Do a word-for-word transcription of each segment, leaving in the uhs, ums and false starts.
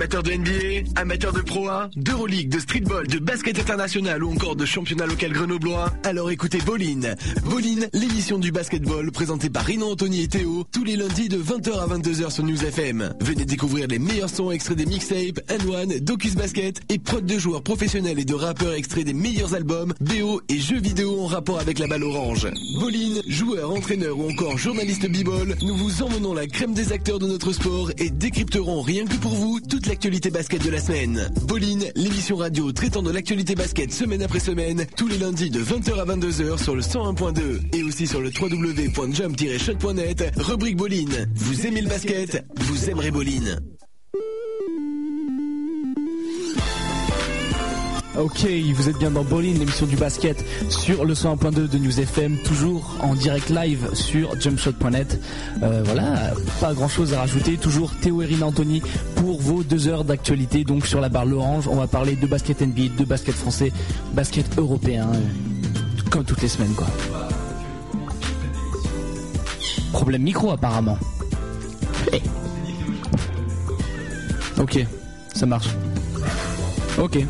Amateur de N B A, amateur de Pro un, d'Euroleague, de streetball, de basket international ou encore de championnat local grenoblois, alors écoutez Ball-In. Ball-In, l'émission du basketball présentée par Rinan, Anthony et Théo, tous les lundis de vingt heures à vingt-deux heures sur News F M. Venez découvrir les meilleurs sons extraits des mixtapes, N un, Docus Basket et prod de joueurs professionnels et de rappeurs extraits des meilleurs albums, B O et jeux vidéo en rapport avec la balle orange. Ball-In, joueurs, entraîneurs ou encore journalistes b-ball, nous vous emmenons la crème des acteurs de notre sport et décrypterons rien que pour vous toute l'actualité basket de la semaine. Ball-In, l'émission radio traitant de l'actualité basket semaine après semaine, tous les lundis de vingt heures à vingt-deux heures sur le cent un point deux et aussi sur le w w w point jump tiret shot point net, rubrique Ball-In. Vous aimez le basket, vous aimerez Ball-In. Ok, vous êtes bien dans Ball-In, l'émission du basket sur le cent un point deux de News F M, toujours en direct live sur jump shot point net. Euh, voilà, pas grand chose à rajouter, toujours Théo et Rina Anthony pour vos deux heures d'actualité. Donc sur la barre l'orange, on va parler de basket N B A, de basket français, basket européen, euh, comme toutes les semaines quoi. Problème micro apparemment. Hey. Ok, ça marche. Ok.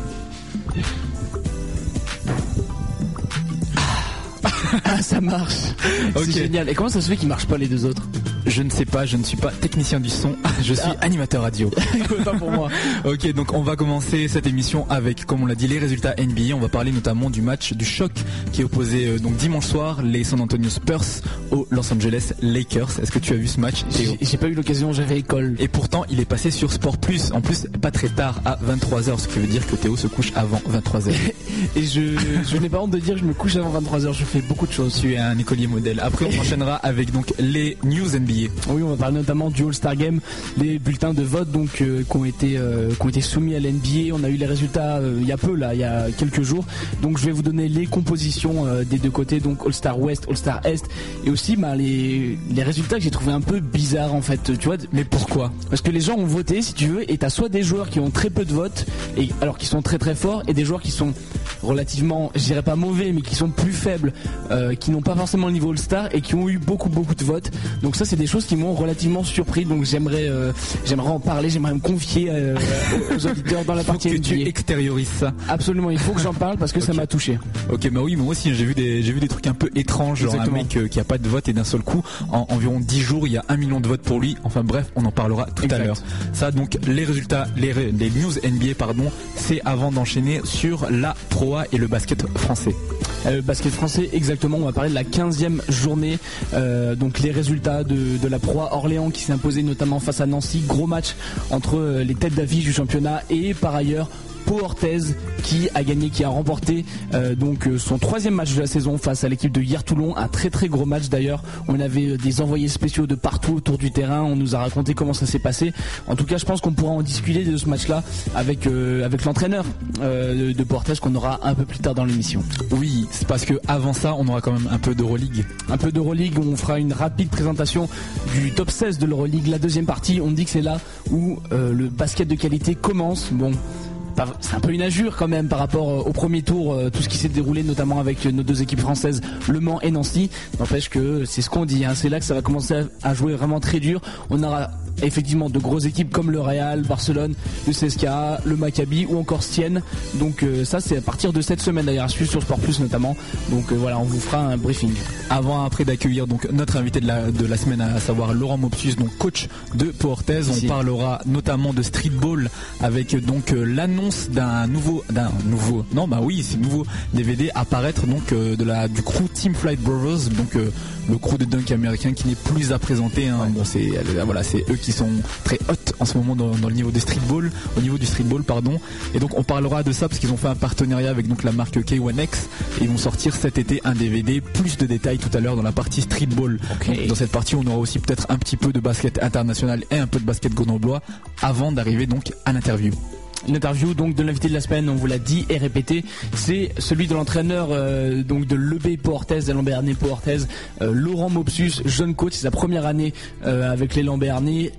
Ah, ça marche. Okay. C'est génial. Et comment ça se fait qu'il marche pas les deux autres? Je ne sais pas, je ne suis pas technicien du son, je suis ah. animateur radio. Pas pour moi. Ok, donc on va commencer cette émission avec, comme on l'a dit, les résultats N B A. On va parler notamment du match du choc qui est opposé euh, donc dimanche soir, les San Antonio Spurs aux Los Angeles Lakers. Est-ce que tu as vu ce match, Théo? J'ai, j'ai pas eu l'occasion, j'avais école. Et pourtant, il est passé sur Sport Plus. En plus, pas très tard, à vingt-trois heures, ce qui veut dire que Théo se couche avant vingt-trois heures. Et je, je n'ai pas honte de dire que je me couche avant vingt-trois heures. Je fais beaucoup de choses. Tu es un écolier modèle. Après, on enchaînera avec donc les news N B A. Oui, on va parler notamment du All-Star Game, les bulletins de vote donc euh, qui ont été euh, qui ont été soumis à l'N B A. On a eu les résultats euh, il y a peu là, il y a quelques jours. Donc je vais vous donner les compositions euh, des deux côtés, donc All-Star West, All-Star Est, et aussi bah, les les résultats que j'ai trouvé un peu bizarres en fait. Tu vois, mais pourquoi? Parce que les gens ont voté, si tu veux, et t'as soit des joueurs qui ont très peu de votes, et alors qui sont très très forts, et des joueurs qui sont relativement, je dirais pas mauvais, mais qui sont plus faibles, euh, qui n'ont pas forcément le niveau All-Star et qui ont eu beaucoup beaucoup de votes. Donc ça, c'est des choses qui m'ont relativement surpris. Donc j'aimerais, euh, j'aimerais en parler, j'aimerais me confier euh, aux auditeurs dans la partie N B A. Faut que tu extériorises ça. Absolument, il faut que j'en parle parce que okay. Ça m'a touché. Ok, bah oui, moi aussi j'ai vu des, j'ai vu des trucs un peu étranges, genre Exactement. Un mec euh, qui a pas de vote et d'un seul coup, en environ dix jours, il y a un million de votes pour lui. Enfin bref, on en parlera tout exact. À l'heure. Ça, donc les résultats, les, les news N B A, pardon, c'est avant d'enchaîner sur la Pro A et le basket français. Euh, le basket français, exactement. On va parler de la quinzième journée. Euh, donc les résultats de, de la Pro A Orléans qui s'est imposé notamment face à Nancy. Gros match entre euh, les têtes d'affiche du championnat et par ailleurs Pau Orthez qui a gagné, qui a remporté euh, donc euh, son troisième match de la saison face à l'équipe de Hyères-Toulon. Un très très gros match d'ailleurs. On avait euh, des envoyés spéciaux de partout autour du terrain. On nous a raconté comment ça s'est passé. En tout cas, je pense qu'on pourra en discuter de ce match-là avec euh, avec l'entraîneur euh, de, de Pau Orthez qu'on aura un peu plus tard dans l'émission. Oui, c'est parce que avant ça, on aura quand même un peu d'Euroleague. Un peu d'Euroleague. On fera une rapide présentation du top seize de l'Euroleague. La deuxième partie, on dit que c'est là où euh, le basket de qualité commence. Bon. C'est un peu une injure quand même par rapport au premier tour, tout ce qui s'est déroulé notamment avec nos deux équipes françaises, Le Mans et Nancy. N'empêche que c'est ce qu'on dit, hein. C'est là que ça va commencer à jouer vraiment très dur. On aura effectivement de grosses équipes comme le Real, Barcelone, le C S K A, le Maccabi ou encore Sienne. Donc euh, ça c'est à partir de cette semaine d'ailleurs, à suivre sur Sport Plus notamment. Donc euh, voilà, on vous fera un briefing. Avant après d'accueillir donc notre invité de la, de la semaine, à savoir Laurent Mopsus, donc coach de Pau Orthez. On parlera notamment de streetball avec donc euh, l'annonce d'un nouveau, d'un nouveau, non bah oui c'est nouveau D V D apparaître donc euh, de la du crew Team Flight Brothers, donc euh, le crew de dunk américain qui n'est plus à présenter. Hein. Bon c'est euh, voilà c'est eux qui sont très hot en ce moment dans, dans le niveau des streetball, au niveau du streetball pardon. Et donc on parlera de ça parce qu'ils ont fait un partenariat avec donc la marque K un X et ils vont sortir cet été un D V D. Plus de détails tout à l'heure dans la partie streetball. Okay. Donc, dans cette partie on aura aussi peut-être un petit peu de basket international et un peu de basket grenoblois avant d'arriver donc à l'interview. Une interview donc de l'invité de la semaine, on vous l'a dit et répété, c'est celui de l'entraîneur euh, donc de l'E B Pau Orthez, des Lambéarnais Pau Orthez, euh, Laurent Mopsus, jeune coach, c'est sa première année euh, avec les Lambéarnais.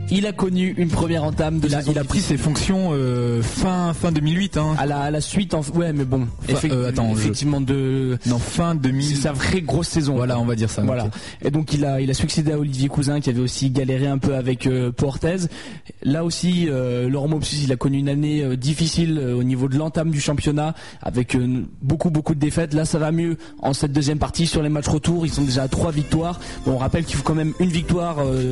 il a connu une première entame de il a, il a pris ses fonctions euh, fin fin deux mille huit hein. À la à la suite en, ouais mais bon enfin, effect, euh, attends, effectivement je... de non fin deux mille c'est sa vraie grosse saison. Voilà, on va dire ça. Voilà. Okay. Et donc il a il a succédé à Olivier Cousin qui avait aussi galéré un peu avec euh, Portez. Là aussi euh, Laurent Mopsus, il a connu une année euh, difficile euh, au niveau de l'entame du championnat avec euh, beaucoup beaucoup de défaites. Là ça va mieux en cette deuxième partie sur les matchs retour, ils sont déjà à trois victoires. Bon, on rappelle qu'il faut quand même une victoire euh,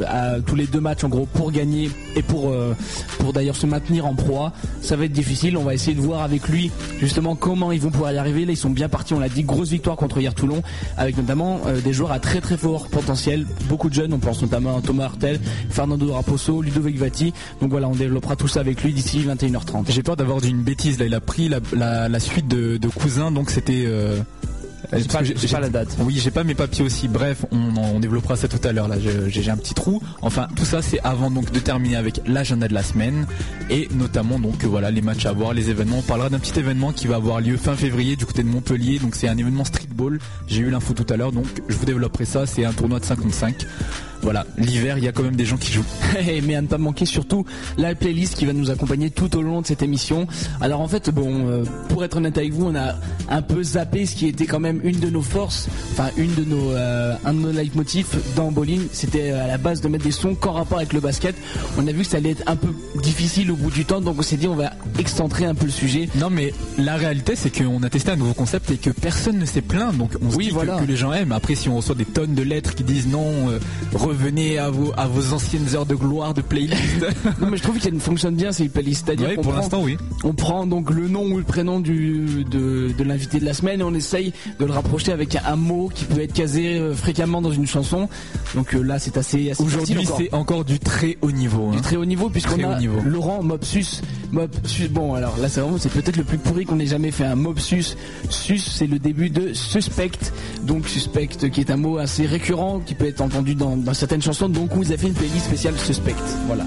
à tous les deux matchs en gros pour gagner et pour euh, pour d'ailleurs se maintenir en Pro A. Ça va être difficile, on va essayer de voir avec lui justement comment ils vont pouvoir y arriver. Là ils sont bien partis, on l'a dit, grosse victoire contre hier Toulon avec notamment euh, des joueurs à très très fort potentiel, beaucoup de jeunes, on pense notamment à Thomas Hartel, Fernando Raposo, Ludovic Vati. Donc voilà, on développera tout ça avec lui d'ici vingt et une heures trente. J'ai peur d'avoir dit une bêtise là, il a pris la, la, la suite de, de Cousin, donc c'était euh... J'ai pas, j'ai pas la date. Oui, j'ai pas mes papiers aussi. Bref, on, on développera ça tout à l'heure. Là, j'ai, j'ai un petit trou. Enfin, tout ça, c'est avant donc de terminer avec l'agenda de la semaine et notamment donc voilà les matchs à voir, les événements. On parlera d'un petit événement qui va avoir lieu fin février du côté de Montpellier. Donc c'est un événement streetball. J'ai eu l'info tout à l'heure, donc je vous développerai ça. C'est un tournoi de cinq contre cinq. Voilà, l'hiver, il y a quand même des gens qui jouent. Mais à ne pas manquer surtout la playlist qui va nous accompagner tout au long de cette émission. Alors en fait, bon, euh, pour être honnête avec vous, on a un peu zappé ce qui était quand même une de nos forces, enfin une de nos, euh, un de nos leitmotifs dans Bowling. C'était à la base de mettre des sons qu'en rapport avec le basket. On a vu que ça allait être un peu difficile au bout du temps, donc on s'est dit on va excentrer un peu le sujet. Non mais la réalité c'est qu'on a testé un nouveau concept et que personne ne s'est plaint, donc on se oui, dit voilà. que, que les gens aiment. Après si on reçoit des tonnes de lettres qui disent non, euh, revenez à vos, à vos anciennes heures de gloire de playlist. Non mais je trouve qu'elle fonctionne bien ces playlists, c'est-à-dire oui, qu'on pour prend, l'instant oui. On prend donc le nom ou le prénom du, de, de l'invité de la semaine et on essaye de le rapprocher avec un, un mot qui peut être casé euh, fréquemment dans une chanson. Donc euh, là c'est assez, assez aujourd'hui encore. C'est encore du très haut niveau. Hein. Du très haut niveau puisqu'on très a Laurent Mopsus. Mopsus. Bon alors là c'est vraiment c'est peut-être le plus pourri qu'on ait jamais fait. Un Mopsus. Sus c'est le début de suspect. Donc suspect qui est un mot assez récurrent qui peut être entendu dans, dans certaines chansons. Donc vous avez fait une playlist spéciale suspect. Voilà.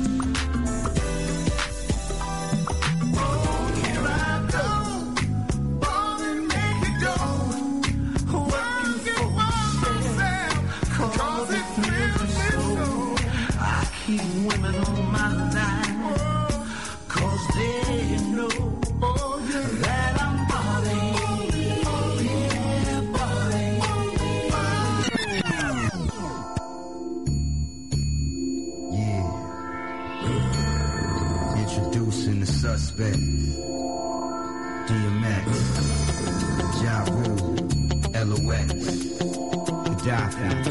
Suspect, D M X, Ja Rule, L O X, Gaddafi,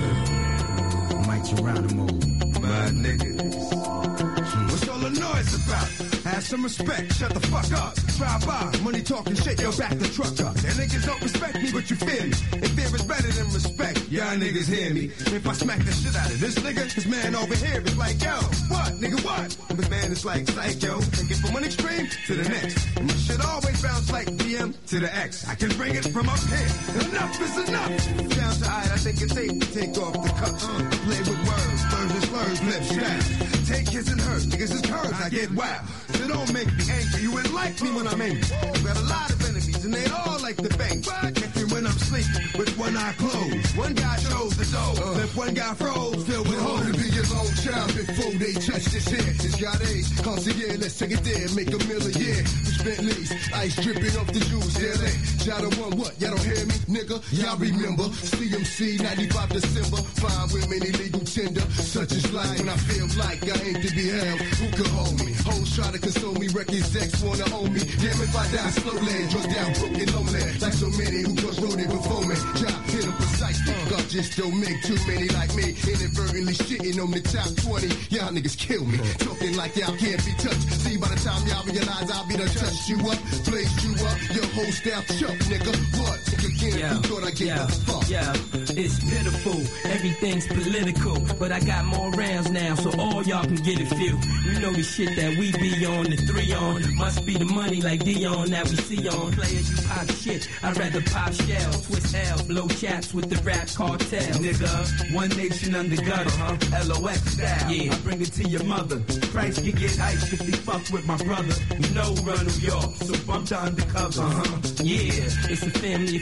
Mike Geronimo, my niggas. What's all the noise about? Have some respect, shut the fuck up. Drive by, money talking shit, yo, back the truck up. And niggas don't respect me, but you fear me. And fear is better than respect, y'all niggas hear me. If I smack the shit out of this nigga, his man over here is like, yo, what, nigga, what? And his man is like, psycho, take it from one extreme to the next. And my shit always bounce like D M to the X. I can bring it from up here. Enough is enough. Down to I, I think it's safe to take off the cuffs. Uh, play with words, slurs and slurs, lip straps. Take his and hers, niggas is curves, I get wild. So don't make me angry, you wouldn't like me when I'm angry. You got a lot of enemies and they all like the bank. Catch me when I'm sleeping with one eye closed. One guy chose the door, uh, left one guy froze, filled with holes. To be your own child before they touch this head. It's got age, cause a year, let's take it there, make a million year. Rich Bentleys, ice dripping off the juice, yeah, they. Y'all don't want what, y'all don't hear me, nigga? Y'all remember, C M C, ninety-five December. Fine women, illegal tender, such as life. When I feel like I ain't to be held, who can hold me? Hoes try to console me, records X wanna own me. Damn if I die slowly, drugged down, broken, lonely. Like so many who just wrote it before me. Job hit them precisely, God just don't make too many like me. Inadvertently shitting on the top twenty, y'all niggas kill me. Talking like y'all can't be touched. See by the time y'all realize I'll be done touched you up, blazed you up, your whole staff chuck, nigga. What? Think again, yeah, who thought I gave yeah, a fuck? Yeah, it's pitiful, everything's political, but I got more rounds now, so all y'all can get a few. You know the shit that we be on, the three on, must be the money like Dion that we see on. Player, you pop shit, I'd rather pop shells, twist L, blow chats with the rap cartel. Nigga, one nation under gutter, huh? L O X style, yeah, I bring it to your mother. Price can get iced if they fuck with my brother. You know run New York, so bump the undercover, uh-huh. Yeah, it's a family affair, you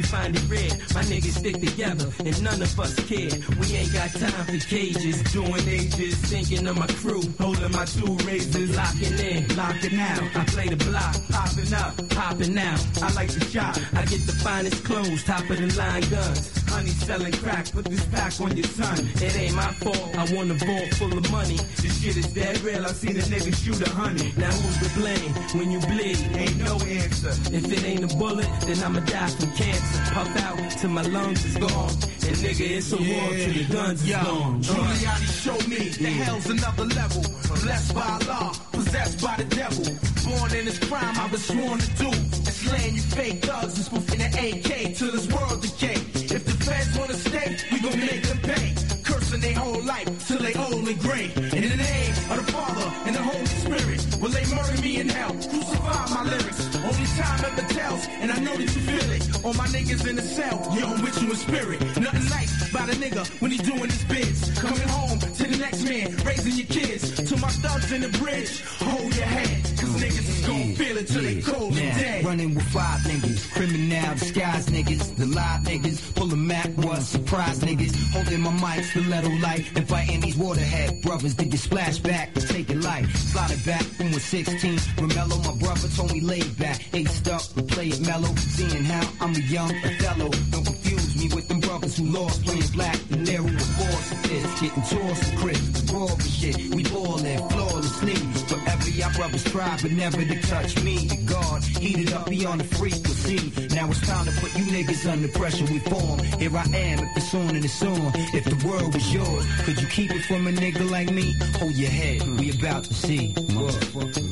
find it rare. My niggas stick together and none of us care. We ain't got time for cages, doing ages, thinking of my crew, holding my two razors, locking in, locking out. I play the block, popping up, popping out. I like the shot, I get the finest clothes, top of the line guns. Honey selling crack, put this pack on your son. It ain't my fault, I want a vault full of money. This shit is dead real, I seen a nigga shoot a honey. Now who's to blame when you bleed? Ain't no answer. If it ain't a bullet, then I'ma die from cancer. Puff out till my lungs is gone. And nigga, it's a war till the guns is gone. Giuliani showed me the hell's another level. Blessed by Allah, possessed by the devil. Born in this crime, I was sworn to do. And slaying you fake thugs is within the A K till this world decay. If the feds wanna stay, we gon' make them pay. Cursing their whole life till they old and gray. And in the name of the Father and the Holy Spirit, will they murder me in hell? Crucify my lyrics. Only time ever tells, and I know that you feel it. All my niggas in the cell, yo, I'm with you in spirit. Nothing nice about a nigga when he doing his bids. Coming home to the next man, raising your kids. To my thugs in the bridge, hold your head. Cause niggas is gon' feel it till they cold and dead. Running with five niggas, criminal disguise niggas, the live niggas, pull a Mac was surprise niggas, holding my mic, stiletto light, inviting these waterhead brothers to get splashed back, to take it light, slide back when we're sixteen, Romello, my brother told me lay back, aced up, we play it mellow, seeing how I'm a young Othello, don't confuse me with them brothers who lost, playing black, the narrow with force of this, getting tossed to Chris, the raw shit, we ballin', flawlessly, forever y'all brothers try, but never to touch me, the guard, heated up beyond the frequency, now it's time to put you niggas under pressure, we form, here I am, if it's on and it's on, if the world was yours, could you keep it from a nigga like me, hold your head, we about to see, motherfucker,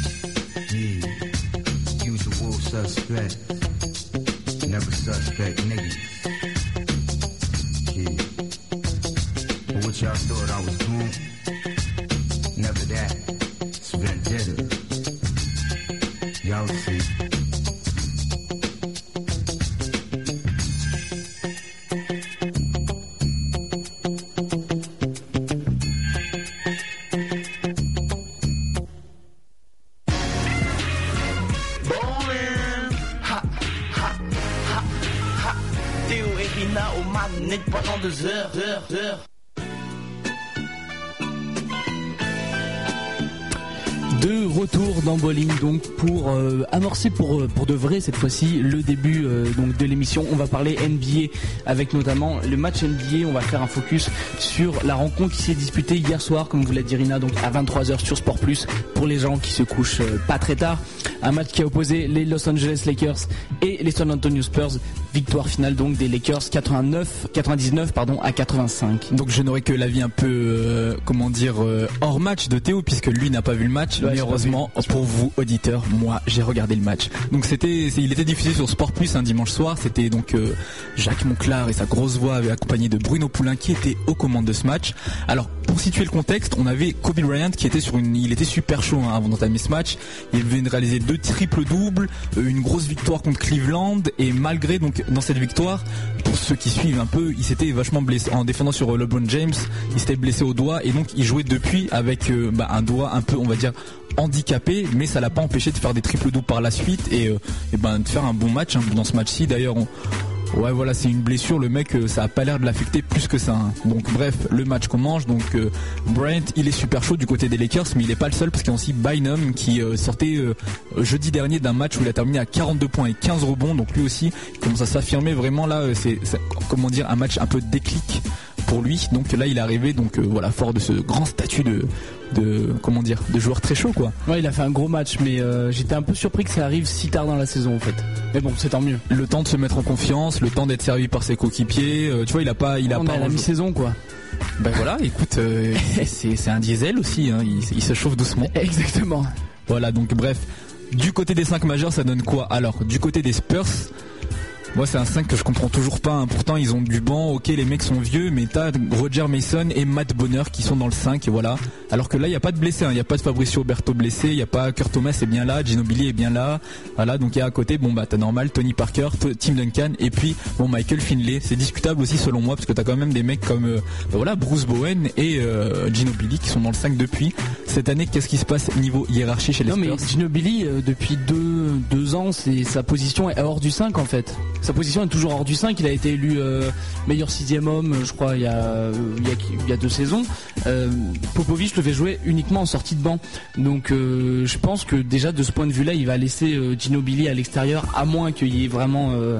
yeah, usual suspect, never suspect niggas, yeah, but what y'all thought I was doing, never that, it's vendetta, y'all see. Pendant deux heures, heures, heures. De retour dans Bowling donc pour euh, amorcer pour pour de vrai cette fois-ci le début euh, donc de l'émission. On va parler N B A avec notamment le match N B A. On va faire un focus sur la rencontre qui s'est disputée hier soir, comme vous l'a dit Rina, donc à vingt-trois heures sur Sport Plus pour les gens qui se couchent euh, pas très tard. Un match qui a opposé les Los Angeles Lakers et les San Antonio Spurs. Victoire finale donc des Lakers quatre-vingt-neuf, quatre-vingt-dix-neuf pardon à quatre-vingt-cinq. Donc je n'aurai que l'avis un peu euh, comment dire euh, hors match de Théo puisque lui n'a pas vu le match. Ouais, mais heureusement pour vous auditeurs, moi j'ai regardé le match. Donc c'était, il était diffusé sur Sport Plus un dimanche soir. C'était donc euh, Jacques Monclar et sa grosse voix accompagné de Bruno Poulain qui était aux commandes de ce match. Alors pour situer le contexte, on avait Kobe Bryant qui était sur une, il était super chaud hein, avant d'entamer ce match. Il venait de réaliser deux triples doubles, une grosse victoire contre Cleveland et malgré donc dans cette victoire, pour ceux qui suivent un peu, il s'était vachement blessé en défendant sur LeBron James. Il s'était blessé au doigt et donc il jouait depuis avec euh, bah, un doigt un peu, on va dire, handicapé, mais ça l'a pas empêché de faire des triples doubles par la suite et, euh, et ben de faire un bon match hein, dans ce match-ci. D'ailleurs, on, ouais voilà, c'est une blessure, le mec euh, ça a pas l'air de l'affecter plus que ça hein. Donc bref, le match commence. Donc euh, Bryant il est super chaud du côté des Lakers, mais il est pas le seul parce qu'il y a aussi Bynum qui euh, sortait euh, jeudi dernier d'un match où il a terminé à quarante-deux points et quinze rebonds. Donc lui aussi il commence à s'affirmer vraiment là, euh, c'est, c'est comment dire, un match un peu déclic pour lui. Donc là il est arrivé donc euh, voilà, fort de ce grand statut de de comment dire, de joueur très chaud quoi. Ouais, il a fait un gros match, mais euh, j'étais un peu surpris que ça arrive si tard dans la saison en fait. Mais bon, c'est tant mieux. Le temps de se mettre en confiance, le temps d'être servi par ses coéquipiers. Euh, tu vois, il a pas, il a On pas. On est à la mi-saison quoi. Ben voilà, écoute, euh, c'est c'est un diesel aussi. Hein, il, il se chauffe doucement. Exactement. Voilà, donc bref, du côté des cinq majeurs, ça donne quoi? Alors, du côté des Spurs. Moi c'est un cinq que je comprends toujours pas hein. Pourtant ils ont du banc, ok les mecs sont vieux, mais t'as Roger Mason et Matt Bonner qui sont dans le cinq, voilà. Alors que là il n'y a pas de blessés, il hein. n'y a pas de Fabricio Berto blessé, il n'y a pas Kurt Thomas est bien là, Ginobili est bien là, voilà. Donc il y a à côté, bon bah t'as normal Tony Parker, Tim Duncan et puis bon Michael Finley. C'est discutable aussi selon moi parce que t'as quand même des mecs comme euh, bah, voilà Bruce Bowen et euh, Ginobili qui sont dans le cinq depuis. Cette année qu'est-ce qui se passe niveau hiérarchie chez les non, Spurs? Non mais Ginobili euh, depuis deux, deux ans c'est, sa position est hors du cinq en fait. sa position est toujours hors du cinq. Il a été élu euh, meilleur sixième homme, je crois, il y a, il y a, il y a deux saisons. Euh, Popovic le fait jouer uniquement en sortie de banc. Donc euh, je pense que déjà de ce point de vue-là, il va laisser euh, Ginobili à l'extérieur, à moins qu'il y ait vraiment euh,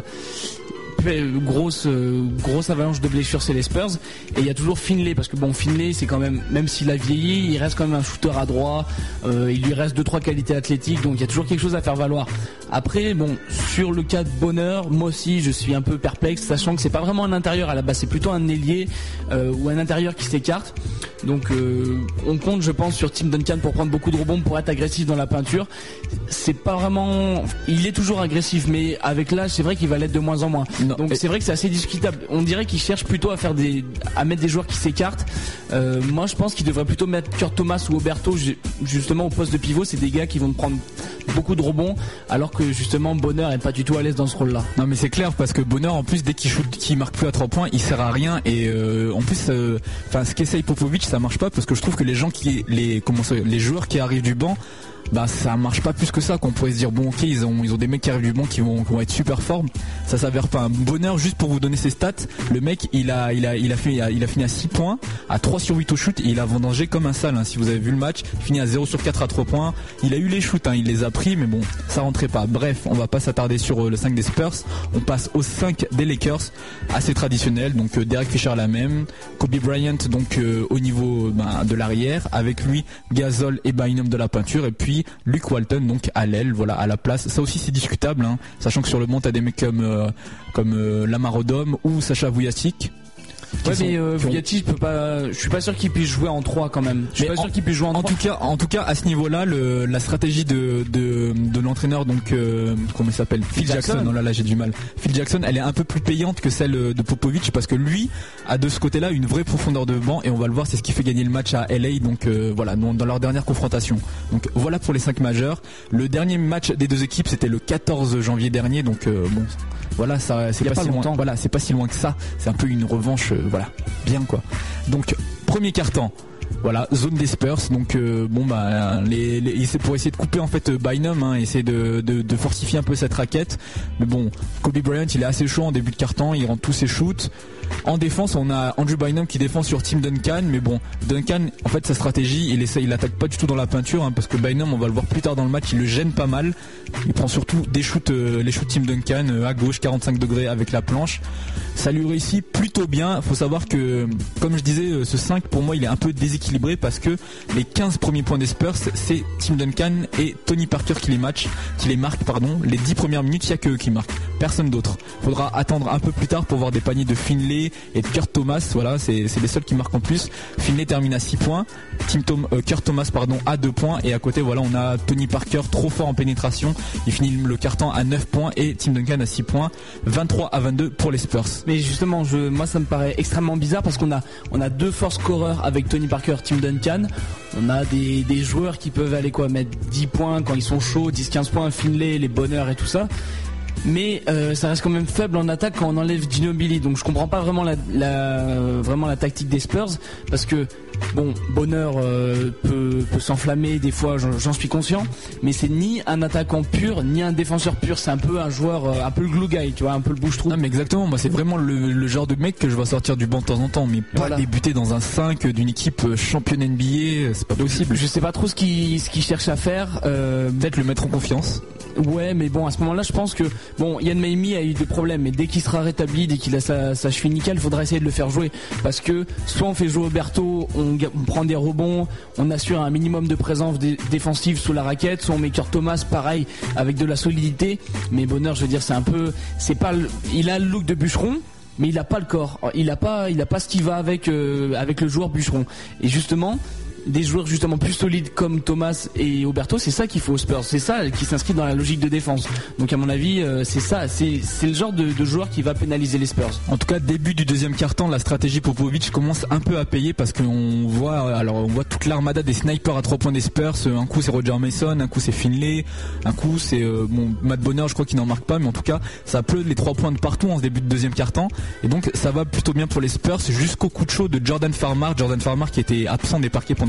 grosse euh, grosse avalanche de blessures chez les Spurs. Et il y a toujours Finlay, parce que bon, Finlay, c'est quand même, même s'il a vieilli, il reste quand même un shooter à droit, euh, il lui reste deux trois qualités athlétiques, donc il y a toujours quelque chose à faire valoir. Après, bon, sur le cas de Bonheur, moi aussi je suis un peu perplexe, sachant que c'est pas vraiment un intérieur à la base, c'est plutôt un ailier euh, ou un intérieur qui s'écarte. Donc euh, on compte, je pense, sur Tim Duncan pour prendre beaucoup de rebonds, pour être agressif dans la peinture. C'est pas vraiment, il est toujours agressif, mais avec l'âge, c'est vrai qu'il va l'être de moins en moins. Non. Donc c'est vrai que c'est assez discutable. On dirait qu'il cherche plutôt à faire des, à mettre des joueurs qui s'écartent. Euh, moi, je pense qu'il devrait plutôt mettre Kurt Thomas ou Oberto justement au poste de pivot. C'est des gars qui vont prendre beaucoup de rebonds, alors que justement Bonheur est pas du tout à l'aise dans ce rôle-là. Non, mais c'est clair, parce que Bonheur, en plus, dès qu'il shoot, qu'il marque plus à trois points, il sert à rien. Et euh, en plus, enfin, euh, ce qu'essaye Popovic, ça marche pas, parce que je trouve que les gens qui, les, comment ça, les joueurs qui arrivent du banc, bah ça marche pas plus que ça, qu'on pourrait se dire bon ok, ils ont ils ont des mecs qui arrivent du banc qui vont, qui vont être super forts. Ça s'avère pas. Un Bonheur, juste pour vous donner ses stats, le mec il a il a il a fait il a, il a fini à six points, à trois sur huit au shoot, et il a vendangé comme un sale, hein. Si vous avez vu le match, il finit à zéro sur quatre à trois points. Il a eu les shoots, hein, il les a pris, mais bon, ça rentrait pas. Bref, on va pas s'attarder sur euh, le cinq des Spurs. On passe au cinq des Lakers, assez traditionnel. Donc euh, Derek Fisher la même, Kobe Bryant donc euh, au niveau ben, de l'arrière, avec lui Gasol et Bynum de la peinture, et puis Luke Walton donc à l'aile, voilà, à la place. Ça aussi c'est discutable, hein, sachant que sur le banc t'as des mecs comme euh, comme euh, Lamar Odom ou Sacha Vujacic. Ouais, mais euh, Vujacic, je peux pas, je suis pas sûr qu'il puisse jouer en trois quand même. Je suis mais pas en, sûr qu'il puisse jouer en, en trois. tout cas, en tout cas, à ce niveau-là, le, la stratégie de de, de l'entraîneur, donc euh, comment il s'appelle, Phil, Phil Jackson. Jackson. Non là, là, j'ai du mal. Phil Jackson, elle est un peu plus payante que celle de Popovic, parce que lui a de ce côté-là une vraie profondeur de banc, et on va le voir, c'est ce qui fait gagner le match à L A. Donc euh, voilà, dans, dans leur dernière confrontation. Donc voilà pour les cinq majeurs. Le dernier match des deux équipes, c'était le quatorze janvier dernier. Donc euh, bon, voilà, ça, c'est pas, pas si loin. Voilà, c'est pas si loin que ça. C'est un peu une revanche, euh, voilà. Bien quoi. Donc premier quart-temps, voilà, zone des Spurs. Donc euh, bon bah les, les c'est pour essayer de couper en fait Bynum, hein, essayer de, de, de fortifier un peu cette raquette. Mais bon, Kobe Bryant il est assez chaud en début de quart-temps, il rend tous ses shoots. En défense, on a Andrew Bynum qui défend sur Tim Duncan, mais bon, Duncan, en fait, sa stratégie, il essaie, il attaque pas du tout dans la peinture, hein, parce que Bynum, on va le voir plus tard dans le match, il le gêne pas mal. Il prend surtout des shoots, euh, les shoots Tim Duncan euh, à gauche, quarante-cinq degrés avec la planche. Ça lui réussit plutôt bien. Faut savoir que, comme je disais, euh, ce cinq, pour moi, il est un peu déséquilibré, parce que les quinze premiers points des Spurs, c'est Tim Duncan et Tony Parker qui les matchent, qui les marquent, pardon. Les dix premières minutes, il y a que eux qui marquent, personne d'autre. Faudra attendre un peu plus tard pour voir des paniers de Finlay et de Kurt Thomas, voilà, c'est, c'est les seuls qui marquent en plus. Finlay termine à six points, Tim Tom, euh, Kurt Thomas pardon à deux points, et à côté voilà on a Tony Parker trop fort en pénétration, il finit le quart-temps à neuf points, et Tim Duncan à six points, vingt-trois à vingt-deux pour les Spurs. Mais justement, je, moi ça me paraît extrêmement bizarre, parce qu'on a on a deux force scoreurs avec Tony Parker, Tim Duncan. On a des, des joueurs qui peuvent aller quoi mettre dix points quand ils sont chauds, dix quinze points, Finlay, les bonheurs et tout ça. Mais euh, ça reste quand même faible en attaque quand on enlève Ginobili. Donc je comprends pas vraiment la, la vraiment la tactique des Spurs, parce que bon, Bonheur euh, peut, peut s'enflammer des fois, j'en, j'en suis conscient, mais c'est ni un attaquant pur ni un défenseur pur. C'est un peu un joueur, euh, un peu le glue guy, tu vois, un peu le bouche-trou. Non mais exactement, moi c'est vraiment le, le genre de mec que je vois sortir du banc de temps en temps, mais pas voilà. Débuter dans un cinq d'une équipe championne N B A, c'est pas possible. Je, je sais pas trop ce qu'il ce qu'il cherche à faire. Euh, Peut-être le mettre en confiance. Ouais, mais bon, à ce moment-là, je pense que bon, Ian Maimi a eu des problèmes, mais dès qu'il sera rétabli, dès qu'il a sa, sa cheville nickel, il faudra essayer de le faire jouer, parce que soit on fait jouer Oberto, on, on prend des rebonds, on assure un minimum de présence dé- défensive sous la raquette, soit on met Kurt Thomas, pareil, avec de la solidité. Mais Bonheur, je veux dire, c'est un peu, c'est pas, le, il a le look de bûcheron, mais il a pas le corps, il a pas, il a pas ce qui va avec euh, avec le joueur bûcheron. Et justement, des joueurs justement plus solides comme Thomas et Oberto, c'est ça qu'il faut aux Spurs, c'est ça qui s'inscrit dans la logique de défense. Donc à mon avis, euh, c'est ça, c'est, c'est le genre de, de joueur qui va pénaliser les Spurs. En tout cas, début du deuxième quart-temps, la stratégie Popovic commence un peu à payer, parce qu'on voit, alors on voit toute l'armada des snipers à trois points des Spurs. Un coup c'est Roger Mason, un coup c'est Finlay, un coup c'est euh, bon, Matt Bonheur, je crois qu'il n'en marque pas, mais en tout cas ça pleut les trois points de partout en ce début de deuxième quart-temps, et donc ça va plutôt bien pour les Spurs jusqu'au coup de chaud de Jordan Farmar, Jordan Farmar qui était absent des parquets pendant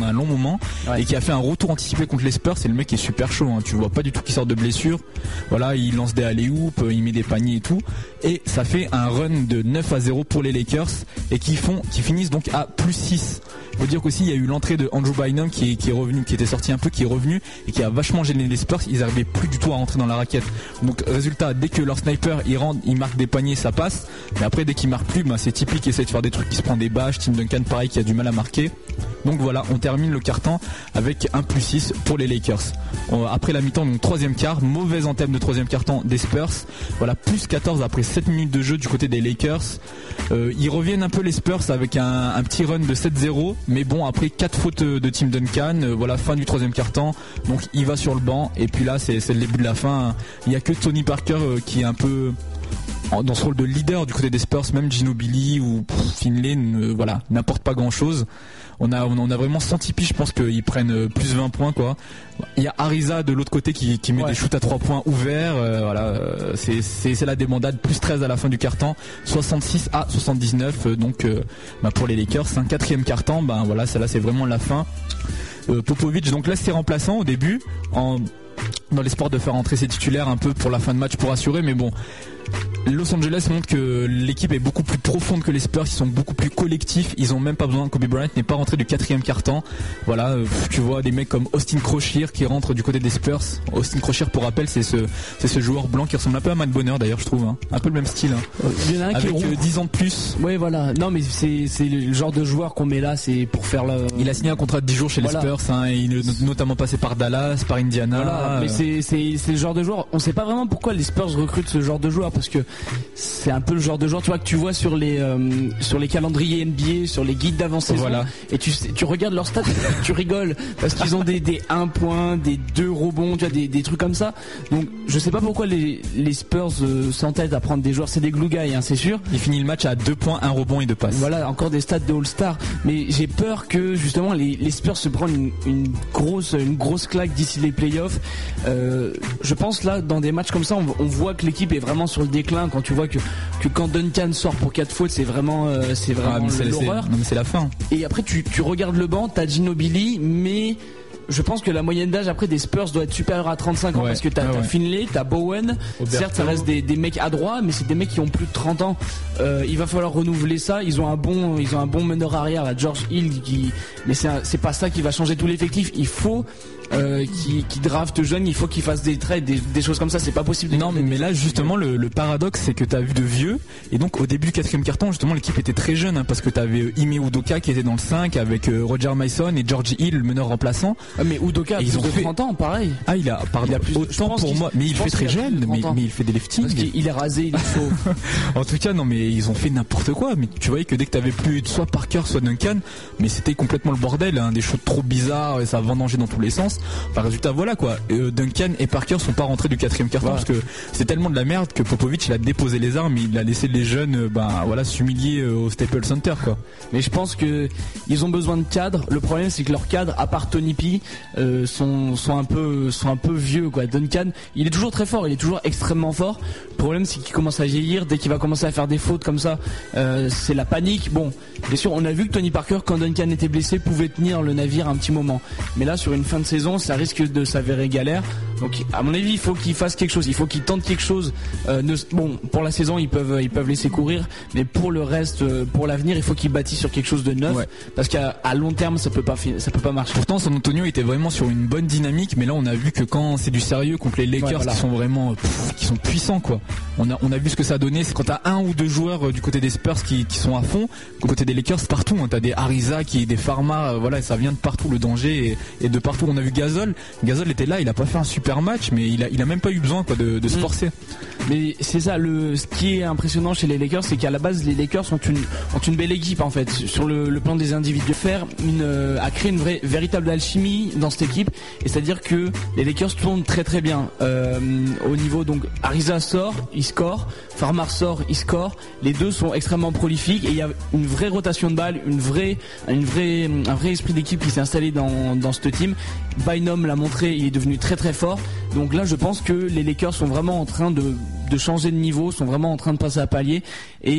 un long moment ouais. et qui a fait un retour anticipé contre les Spurs. C'est le mec qui est super chaud, hein. Tu vois pas du tout qu'il sort de blessure. Voilà, il lance des alley-oops, il met des paniers et tout. Et ça fait un run de neuf à zéro pour les Lakers et qui font, qui finissent donc à plus six. Faut dire qu'aussi il y a eu l'entrée de Andrew Bynum qui est, qui est revenu, qui était sorti un peu, qui est revenu et qui a vachement gêné les Spurs. Ils n'arrivaient plus du tout à rentrer dans la raquette. Donc résultat, dès que leur sniper il rentre, il marque des paniers, ça passe. Mais après dès qu'il marque plus, bah, c'est typique, il essaie de faire des trucs, qui se prend des bâches. Tim Duncan pareil qui a du mal à marquer. Donc voilà, on termine le quart-temps avec un plus six pour les Lakers. On, après la mi-temps, donc troisième quart, mauvaise entame de troisième quart-temps des Spurs. Voilà, plus quatorze après sept minutes de jeu du côté des Lakers. Euh, ils reviennent un peu les Spurs avec un, un petit run de sept zéro. Mais bon, après quatre fautes de Tim Duncan, euh, voilà, fin du troisième quart-temps. Donc il va sur le banc. Et puis là, c'est, c'est le début de la fin. Il n'y a que Tony Parker euh, qui est un peu dans ce rôle de leader du côté des Spurs. Même Ginobili ou pff, Finlay, euh, voilà, n'apporte pas grand-chose. On a, on a vraiment senti pis, je pense qu'ils prennent plus vingt points quoi. Il y a Ariza de l'autre côté qui, qui met ouais. des shoots à trois points ouverts. Euh, voilà, euh, c'est, c'est, c'est la débandade. Plus treize à la fin du quart-temps, soixante-six à soixante-dix-neuf. Euh, donc, euh, bah pour les Lakers, un quatrième quart-temps. Ben bah, voilà, celle-là c'est vraiment la fin. Euh, Popovic donc laisse ses remplaçants au début, en, dans l'espoir de faire entrer ses titulaires un peu pour la fin de match pour assurer. Mais bon. Los Angeles montre que l'équipe est beaucoup plus profonde que les Spurs, ils sont beaucoup plus collectifs, ils ont même pas besoin, Kobe Bryant n'est pas rentré du quatrième quart-temps. Voilà, euh, tu vois des mecs comme Austin Crochet qui rentre du côté des Spurs. Austin Crochet, pour rappel, c'est ce, c'est ce joueur blanc qui ressemble un peu à Matt Bonner d'ailleurs, je trouve, hein. Un peu le même style, hein. Il y en a un avec qui est euh, dix ans de plus. Ouais, voilà. Non, mais c'est, c'est le genre de joueur qu'on met là, c'est pour faire le. Il a signé un contrat de dix jours chez voilà. les Spurs, hein, et il est notamment passé par Dallas, par Indiana. Voilà, euh... mais c'est, c'est, c'est le genre de joueur. On sait pas vraiment pourquoi les Spurs recrutent ce genre de joueur parce que c'est un peu le genre de joueur, tu vois, que tu vois sur les euh, sur les calendriers N B A, sur les guides d'avant-saison, voilà. Et tu tu regardes leurs stats, tu rigoles parce qu'ils ont des des un point, des deux rebonds, tu vois, des des trucs comme ça. Donc je sais pas pourquoi les les Spurs euh, s'entêtent à prendre des joueurs, c'est des glue guys, hein, c'est sûr. Il finit le match à deux points, un rebond et deux passes. Voilà, encore des stats de All-Star, mais j'ai peur que justement les les Spurs se prennent une, une grosse une grosse claque d'ici les playoffs. Euh, je pense là dans des matchs comme ça, on, on voit que l'équipe est vraiment sur le déclin quand tu vois que que quand Duncan sort pour quatre fautes, c'est vraiment euh, c'est vraiment ah, c'est, l'horreur. C'est, non mais c'est la fin. Et après tu tu regardes le banc, t'as Ginobili, mais je pense que la moyenne d'âge après des Spurs doit être supérieure à trente-cinq ans, ouais, parce que t'as, ah ouais. t'as Finlay, t'as Bowen. Oberto. Certes, ça reste des, des mecs adroits, mais c'est des mecs qui ont plus de trente ans. Euh, il va falloir renouveler ça. Ils ont un bon, ils ont un bon meneur arrière, là, George Hill, qui, mais c'est, un, c'est pas ça qui va changer tout l'effectif. Il faut Euh, qui, qui draft jeune, il faut qu'il fasse des trades, des, des choses comme ça, c'est pas possible. Non, mais, mais là justement le, le paradoxe c'est que t'as vu de vieux, et donc au début du quatrième quart-temps justement l'équipe était très jeune, hein, parce que t'avais Ime Udoka qui était dans le cinq avec euh, Roger Mason et George Hill, le meneur remplaçant. Ah, mais Udoka a plus de fait... trente ans, pareil. Ah il a, pardon, il a plus de... autant pour moi, mais il fait très jeune, mais, mais il fait des liftings. Parce qu'il est rasé, il est faux. En tout cas non, mais ils ont fait n'importe quoi, mais tu voyais que dès que t'avais plus soit Parker soit Duncan, mais c'était complètement le bordel, hein, des choses trop bizarres et ça vendangeait dans tous les sens. Enfin résultat voilà quoi, euh, Duncan et Parker sont pas rentrés du quatrième quart-temps, voilà. Parce que c'est tellement de la merde que Popovic il a déposé les armes, il a laissé les jeunes euh, bah voilà s'humilier euh, au Staples Center quoi. Mais je pense que ils ont besoin de cadres. Le problème c'est que leurs cadres, à part Tony P, euh, sont sont un peu sont un peu vieux quoi. Duncan, il est toujours très fort, il est toujours extrêmement fort. Le problème c'est qu'il commence à vieillir, dès qu'il va commencer à faire des fautes comme ça, euh, c'est la panique. Bon, bien sûr, on a vu que Tony Parker, quand Duncan était blessé, pouvait tenir le navire un petit moment. Mais là, sur une fin de saison, ça risque de s'avérer galère. Donc à mon avis il faut qu'ils fassent quelque chose, il faut qu'ils tentent quelque chose. Euh, ne, bon pour la saison ils peuvent ils peuvent laisser courir, mais pour le reste, euh, pour l'avenir il faut qu'ils bâtissent sur quelque chose de neuf, ouais. Parce qu'à à long terme ça peut pas ça peut pas marcher. Pourtant San Antonio était vraiment sur une bonne dynamique, mais là on a vu que quand c'est du sérieux contre les Lakers, ouais, voilà. Qui sont vraiment pff, qui sont puissants quoi. On a on a vu ce que ça a donné, c'est quand t'as un ou deux joueurs euh, du côté des Spurs qui, qui sont à fond, du côté des Lakers partout, hein, t'as des Ariza qui des Pharma, euh, voilà ça vient de partout le danger et, et de partout. On a vu Gasol, Gasol était là, il a pas fait un super match, mais il a il a même pas eu besoin quoi de, de se forcer. Mmh. Mais c'est ça, le ce qui est impressionnant chez les Lakers, c'est qu'à la base les Lakers ont une ont une belle équipe en fait sur le, le plan des individus. Faire une euh, à créer une vraie véritable alchimie dans cette équipe, et c'est-à-dire que les Lakers tournent très très bien euh, au niveau donc Ariza sort, il score, Farmar sort, il score. Les deux sont extrêmement prolifiques et il y a une vraie rotation de balles, une vraie une vraie un vrai esprit d'équipe qui s'est installé dans dans cette team. Bynum l'a montré, il est devenu très très fort. Donc là je pense que les Lakers sont vraiment en train de, de changer de niveau, sont vraiment en train de passer à palier, et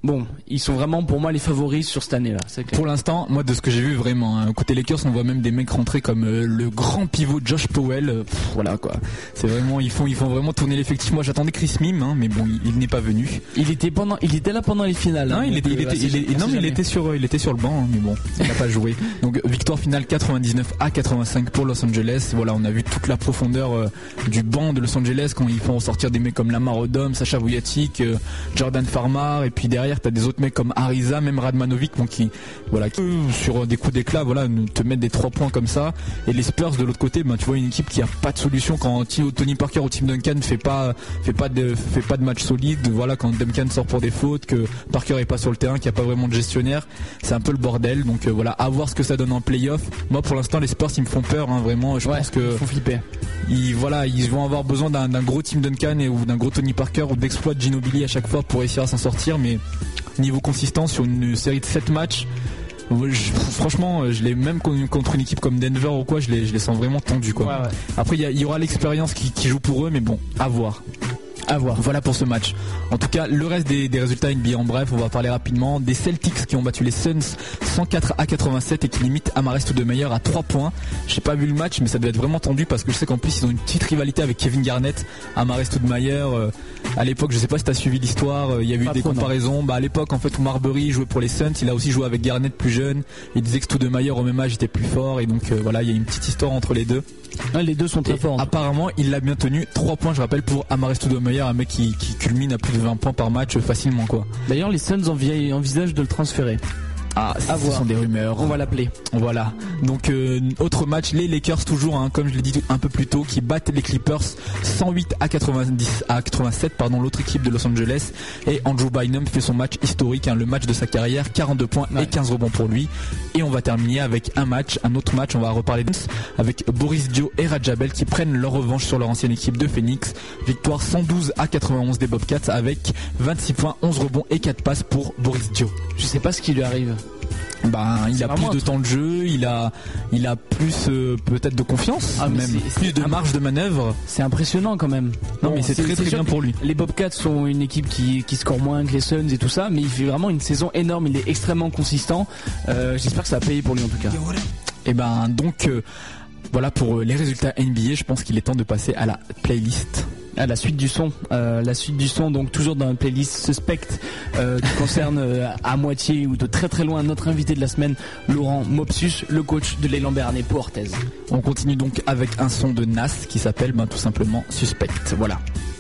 bon, ils sont vraiment pour moi les favoris sur cette année-là. C'est clair. Pour l'instant, moi de ce que j'ai vu vraiment, hein, côté Lakers, on voit même des mecs rentrer comme euh, le grand pivot Josh Powell. Euh, pff, voilà quoi. C'est vraiment, ils font, ils font vraiment tourner l'effectif. Moi j'attendais Chris Mim, hein, mais bon, il, il n'est pas venu. Il était pendant, il était là pendant les finales. Non, hein, il était, il était, il est, non, mais il était sur, il était sur le banc, hein, mais bon, il n'a pas joué. Donc victoire finale quatre-vingt-dix-neuf à quatre-vingt-cinq pour Los Angeles. Voilà, on a vu toute la profondeur euh, du banc de Los Angeles quand ils font ressortir des mecs comme Lamar Odom, Sacha Vujacic, euh, Jordan Farmar, et puis derrière t'as des autres mecs comme Ariza, même Radmanovic, bon, qui voilà qui, sur des coups d'éclat voilà te mettre des trois points comme ça. Et les Spurs de l'autre côté, ben tu vois une équipe qui a pas de solution quand Tony Parker ou Tim Duncan fait pas fait pas de fait pas de match solide. Voilà, quand Duncan sort pour des fautes, que Parker est pas sur le terrain, qu'il n'y a pas vraiment de gestionnaire, c'est un peu le bordel. Donc euh, voilà, à voir ce que ça donne en playoff. Moi pour l'instant les Spurs ils me font peur, hein, vraiment. Je ouais, pense que ils font flipper. Ils, voilà, ils vont avoir besoin d'un, d'un gros Tim Duncan et, ou d'un gros Tony Parker ou d'exploit de Ginobili à chaque fois pour réussir à s'en sortir. Mais niveau consistance sur une série de sept matchs, je, franchement je l'ai même contre une équipe comme Denver ou quoi, je les, je les sens vraiment tendus quoi. Ouais, ouais. Après il y, y aura l'expérience qui, qui joue pour eux, mais bon, à voir. À voir. Voilà pour ce match. En tout cas, le reste des, des résultats N B A en bref, on va parler rapidement. Des Celtics qui ont battu les Suns cent quatre à quatre-vingt-sept et qui limitent Amar'e Stoudemire à trois points. J'ai pas vu le match, mais ça devait être vraiment tendu parce que je sais qu'en plus ils ont une petite rivalité avec Kevin Garnett. Amar'e Stoudemire, euh, à l'époque, je sais pas si t'as suivi l'histoire, il euh, y a eu pas des trop, comparaisons. Non. Bah à l'époque, en fait, où Marbury jouait pour les Suns, il a aussi joué avec Garnett plus jeune. Il disait que Stoudemire au même âge était plus fort et donc euh, voilà, il y a une petite histoire entre les deux. Ouais, les deux sont très et forts. Apparemment, il l'a bien tenu. trois points, je rappelle, pour Amar'e Stoudemire, un mec qui, qui culmine à plus de vingt points par match facilement quoi. D'ailleurs, les Suns envi- envisagent de le transférer. Ah, à ce voir. sont des rumeurs. On va l'appeler. Voilà. Donc euh, autre match, les Lakers toujours, hein, comme je l'ai dit un peu plus tôt, qui battent les Clippers cent huit à quatre-vingt-dix à quatre-vingt-sept, pardon, l'autre équipe de Los Angeles. Et Andrew Bynum fait son match historique, hein, le match de sa carrière, quarante-deux points ouais. et quinze rebonds pour lui. Et on va terminer avec un match, un autre match, on va reparler de avec Boris Dio et Rajabel qui prennent leur revanche sur leur ancienne équipe de Phoenix. Victoire cent douze à quatre-vingt-onze des Bobcats avec vingt-six points, onze rebonds et quatre passes pour Boris Dio. Je sais pas ce qui lui arrive. Bah, il c'est a plus de temps de jeu, il a, il a plus euh, peut-être de confiance, ah, même c'est, plus c'est de marge de manœuvre. C'est impressionnant quand même. Non bon, mais c'est, c'est très très bien pour lui. Les Bobcats sont une équipe qui, qui score moins que les Suns et tout ça, mais il fait vraiment une saison énorme. Il est extrêmement consistant. Euh, j'espère que ça va payer pour lui en tout cas. Et ben donc euh, voilà pour les résultats N B A. Je pense qu'il est temps de passer à la playlist. À la suite du son, euh, la suite du son, donc toujours dans une playlist Suspect euh, qui concerne euh, à moitié ou de très très loin notre invité de la semaine, Laurent Mopsus, le coach de l'élan béarnais pour Orthez. On continue donc avec un son de Nas qui s'appelle ben, tout simplement Suspect. Voilà.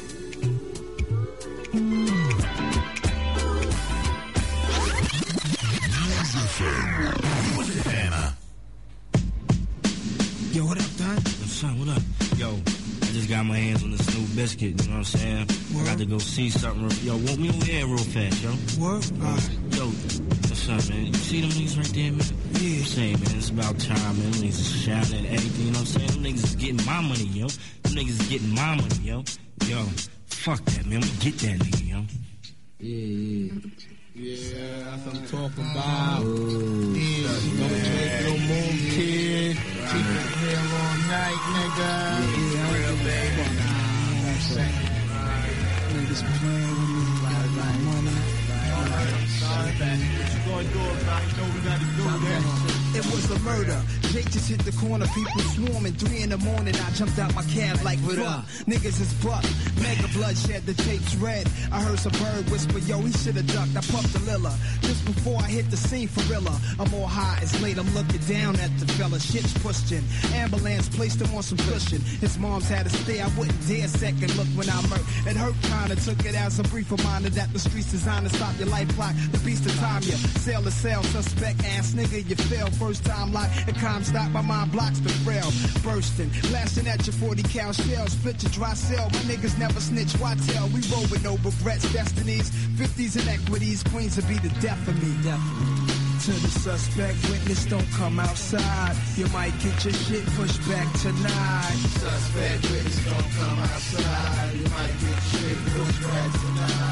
Yo, what up, Don? Yo, son, what up? Yo. I just got my hands on this new biscuit, you know what I'm saying? Word. I got to go see something. Yo, walk me over here real fast, yo. Word? Uh, yo, what's up, man? You see them niggas right there, man? Yeah. I'm saying, man, it's about time, man. Them niggas is shouting at everything, you know what I'm saying? Them niggas is getting my money, yo. Them niggas is getting my money, yo. Yo, fuck that, man. I'm gonna get that nigga, yo. Yeah, yeah. Yeah, that's what I'm talking about. Ooh, yeah, you know, yeah. Little moon kid. Keep it here all night, nigga. Yeah, real baby. Niggas playing with me. Got money. What you gonna do about it? You know we gotta do that. It was a murder. Jake just hit the corner, people swarming. Three in the morning, I jumped out my cab like, fuck. Niggas is buck. Mega bloodshed, the tape's red. I heard some bird whisper, yo, he should've ducked. I puffed a lilla. Just before I hit the scene for real. I'm all high, it's late, I'm looking down at the fella. Shit's pushed in. Ambulance placed him on some cushion. His mom's had to stay, I wouldn't dare second look when I murked. It hurt kinda, took it as a brief reminder that the streets designed to stop your life clock. The beast of time you. Sell to sell, suspect ass nigga, you fail. First time like a crime stop, my mind blocks the frail. Bursting, blasting at your forty cal shells. Split your dry cell, my niggas never snitch, why tell? We roll with no regrets, destinies, fifties and equities. Queens will be the death of me. Definitely. To the suspect, witness don't come outside. You might get your shit pushed back tonight. Suspect, witness don't come outside. You might get your shit pushed back tonight.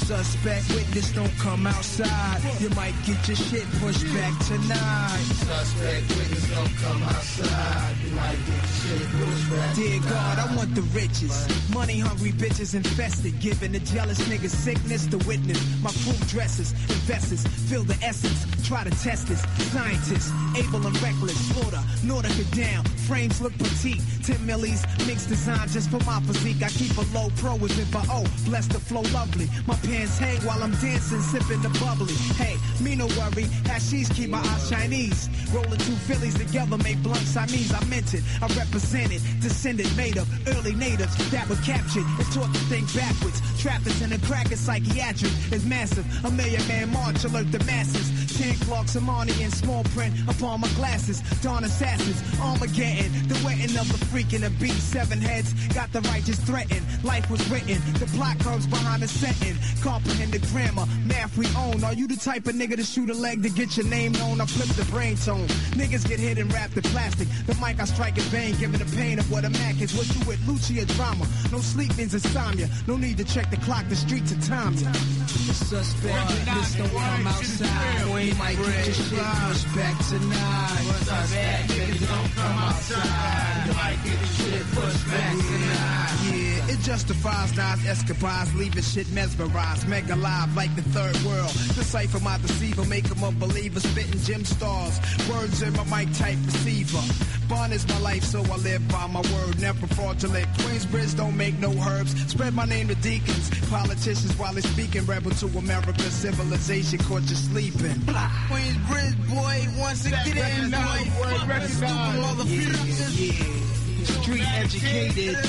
Suspect witness don't come outside. You might get your shit pushed back tonight. Suspect witness don't come outside. You might get your shit pushed back. Dear God, I want the riches. Money hungry bitches infested. Giving the jealous niggas sickness to witness. My crew dresses, investors, feel the essence. Try to test this. Scientists, able and reckless. Slaughter, Nordica down. Frames look petite. Ten millies, mixed design just for my physique. I keep a low pro as if I owe. Bless the flow lovely. My pants hang while I'm dancing, sipping the bubbly. Hey, me no worry. Hashish keep my eyes Chinese. Rolling two Phillies together, make blunt Siamese. I meant it. I represented. Descended, made of early natives that were captured and taught to think backwards. Trappers in a cracker psychiatric is massive. A million man march alert the masses. Ten Clarks, Armani in small print upon my glasses. Dawn assassins, Armageddon. The wetting of the freak in a beat. Seven heads got the righteous threatened. Life was written. The plot curves behind the setting. Comprehend the grammar. Math we own. Are you the type of nigga to shoot a leg to get your name known? I flip the brain tone. Niggas get hit and wrapped in plastic. The mic I strike in vain, giving the pain of what a Mac is. What you with, Lucia drama. No sleep means insomnia. No need to check the clock, the streets are time ya. The suspect witness don't come outside. Boy, might get your shit pushed back tonight. Suspect witness don't come outside. You might get your shit pushed back tonight. Yeah, it justifies Nas escapades, leaving shit mesmerized. Mega live like the third world. Decipher my deceiver, make him a believer. Spitting gem stars, words in my mic type receiver. Bond is my life, so I live by my word. Never fraudulent. Queensbridge don't make no herbs. Spread my name to deacons. Politicians while they speaking. Rebel to America. Civilization caught you sleeping. Queensbridge, boy, once it get in, boy. Stupid motherfuckers. Yeah, yeah. Street educated.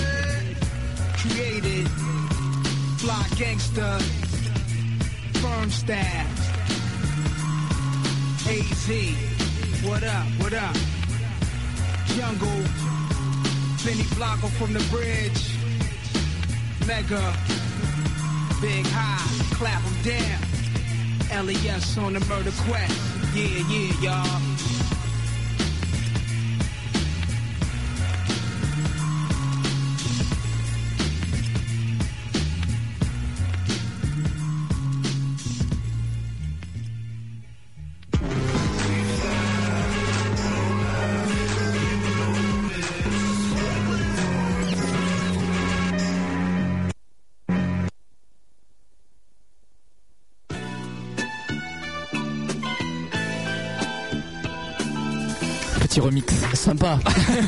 Created. Fly gangster. Firm staff. A Z. What up, what up? Jungle, Benny Blanco from the bridge, Mega, Big High, clap 'em down, L E S on the murder quest, yeah, yeah, y'all. Remix sympa.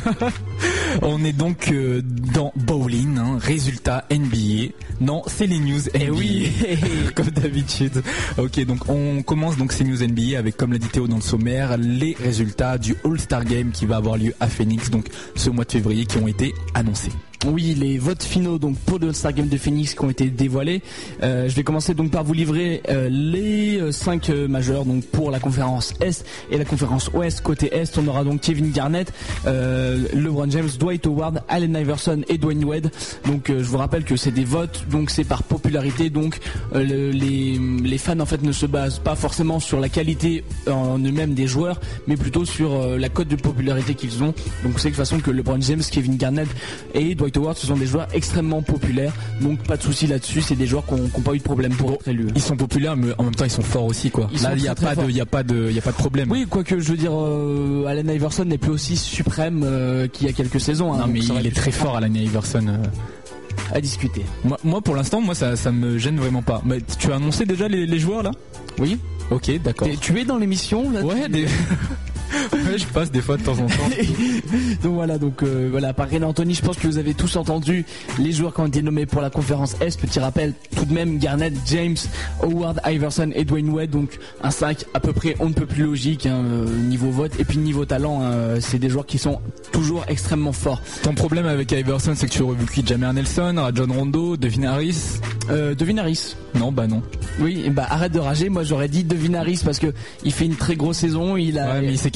On est donc euh, dans Bowling, hein, résultat N B A. Non, c'est les news N B A. Et oui, comme d'habitude. Ok, donc on commence donc ces news N B A avec, comme l'a dit Théo dans le sommaire, les résultats du All-Star Game qui va avoir lieu à Phoenix, donc ce mois de février, qui ont été annoncés. Oui, les votes finaux donc pour le All-Star Game de Phoenix qui ont été dévoilés. Euh, je vais commencer donc par vous livrer euh, les cinq euh, majeurs donc pour la conférence Est et la conférence Ouest. Côté Est, on aura donc Kevin Garnett, euh, LeBron James, Dwight Howard, Allen Iverson et Dwayne Wade. Donc euh, je vous rappelle que c'est des votes, donc c'est par popularité. Donc euh, le, les les fans en fait ne se basent pas forcément sur la qualité en eux-mêmes des joueurs, mais plutôt sur euh, la cote de popularité qu'ils ont. Donc c'est de toute façon que LeBron James, Kevin Garnett et Dwight Howard, ce sont des joueurs extrêmement populaires, donc pas de souci là-dessus. C'est des joueurs qui n'ont pas eu de problème pour être élus. Ils sont populaires, mais en même temps ils sont forts aussi, quoi. Ils Là, il n'y a pas de, il y a pas de, il y a pas de problème. Oui, quoique je veux dire, euh, Allen Iverson n'est plus aussi suprême euh, qu'il y a quelques saisons. Hein, non, mais il est très fort, Allen Iverson. Euh... À discuter. Moi, moi, pour l'instant, moi, ça, ça me gêne vraiment pas. Mais tu as annoncé déjà les, les joueurs là ? Oui. Ok, d'accord. T'es, tu es dans l'émission là ? Ouais, des... ouais, je passe des fois de temps en temps. Donc voilà, donc euh, voilà, par René Anthony, je pense que vous avez tous entendu les joueurs qui ont été nommés pour la conférence Est. Petit rappel, tout de même, Garnett, James, Howard, Iverson et Dwayne Wade, donc un cinq à peu près on ne peut plus logique, hein, niveau vote et puis niveau talent, hein, c'est des joueurs qui sont toujours extrêmement forts. Ton problème avec Iverson, c'est que tu aurais vu qui ? Jameer Nelson, Rajon Rondo, Devin Harris. Euh, Devin Harris. Non, bah non. Oui, bah arrête de rager. Moi, j'aurais dit Devin Harris parce que il fait une très grosse saison. Il a. Ouais, mais il s'est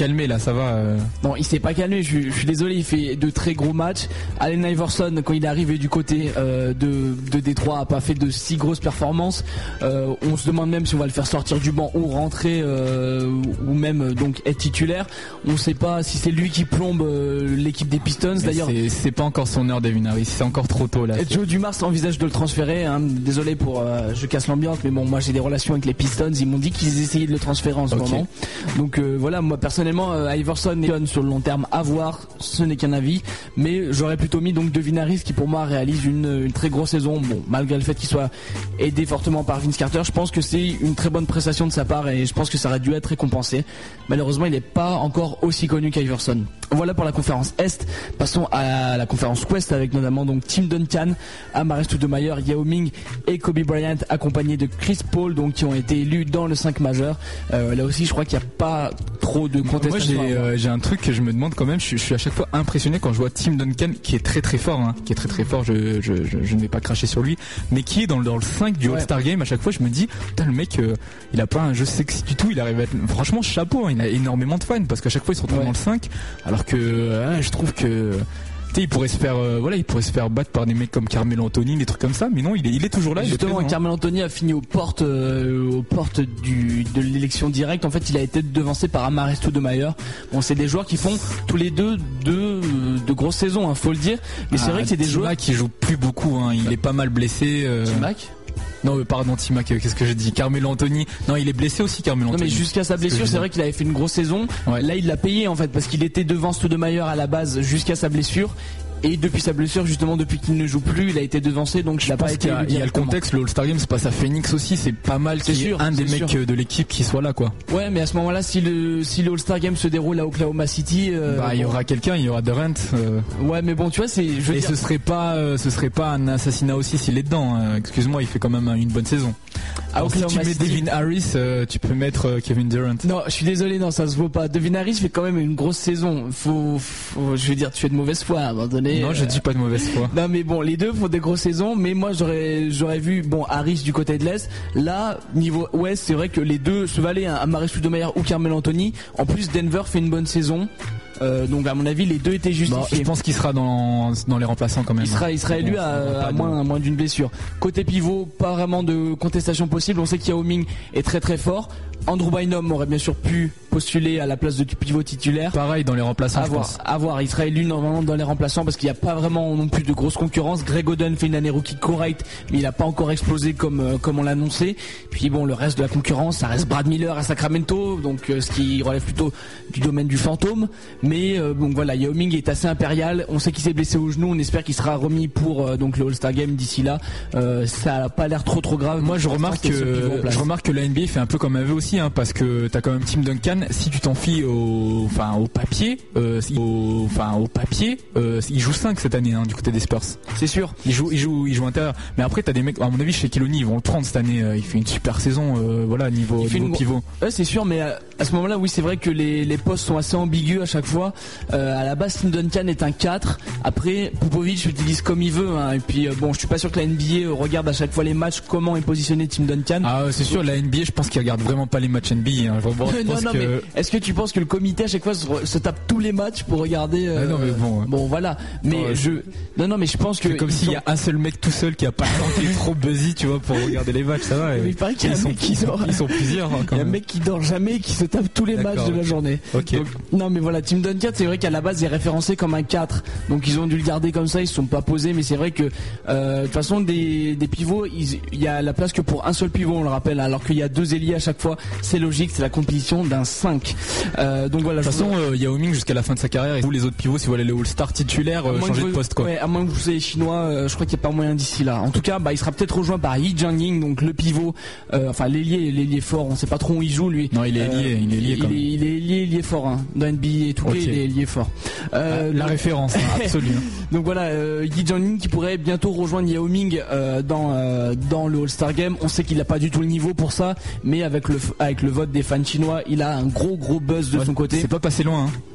calmé là, ça va. Euh... Non, il s'est pas calmé. Je, je suis désolé, il fait de très gros matchs. Allen Iverson, quand il est arrivé du côté euh, de, de Détroit, a pas fait de si grosses performances. Euh, on se demande même si on va le faire sortir du banc ou rentrer euh, ou même donc être titulaire. On sait pas si c'est lui qui plombe euh, l'équipe des Pistons. Mais D'ailleurs, c'est, c'est pas encore son heure, Devin Harris. C'est encore trop tôt là. Joe Dumars envisage de le transférer. Hein. Désolé pour, euh, je casse l'ambiance, mais bon, moi j'ai des relations avec les Pistons. Ils m'ont dit qu'ils essayaient de le transférer en ce okay. moment. Donc euh, voilà, moi personnellement, euh, Iverson est sur le long terme à voir. Ce n'est qu'un avis, mais j'aurais plutôt mis donc Devin Harris qui pour moi réalise une, une très grosse saison. Bon, malgré le fait qu'il soit aidé fortement par Vince Carter, je pense que c'est une très bonne prestation de sa part et je pense que ça aurait dû être récompensé. Malheureusement, il n'est pas encore aussi connu qu'Iverson. Voilà pour la conférence Est. Passons à la conférence Ouest avec notamment donc Tim Duncan, Amar'e Stoudemire, Yao Ming et Kobe Bryant accompagnés de Chris Paul, donc qui ont été élus dans le cinq majeur. Euh, là aussi, je crois qu'il n'y a pas trop de contestation. Moi, j'ai, euh, j'ai un truc que je me demande quand même. Je, je suis à chaque fois impressionné quand je vois Tim Duncan, qui est très très fort, hein, qui est très très fort. Je, je, je, je ne vais pas cracher sur lui, mais qui est dans le, dans le cinq du ouais. All-Star Game. À chaque fois, je me dis, putain, le mec, euh, il a pas un jeu sexy du tout. Il arrive à être, franchement, chapeau. Hein, il a énormément de fans parce qu'à chaque fois, il se retrouve ouais. dans le cinq, alors que euh, je trouve que il pourrait se faire euh, voilà il pourrait se faire battre par des mecs comme Carmelo Anthony, des trucs comme ça, mais non, il est il est toujours là. Justement, Carmelo Anthony a fini aux portes euh, aux portes du de l'élection directe. En fait, il a été devancé par Amar'e Stoudemire. Bon, c'est des joueurs qui font tous les deux de de grosses saisons, hein, faut le dire, mais ah, c'est vrai que c'est des joueurs qui jouent plus beaucoup, hein. Il est pas mal blessé. Euh... T-Mac Non, pardon, Timac, qu'est-ce que j'ai dit? Carmelo Anthony. Non, il est blessé aussi, Carmelo Anthony. Non, mais jusqu'à sa blessure, c'est vrai qu'il avait fait une grosse saison. Ouais. Là, il l'a payé en fait parce qu'il était devant Stoudemire à la base jusqu'à sa blessure. Et depuis sa blessure, justement, depuis qu'il ne joue plus, il a été devancé, donc je il a pas été. Il y a le contexte, le All-Star Game, c'est pas sa Phoenix aussi, c'est pas mal. C'est sûr, un des mecs sûr. de l'équipe qui soit là, quoi. Ouais, mais à ce moment-là, si le si le All-Star Game se déroule à Oklahoma City, euh, bah il y bon. aura quelqu'un, il y aura Durant. Euh... Ouais, mais bon, tu vois, c'est. Je veux Et dire... ce serait pas, euh, ce serait pas un assassinat aussi s'il est dedans. Euh, excuse-moi, il fait quand même une bonne saison. Alors, si tu mets City... Devin Harris, euh, tu peux mettre euh, Kevin Durant. Non, je suis désolé, non, ça se vaut pas. Devin Harris fait quand même une grosse saison. Faut, faut je veux dire, tu es de mauvaise foi à un moment donné. Non, euh... je dis pas de mauvaise foi. Non, mais bon, les deux font des grosses saisons, mais moi j'aurais j'aurais vu bon Harris du côté de l'Est. Là, niveau Ouest, c'est vrai que les deux se valaient, hein, Amar'e Stoudemire ou Carmelo Anthony. En plus, Denver fait une bonne saison. Euh, donc à mon avis les deux étaient justifiés. Bon, je pense qu'il sera dans dans les remplaçants quand même. Il sera il sera élu bon, à, à moins à moins d'une blessure. Côté pivot, pas vraiment de contestation possible. On sait qu'Yao Ming est très très fort. Andrew Bynum aurait bien sûr pu postuler à la place de pivot titulaire. Pareil dans les remplaçants. À voir, à voir. Il sera élu normalement dans les remplaçants parce qu'il n'y a pas vraiment non plus de grosse concurrence. Greg Oden fait une année rookie correcte, mais il n'a pas encore explosé comme euh, comme on l'a annoncé. Puis bon, le reste de la concurrence, ça reste Brad Miller à Sacramento, donc euh, ce qui relève plutôt du domaine du fantôme. Mais euh, donc voilà, Yao Ming est assez impérial. On sait qu'il s'est blessé au genou. On espère qu'il sera remis pour euh, donc le All-Star Game d'ici là. Euh, ça n'a pas l'air trop trop grave. Moi, je remarque que je remarque que la N B A fait un peu comme elle veut aussi, hein, parce que t'as quand même Tim Duncan. Si tu t'en fies au, enfin au papier, euh, au, enfin au papier, euh, il joue cinq cette année, hein, du côté des Spurs. C'est sûr. Il joue, il joue, il joue intérieur. Mais après, t'as des mecs. À mon avis, chez Keloni, ils vont le prendre cette année. Il fait une super saison, euh, voilà, niveau, niveau une... pivot. Ouais, c'est sûr. Mais à, à ce moment-là, oui, c'est vrai que les les postes sont assez ambigus à chaque fois. Euh, à la base, Tim Duncan est un quatre. Après, Popovich l'utilise comme il veut, hein. Et puis, euh, bon, je suis pas sûr que la N B A regarde à chaque fois les matchs comment est positionné Tim Duncan. Ah, c'est sûr, la N B A, je pense qu'il regarde vraiment pas les matchs N B A. Hein. Je pense non, non, que... mais est-ce que tu penses que le comité à chaque fois se, se tape tous les matchs pour regarder euh... ah non, mais bon, ouais. Bon, voilà. Mais ouais. je, non, non, mais je pense que c'est comme s'il ont... y a un seul mec tout seul qui a pas le temps, qui est trop busy, tu vois, pour regarder les matchs, ça va. Mais il paraît qu'il y a un mec qui dort. Ils sont plusieurs. Hein, il y a un mec qui dort jamais, qui se tape tous les D'accord, matchs de la journée. Ok. Donc, non, mais voilà, Tim Duncan, c'est vrai qu'à la base, il est référencé comme un quatre. Donc ils ont dû le garder comme ça, ils se sont pas posés, mais c'est vrai que euh, de toute façon des, des pivots, il y a la place que pour un seul pivot, on le rappelle, alors qu'il y a deux ailiers à chaque fois. C'est logique, c'est la compétition d'un cinq. Euh, donc voilà. De toute façon, il euh, y a Yao Ming jusqu'à la fin de sa carrière et tous les autres pivots, si vous voulez les All-Star titulaires, euh, changer vous, de poste quoi. Ouais, à moins que vous soyez chinois, euh, je crois qu'il n'y a pas moyen d'ici là. En tout cas, bah il sera peut-être rejoint par Yi Jiangying, donc le pivot, euh, enfin l'ailier, l'ailier fort. On sait pas trop où il joue lui. Non, il est ailier, euh, il est ailier. Il, il est ailier, ailier fort. Hein. Dans N B A et tout, okay. Il est ailier fort. Euh, la donc... référence, hein, absolue. Donc voilà, euh, Yi Jiangying qui pourrait bientôt rejoindre Yao Ming euh, dans euh, dans le All-Star Game. On sait qu'il n'a pas du tout le niveau pour ça, mais avec le avec le vote des fans chinois, il a un gros gros buzz de ouais, son côté. C'est pas passé loin. Hein.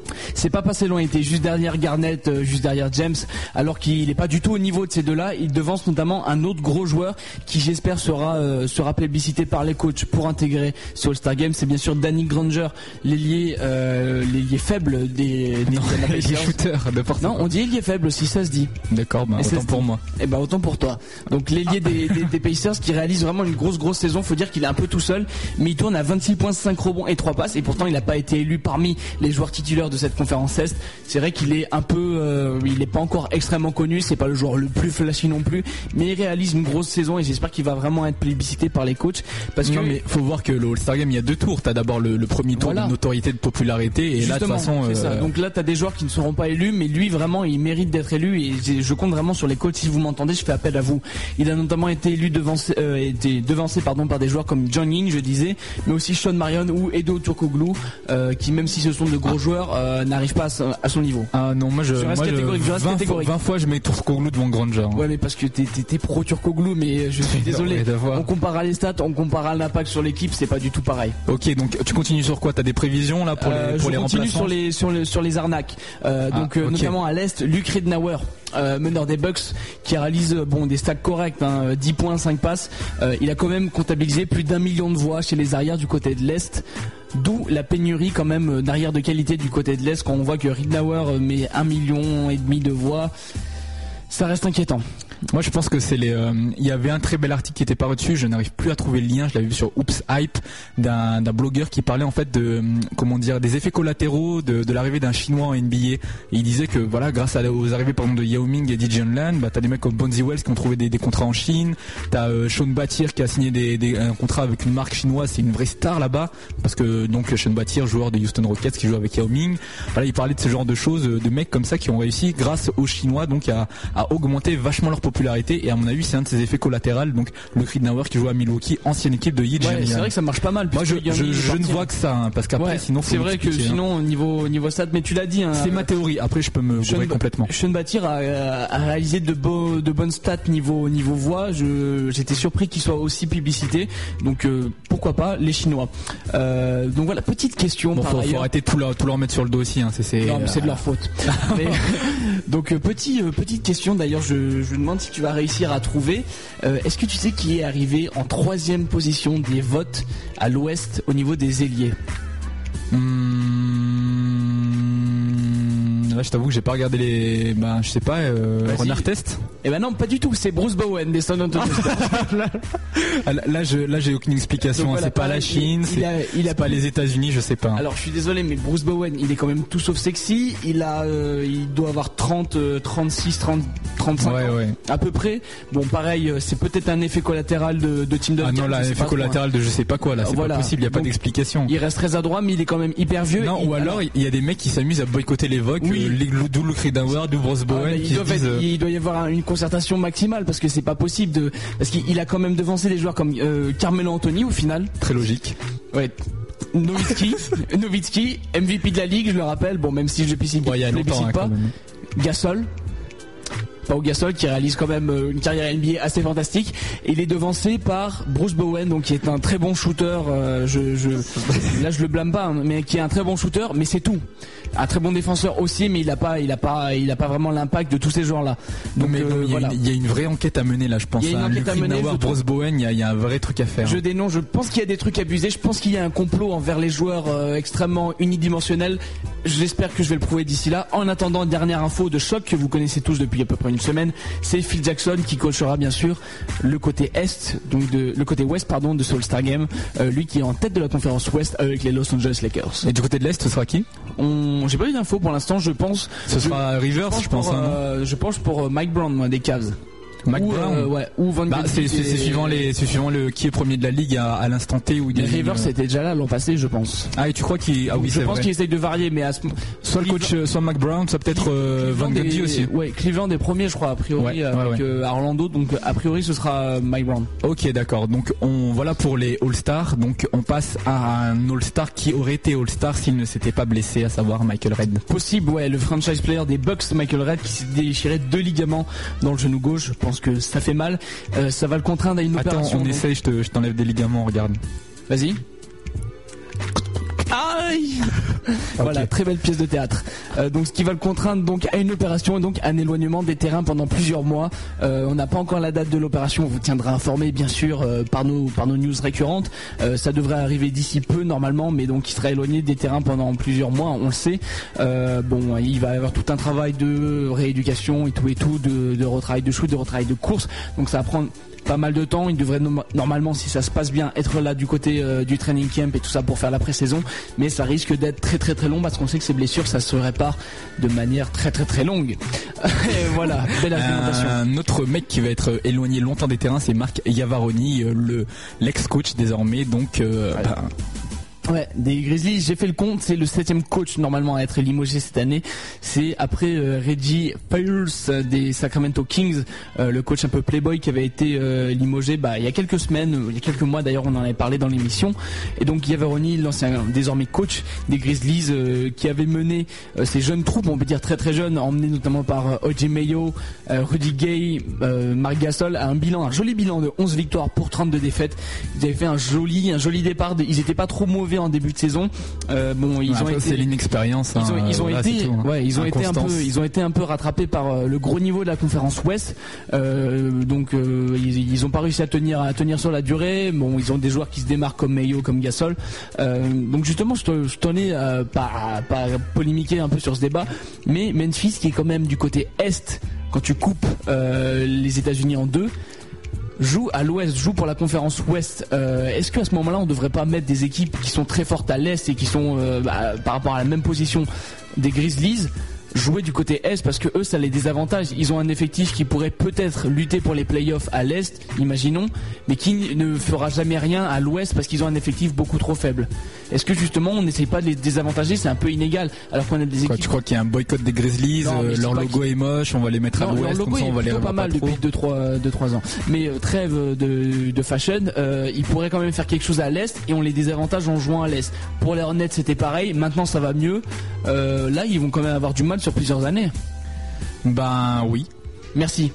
C'est pas passé loin, il était juste derrière Garnett, euh, juste derrière James, alors qu'il n'est pas du tout au niveau de ces deux-là. Il devance notamment un autre gros joueur qui, j'espère, sera euh, sera plébiscité par les coachs pour intégrer ce All-Star Game. C'est bien sûr Danny Granger, l'ailier euh, l'ailier faible des, des non, l'ailier shooter de porte. Non, on dit ailier faible aussi, ça se dit. D'accord, bah, autant pour moi. Et ben bah, autant pour toi. Donc l'ailier ah. des, des, des Pacers qui réalise vraiment une grosse grosse saison. Faut dire qu'il est un peu tout seul, mais il tourne à vingt-six points, cinq rebonds et trois passes. Et pourtant, il n'a pas été élu parmi les joueurs titulaires de cette conférence Est. C'est vrai qu'il est un peu, euh, il n'est pas encore extrêmement connu. C'est pas le joueur le plus flashy non plus, mais il réalise une grosse saison et j'espère qu'il va vraiment être plébiscité par les coachs. Parce non, que mais faut voir que le All-Star Game, il y a deux tours. T'as d'abord le, le premier tour voilà. de notoriété, de popularité, et justement, là de toute façon. C'est euh... ça. Donc là, t'as des joueurs qui ne seront pas élus, mais lui vraiment, il mérite d'être élu et je compte vraiment sur les coachs. Si vous m'entendez, je fais appel à vous. Il a notamment été élu devancé, euh, été devancé pardon par des joueurs comme John Ying, je disais, mais aussi Sean Marion ou Edo Turkoglu, euh, qui même si ce sont de gros ah. joueurs, euh, n'arrivent pas à, à son niveau. Ah non, moi je, je reste moi catégorique. Je reste vingt, catégorique. vingt fois je mets Turkoglu devant Granger. Ouais, mais parce que t'es, t'es, t'es pro Turkoglu, mais je suis désolé. On comparera les stats, on comparera l'impact sur l'équipe, c'est pas du tout pareil. Ok, donc tu continues sur quoi? T'as des prévisions là pour les, euh, pour les remplaçants? Je continue sur les, sur les, sur les arnaques. Euh, ah, donc okay. euh, notamment à l'Est, Luke Ridnour. Euh, meneur des Bucks qui réalise bon des stats corrects, hein, dix points, cinq passes. Euh, il a quand même comptabilisé plus d'un million de voix chez les arrières du côté de l'Est. D'où la pénurie quand même d'arrière de qualité du côté de l'Est quand on voit que Ridnour met un million et demi de voix. Ça reste inquiétant. Moi je pense que c'est les. Il euh, y avait un très bel article qui était paru dessus. Je n'arrive plus à trouver le lien. Je l'avais vu sur Oops Hype d'un, d'un blogueur qui parlait en fait de comment dire des effets collatéraux de, de l'arrivée d'un Chinois en N B A. Et il disait que voilà, grâce à, aux arrivées par exemple de Yao Ming et D J Lan, bah t'as des mecs comme Bonzi Wells qui ont trouvé des, des contrats en Chine. T'as euh, Sean Batir qui a signé des, des, un contrat avec une marque chinoise. C'est une vraie star là-bas parce que donc Sean Batir, joueur de Houston Rockets qui joue avec Yao Ming. Voilà, il parlait de ce genre de choses, de mecs comme ça qui ont réussi grâce aux Chinois donc à, à augmenter vachement leur popularité. Et à mon avis c'est un de ses effets collatéraux. Donc le Ridnour qui joue à Milwaukee, ancienne équipe de Heat. Ouais, c'est vrai que ça marche pas mal. Moi je, je, je, je ne vois que ça hein, parce qu'après ouais, sinon faut c'est vrai que sinon hein. niveau niveau stats, mais tu l'as dit hein, c'est ma théorie, après je peux me bourrer complètement. Sean Batir a, a réalisé de, beaux, de bonnes stats niveau niveau voix. Je, j'étais surpris qu'il soit aussi publicité, donc euh, pourquoi pas les Chinois. Euh, donc voilà, petite question bon, par faut, ailleurs. Faut arrêter de tout leur, tout leur mettre sur le dos aussi hein, c'est, c'est, non mais c'est de leur faute. mais, donc euh, petit, euh, petite question d'ailleurs, je, je me demande si tu vas réussir à trouver. Euh, est-ce que tu sais qui est arrivé en troisième position des votes à l'Ouest au niveau des ailiers? Mmh, là, je t'avoue que j'ai pas regardé les. Ben, je sais pas. Euh, Renard Test. Eh ben non, pas du tout. C'est Bruce Bowen des San Antonio Spurs. là, là, je, là, j'ai aucune explication. Donc, voilà, c'est pas la Chine, c'est, il a, il a pas les États-Unis, je sais pas. Alors, je suis désolé, mais Bruce Bowen, il est quand même tout sauf sexy. Il a, euh, il doit avoir trente, trente-six, trente, trente-cinq ouais, ans, ouais. à peu près. Bon, pareil, c'est peut-être un effet collatéral de, de Tim Duncan. Ah non, là, effet collatéral de je sais pas quoi. Là, c'est voilà. Pas possible. Il y a pas Donc, d'explication. Il reste très adroit, mais il est quand même hyper vieux. Non, ou alors, il y a des mecs qui s'amusent à boycotter les Vogue, oui. euh, d'où le Ridnour, d'où Bruce Bowen. Ah, qui doit disent, être, il doit y avoir une concertation maximale parce que c'est pas possible de, parce qu'il a quand même devancé des joueurs comme euh, Carmelo Anthony au final. Très logique. Ouais. Nowitzki, Nowitzki, M V P de la ligue, je le rappelle. Bon, même si je ne ouais, hein, pas. Gasol. Pau Gasol qui réalise quand même une carrière N B A assez fantastique. Et il est devancé par Bruce Bowen, donc qui est un très bon shooter. Euh, je, je, là, je le blâme pas, hein, mais qui est un très bon shooter, mais c'est tout. Un très bon défenseur aussi, mais il a pas, il a pas, il a pas vraiment l'impact de tous ces joueurs-là. Donc, non, mais, euh, non, mais il, voilà. y a une, il y a une vraie enquête à mener là, je pense. Il y a une enquête à mener. Ridnour, Bruce Bowen, il y, a, il y a un vrai truc à faire. Je hein. dénonce. Je pense qu'il y a des trucs abusés. Je pense qu'il y a un complot envers les joueurs euh, extrêmement unidimensionnels. J'espère que je vais le prouver d'ici là. En attendant, dernière info de choc que vous connaissez tous depuis à peu près une semaine, c'est Phil Jackson qui coachera bien sûr le côté est, donc de, le côté ouest pardon de ce All-Star Game. Euh, lui qui est en tête de la conférence ouest avec les Los Angeles Lakers. Et du côté de l'est, ce sera qui? On, j'ai pas eu d'infos pour l'instant. Je pense. Ce sera Rivers, je pense. Pour, hein, euh, je pense pour euh, Mike Brown, moi, des Cavs. Mike ou, Brown. Euh, ouais, ou Van bah, c'est, c'est, c'est suivant les, c'est suivant le qui est premier de la ligue à, à l'instant T où il y a. Rivers c'était déjà là l'an passé, je pense. Ah et tu crois qu'il, ah oui, je c'est pense vrai. qu'il essaye de varier, mais à ce... soit le coach, soit Mike Brown, soit peut-être euh, Van Gundy aussi. Ouais, Cleveland est premier, je crois, a priori, ouais, avec ouais, ouais. Euh, Orlando, donc a priori ce sera euh, Mike Brown. Ok, d'accord. Donc on voilà pour les All-Stars. Donc on passe à un All-Star qui aurait été All-Star s'il ne s'était pas blessé, à savoir Michael Redd. Possible, ouais, le franchise player des Bucks, Michael Redd, qui s'est déchiré deux ligaments dans le genou gauche. Je pense que ça fait mal. Euh, ça va le contraindre à une Attends, opération. on donc. essaye, je, te, je t'enlève des ligaments, regarde. Vas-y. Aïe. Voilà, okay. Très belle pièce de théâtre. Euh, donc ce qui va le contraindre donc à une opération et donc à un éloignement des terrains pendant plusieurs mois. Euh, on n'a pas encore la date de l'opération, on vous tiendra informé bien sûr euh, par nos par nos news récurrentes. Euh, ça devrait arriver d'ici peu normalement, mais donc il sera éloigné des terrains pendant plusieurs mois, on le sait. Euh, bon, il va y avoir tout un travail de rééducation et tout et tout, de, de retravail de shoot, de retravail de course. Donc ça va prendre pas mal de temps. Il devrait no- normalement, si ça se passe bien, être là du côté euh, du training camp et tout ça pour faire la pré-saison, mais ça risque d'être très très très long parce qu'on sait que ces blessures ça se répare de manière très très très longue. Et voilà, belle argumentation. Un autre mec qui va être éloigné longtemps des terrains, c'est Marc Iavaroni, le l'ex-coach désormais, donc euh, voilà. bah, Ouais, des Grizzlies, j'ai fait le compte, c'est le septième coach normalement à être limogé cette année. C'est après euh, Reggie Fires des Sacramento Kings, euh, le coach un peu playboy qui avait été euh, limogé bah, il y a quelques semaines, il y a quelques mois d'ailleurs, on en avait parlé dans l'émission. Et donc Iavaroni, l'ancien désormais coach des Grizzlies, euh, qui avait mené euh, ces jeunes troupes, on peut dire très très jeunes, emmenés notamment par euh, O J Mayo, euh, Rudy Gay, euh, Marc Gasol, à un bilan, un joli bilan de onze victoires pour trente-deux défaites. Ils avaient fait un joli, un joli départ, de, ils étaient pas trop mauvais en début de saison. Euh, bon, ils ouais, ont été, été, c'est l'inexpérience. Ils ont, hein, ils ont voilà, été, tout, hein. ouais, ils ont été un peu, ils ont été un peu rattrapés par euh, le gros niveau de la conférence Ouest. Euh, donc, euh, ils, ils ont pas réussi à tenir, à tenir sur la durée. Bon, ils ont des joueurs qui se démarquent comme Mayo, comme Gasol. Euh, donc justement, je, te, je tenais euh, pas, pas polémiquer un peu sur ce débat, mais Memphis qui est quand même du côté Est, quand tu coupes euh, les États-Unis en deux, joue à l'Ouest, joue pour la conférence Ouest. Euh, est-ce qu'à ce moment-là, on ne devrait pas mettre des équipes qui sont très fortes à l'Est et qui sont euh, bah, par rapport à la même position des Grizzlies, jouer du côté Est, parce que eux ça les désavantage. Ils ont un effectif qui pourrait peut-être lutter pour les playoffs à l'Est, imaginons, mais qui ne fera jamais rien à l'Ouest parce qu'ils ont un effectif beaucoup trop faible. Est-ce que justement on n'essaye pas de les désavantager? C'est un peu inégal alors qu'on a des équipes. Quoi, tu crois qu'il y a un boycott des Grizzlies? Non, euh, leur logo est moche, on va les mettre non, à l'Ouest, comme ça on va les revoir pas mal pas depuis deux trois ans. Mais euh, trêve de, de fashion, euh, ils pourraient quand même faire quelque chose à l'Est et on les désavantage en jouant à l'Est. Pour les Hornets c'était pareil, maintenant ça va mieux. Euh, là ils vont quand même avoir du mal sur plusieurs années. Ben oui. Merci.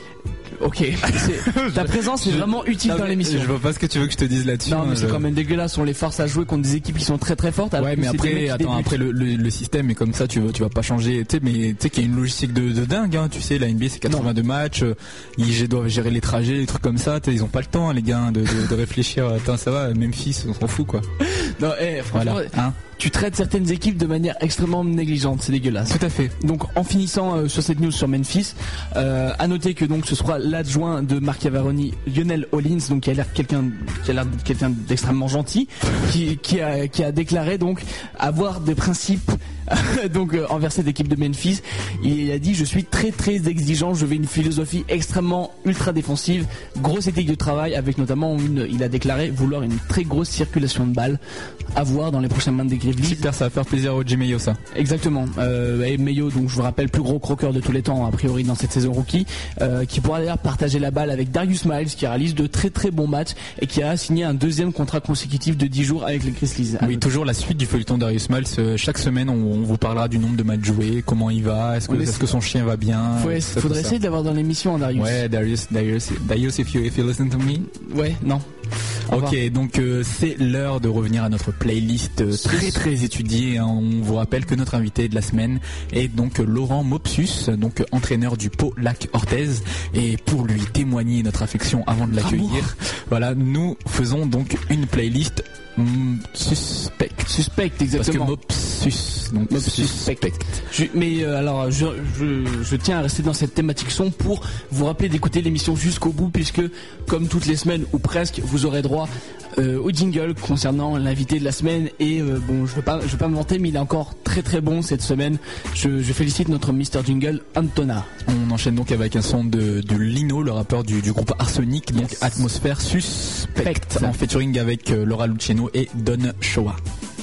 Ok. C'est, ta présence est vraiment utile non, dans l'émission. Je vois pas ce que tu veux que je te dise là-dessus. Non mais je... c'est quand même dégueulasse. On les force à jouer contre des équipes qui sont très très fortes. Ouais mais après, attends, après le, le, le système est comme ça. Tu vas, tu vas pas changer. Tu sais, mais tu sais qu'il y a une logistique de, de dingue. Hein, tu sais, la N B A c'est quatre-vingt-deux non. matchs. Ils doivent gérer les trajets, les trucs comme ça. Ils ont pas le temps, hein, les gars, de, de, de réfléchir. Attends, ça va. Memphis, on s'en fout quoi. Non, eh, franchement. Voilà. Hein tu traites certaines équipes de manière extrêmement négligente, c'est dégueulasse. Tout à fait. Donc en finissant euh, sur cette news sur Memphis, euh, à noter que donc ce sera l'adjoint de Marc Iavaroni, Lionel Hollins, donc qui a l'air quelqu'un qui a l'air quelqu'un d'extrêmement gentil, qui, qui a qui a déclaré donc avoir des principes donc euh, envers cette équipe de Memphis. Il a dit je suis très très exigeant, je veux une philosophie extrêmement ultra défensive, grosse éthique de travail avec notamment une, il a déclaré vouloir une très grosse circulation de balles à voir dans les prochaines mains des Grizzlies. Super, ça va faire plaisir au J Mayo ça. Exactement. Euh, et Mayo, donc je vous rappelle plus gros croqueur de tous les temps a priori dans cette saison rookie, euh, qui pourra d'ailleurs partager la balle avec Darius Miles qui réalise de très très bons matchs et qui a signé un deuxième contrat consécutif de dix jours avec les Grizzlies. Oui, toujours la suite du feuilleton Darius Miles. Euh, chaque semaine on, on vous parlera du nombre de matchs joués, comment il va, est-ce que, est-ce que son chien va bien. Faut, est, faudrait essayer de l'avoir dans l'émission, Darius. Ouais, Darius, Darius, Darius, if you, if you listen to me. Ouais, non. Ok, donc euh, c'est l'heure de revenir à notre playlist euh, très très étudiée. Hein. On vous rappelle que notre invité de la semaine est donc Laurent Mopsus, donc entraîneur du Pau Lac Orthez. Et pour lui témoigner notre affection avant de l'accueillir, voilà, nous faisons donc une playlist mm, suspect. Suspect, exactement. Parce que Mopsus, donc Mopsus suspect. Je, mais euh, alors, je, je, je tiens à rester dans cette thématique son pour vous rappeler d'écouter l'émission jusqu'au bout, puisque comme toutes les semaines ou presque, vous aurez droit euh, au jingle concernant l'invité de la semaine. Et euh, bon, je veux pas, je veux pas me vanter, mais il est encore très très bon cette semaine. Je, je félicite notre Mister Jingle, Antona. On enchaîne donc avec un son de, de Lino, le rappeur du, du groupe Arsenic, donc yes. Atmosphère Suspect, en featuring avec euh, Laura Luciano et Don Shoah.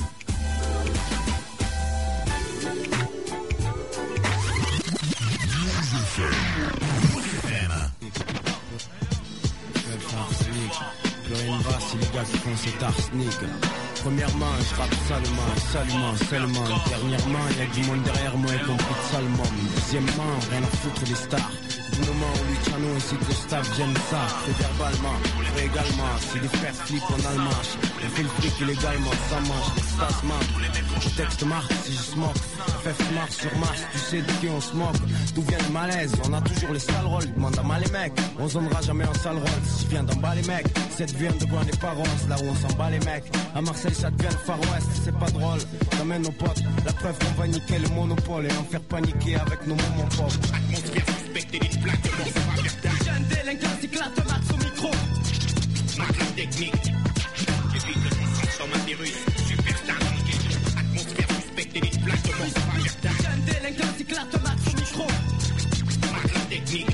C'est arsenic. Premièrement, je rappe salement, salement, seulement. Dernièrement, y'a du monde derrière moi, y compris de salement. Deuxièmement, rien à foutre des stars. du moment où Luciano ainsi que le staff j'aime ça. C'est verbalement, mais également, si les frères flippent en allemand, on fait le fric illégalement, ça mange, les stats marquent. Le texte marque si je smoke, F F marque sur Mars, tu sais de qui on se moque. D'où vient le malaise, on a toujours les sales rôles, demande à mal les mecs. On zonnera jamais en sale rôle, si je viens d'en bas les mecs. Cette vient de boire les paroles, là où on s'en bat les mecs. À Marseille ça devient le Far West, c'est pas drôle. T'amènes nos potes, la preuve qu'on va niquer le monopole et en faire paniquer avec nos moments pauvres. Atmosphère suspectée des plaques de mort, c'est pas verdad. Jeune délinquant, éclate Max au micro. Marque la technique. J'évite le transforme en virus. Superstar dans le ghetto. Atmosphère suspectée des plaques de mort, c'est pas verdad. Jeune délinquant, éclate Max au micro. Marque la technique.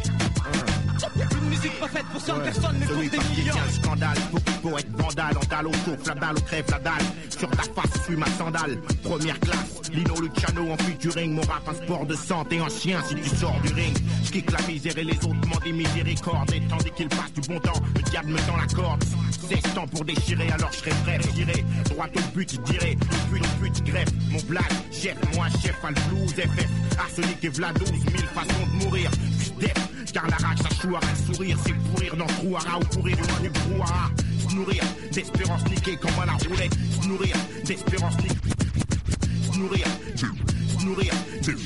Une musique pas faite pour cent ouais. personnes, mais pour des millions. Un scandale, beaucoup pour être vandale. En dalle au chauffe, la dalle au crève, la dalle. Sur ta face, suis ma sandale. Première classe, Lino Luciano en featuring. Mon rap, un sport de santé, un chien si tu sors du ring. Je kick la misère et les autres m'en des miséricorde. Et tandis qu'il passe du bon temps, le diable me tend la corde. seize temps pour déchirer, alors je serai prêt à tirer. Droit au but, je dirais. Puis le but, greffe. Mon blague, chef, moi, chef, à le blues, F F. Arsenic et Vlad, douze mille façons de mourir. Def, car la rage, ça choue à un sourire. C'est pourrir dans le trou-hara ou courir loin du brouhaha. Se nourrir d'espérance niquée comme à la roulette. Se nourrir d'espérance niquée. Se nourrir, se nourrir,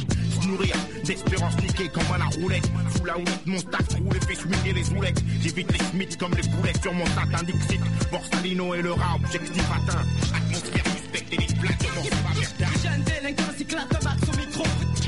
se nourrir d'espérance niquée comme à la roulette. Sous la houlette, mon staff roule et fait swinguer les oulettes. J'évite les Smiths comme les boulettes sur mon satin Dixit. Borsalino et le rat, objectif atteint. Atmosphère suspecte et des plaques de mort, c'est pas verdad. Jeune délinquant, éclate Max au micro.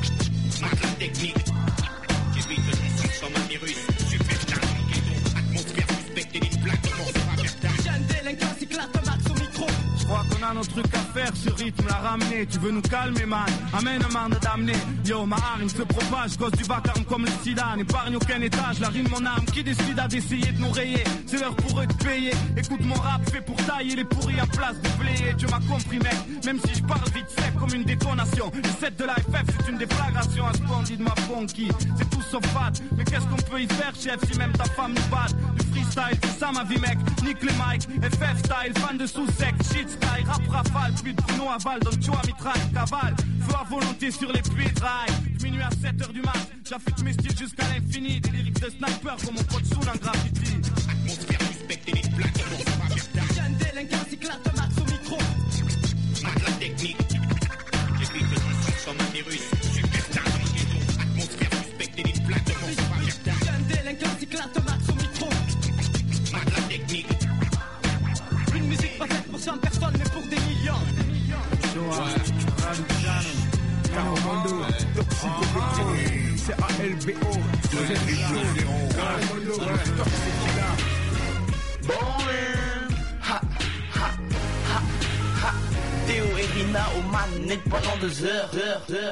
Marque la technique. J'évite le transforme en virus. Superstar dans le ghetto. Atmosphère suspecte et des plaques de mort, c'est pas verdad. Jeune délinquant, éclate Max au micro. Je crois qu'on a nos trucs à faire, ce rythme l'a ramené. Tu veux nous calmer, man? Amène un man d'amener. Yo, ma hargne se propage, gosse du vacarme comme le sida. N'épargne aucun étage, la rime mon âme. Qui décide à d'essayer de nous rayer? C'est l'heure pour eux de payer. Écoute mon rap fait pour tailler les pourris à place de player. Tu m'as compris, mec, même si je parle vite sec comme une détonation. Le set de la F F, c'est une déflagration. Un splendide, ma funky, c'est tout sauf fat. Mais qu'est-ce qu'on peut y faire, chef, si même ta femme nous bat? Du freestyle, c'est ça ma vie, mec. Nique les mics, F F style, fan de sous-sec, shit style, rap rafale, puis de Bruno Aval, donc tu as mitraille, cavale, feu à volonté sur les puits de rail. Minuit à sept heures du mat, j'affûte mes styles jusqu'à l'infini, des lyrics de sniper comme mon pote Soul en graffiti. Atmosphère suspecte et des plaques de mort, c'est pas verdad. Jeune délinquant, éclate Max au micro. Marque la technique. J'évite le transforme en virus. Superstar dans le ghetto. Atmosphère suspecte et des plaques de mort, c'est pas verdad. Jeune délinquant, éclate Max au micro. Marque la technique. Une musique pas faite pour cent personnes, mais pour des millions. C'est A L B O. Ha, ha, ha, ha. Théo et Rina aux manettes pendant deux heures, heures, heures.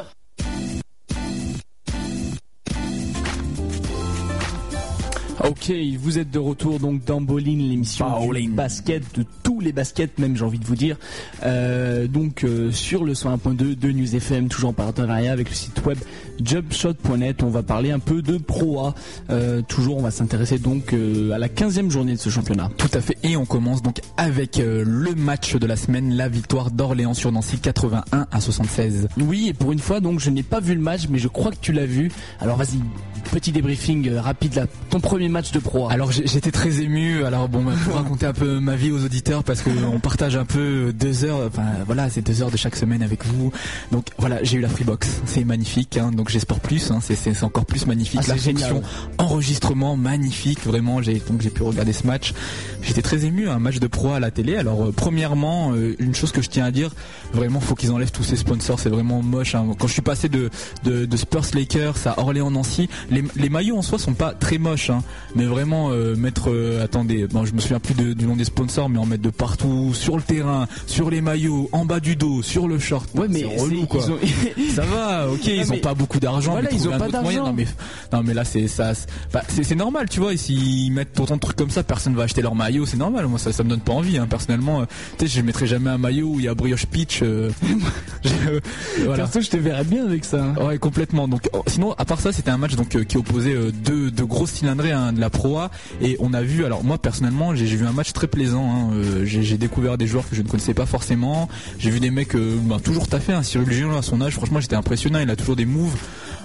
Ok, vous êtes de retour donc dans Bowling, l'émission du basket, de tous les baskets même j'ai envie de vous dire. Euh, donc euh, sur le cent un point deux de News F M, toujours en partenariat avec le site web jumpshot point net, on va parler un peu de Pro A. Euh, toujours on va s'intéresser donc euh, à la quinzième journée de ce championnat. Tout à fait, et on commence donc avec euh, le match de la semaine, la victoire d'Orléans sur Nancy quatre-vingt-un à soixante-seize. Oui, et pour une fois donc je n'ai pas vu le match mais je crois que tu l'as vu. Alors vas-y, petit débriefing euh, rapide là, ton premier match de Pro A. Alors j'étais très ému, alors bon, pour raconter un peu ma vie aux auditeurs, parce que on partage un peu deux heures, enfin voilà, c'est deux heures de chaque semaine avec vous. Donc voilà, j'ai eu la Freebox, c'est magnifique, hein, donc j'ai Sport Plus, hein, c'est, c'est encore plus magnifique. Ah, la génial. fonction enregistrement magnifique, vraiment, j'ai donc j'ai pu regarder ce match. J'étais très ému, un match de Pro A à la télé. Alors euh, premièrement, euh, une chose que je tiens à dire, vraiment faut qu'ils enlèvent tous ces sponsors, c'est vraiment moche. Hein. Quand je suis passé de de, de Spurs Lakers à Orléans Nancy, les, les maillots en soi sont pas très moches, hein, mais vraiment euh, mettre, euh, attendez, bon, je me souviens plus de, du nom des sponsors, mais en mettre de partout, sur le terrain, sur les maillots, en bas du dos, sur le short. Ouais, mais c'est relou, quoi. Ont... ça va, ok, ils ont pas beaucoup d'argent, voilà, mais ils ont pas d'argent. Moyen. Non mais, non mais là c'est ça, c'est, bah, c'est, c'est normal, tu vois. S'ils mettent autant de trucs comme ça, personne va acheter leur maillot, c'est normal. Moi ça, ça me donne pas envie, hein, personnellement. Euh, tu sais, je mettrais jamais un maillot où il y a Brioche Peach. Euh, euh, voilà. Perso, je te verrais bien avec ça. Ouais, complètement. Donc, oh, sinon, à part ça, c'était un match donc euh, qui opposait euh, deux, deux grosses cylindrées hein, de la Pro A, et on a vu. Alors moi personnellement, j'ai, j'ai vu un match très plaisant. Hein, euh, j'ai, j'ai découvert des joueurs que je ne connaissais pas forcément. J'ai vu des mecs euh, bah, toujours taffés. Hein, Cyril Géant à son âge, franchement, j'étais impressionnant. Il a toujours des moves.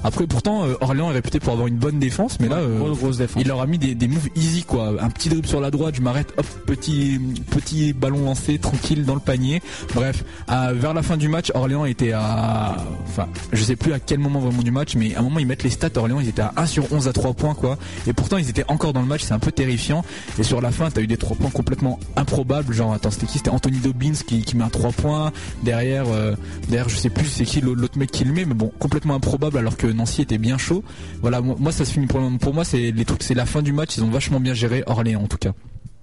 Après pourtant euh, Orléans est réputé pour avoir une bonne défense, mais ouais, là euh, grosse, grosse défense. Il leur a mis des, des moves easy quoi, un petit dribble sur la droite, je m'arrête, hop, petit petit ballon lancé tranquille dans le panier. Bref, à, vers la fin du match, Orléans était à, enfin je sais plus à quel moment vraiment du match, mais à un moment ils mettent les stats, Orléans ils étaient à un sur onze à trois points quoi, et pourtant ils étaient encore dans le match, c'est un peu terrifiant. Et sur la fin t'as eu des trois points complètement improbables, genre attends c'était qui, c'était Anthony Dobbins qui, qui met un trois points, derrière euh, derrière je sais plus c'est qui l'autre mec qui le met, mais bon complètement improbable alors que Nancy était bien chaud. Voilà, moi, moi ça se finit pour, pour moi c'est les trucs, c'est la fin du match, ils ont vachement bien géré Orléans en tout cas.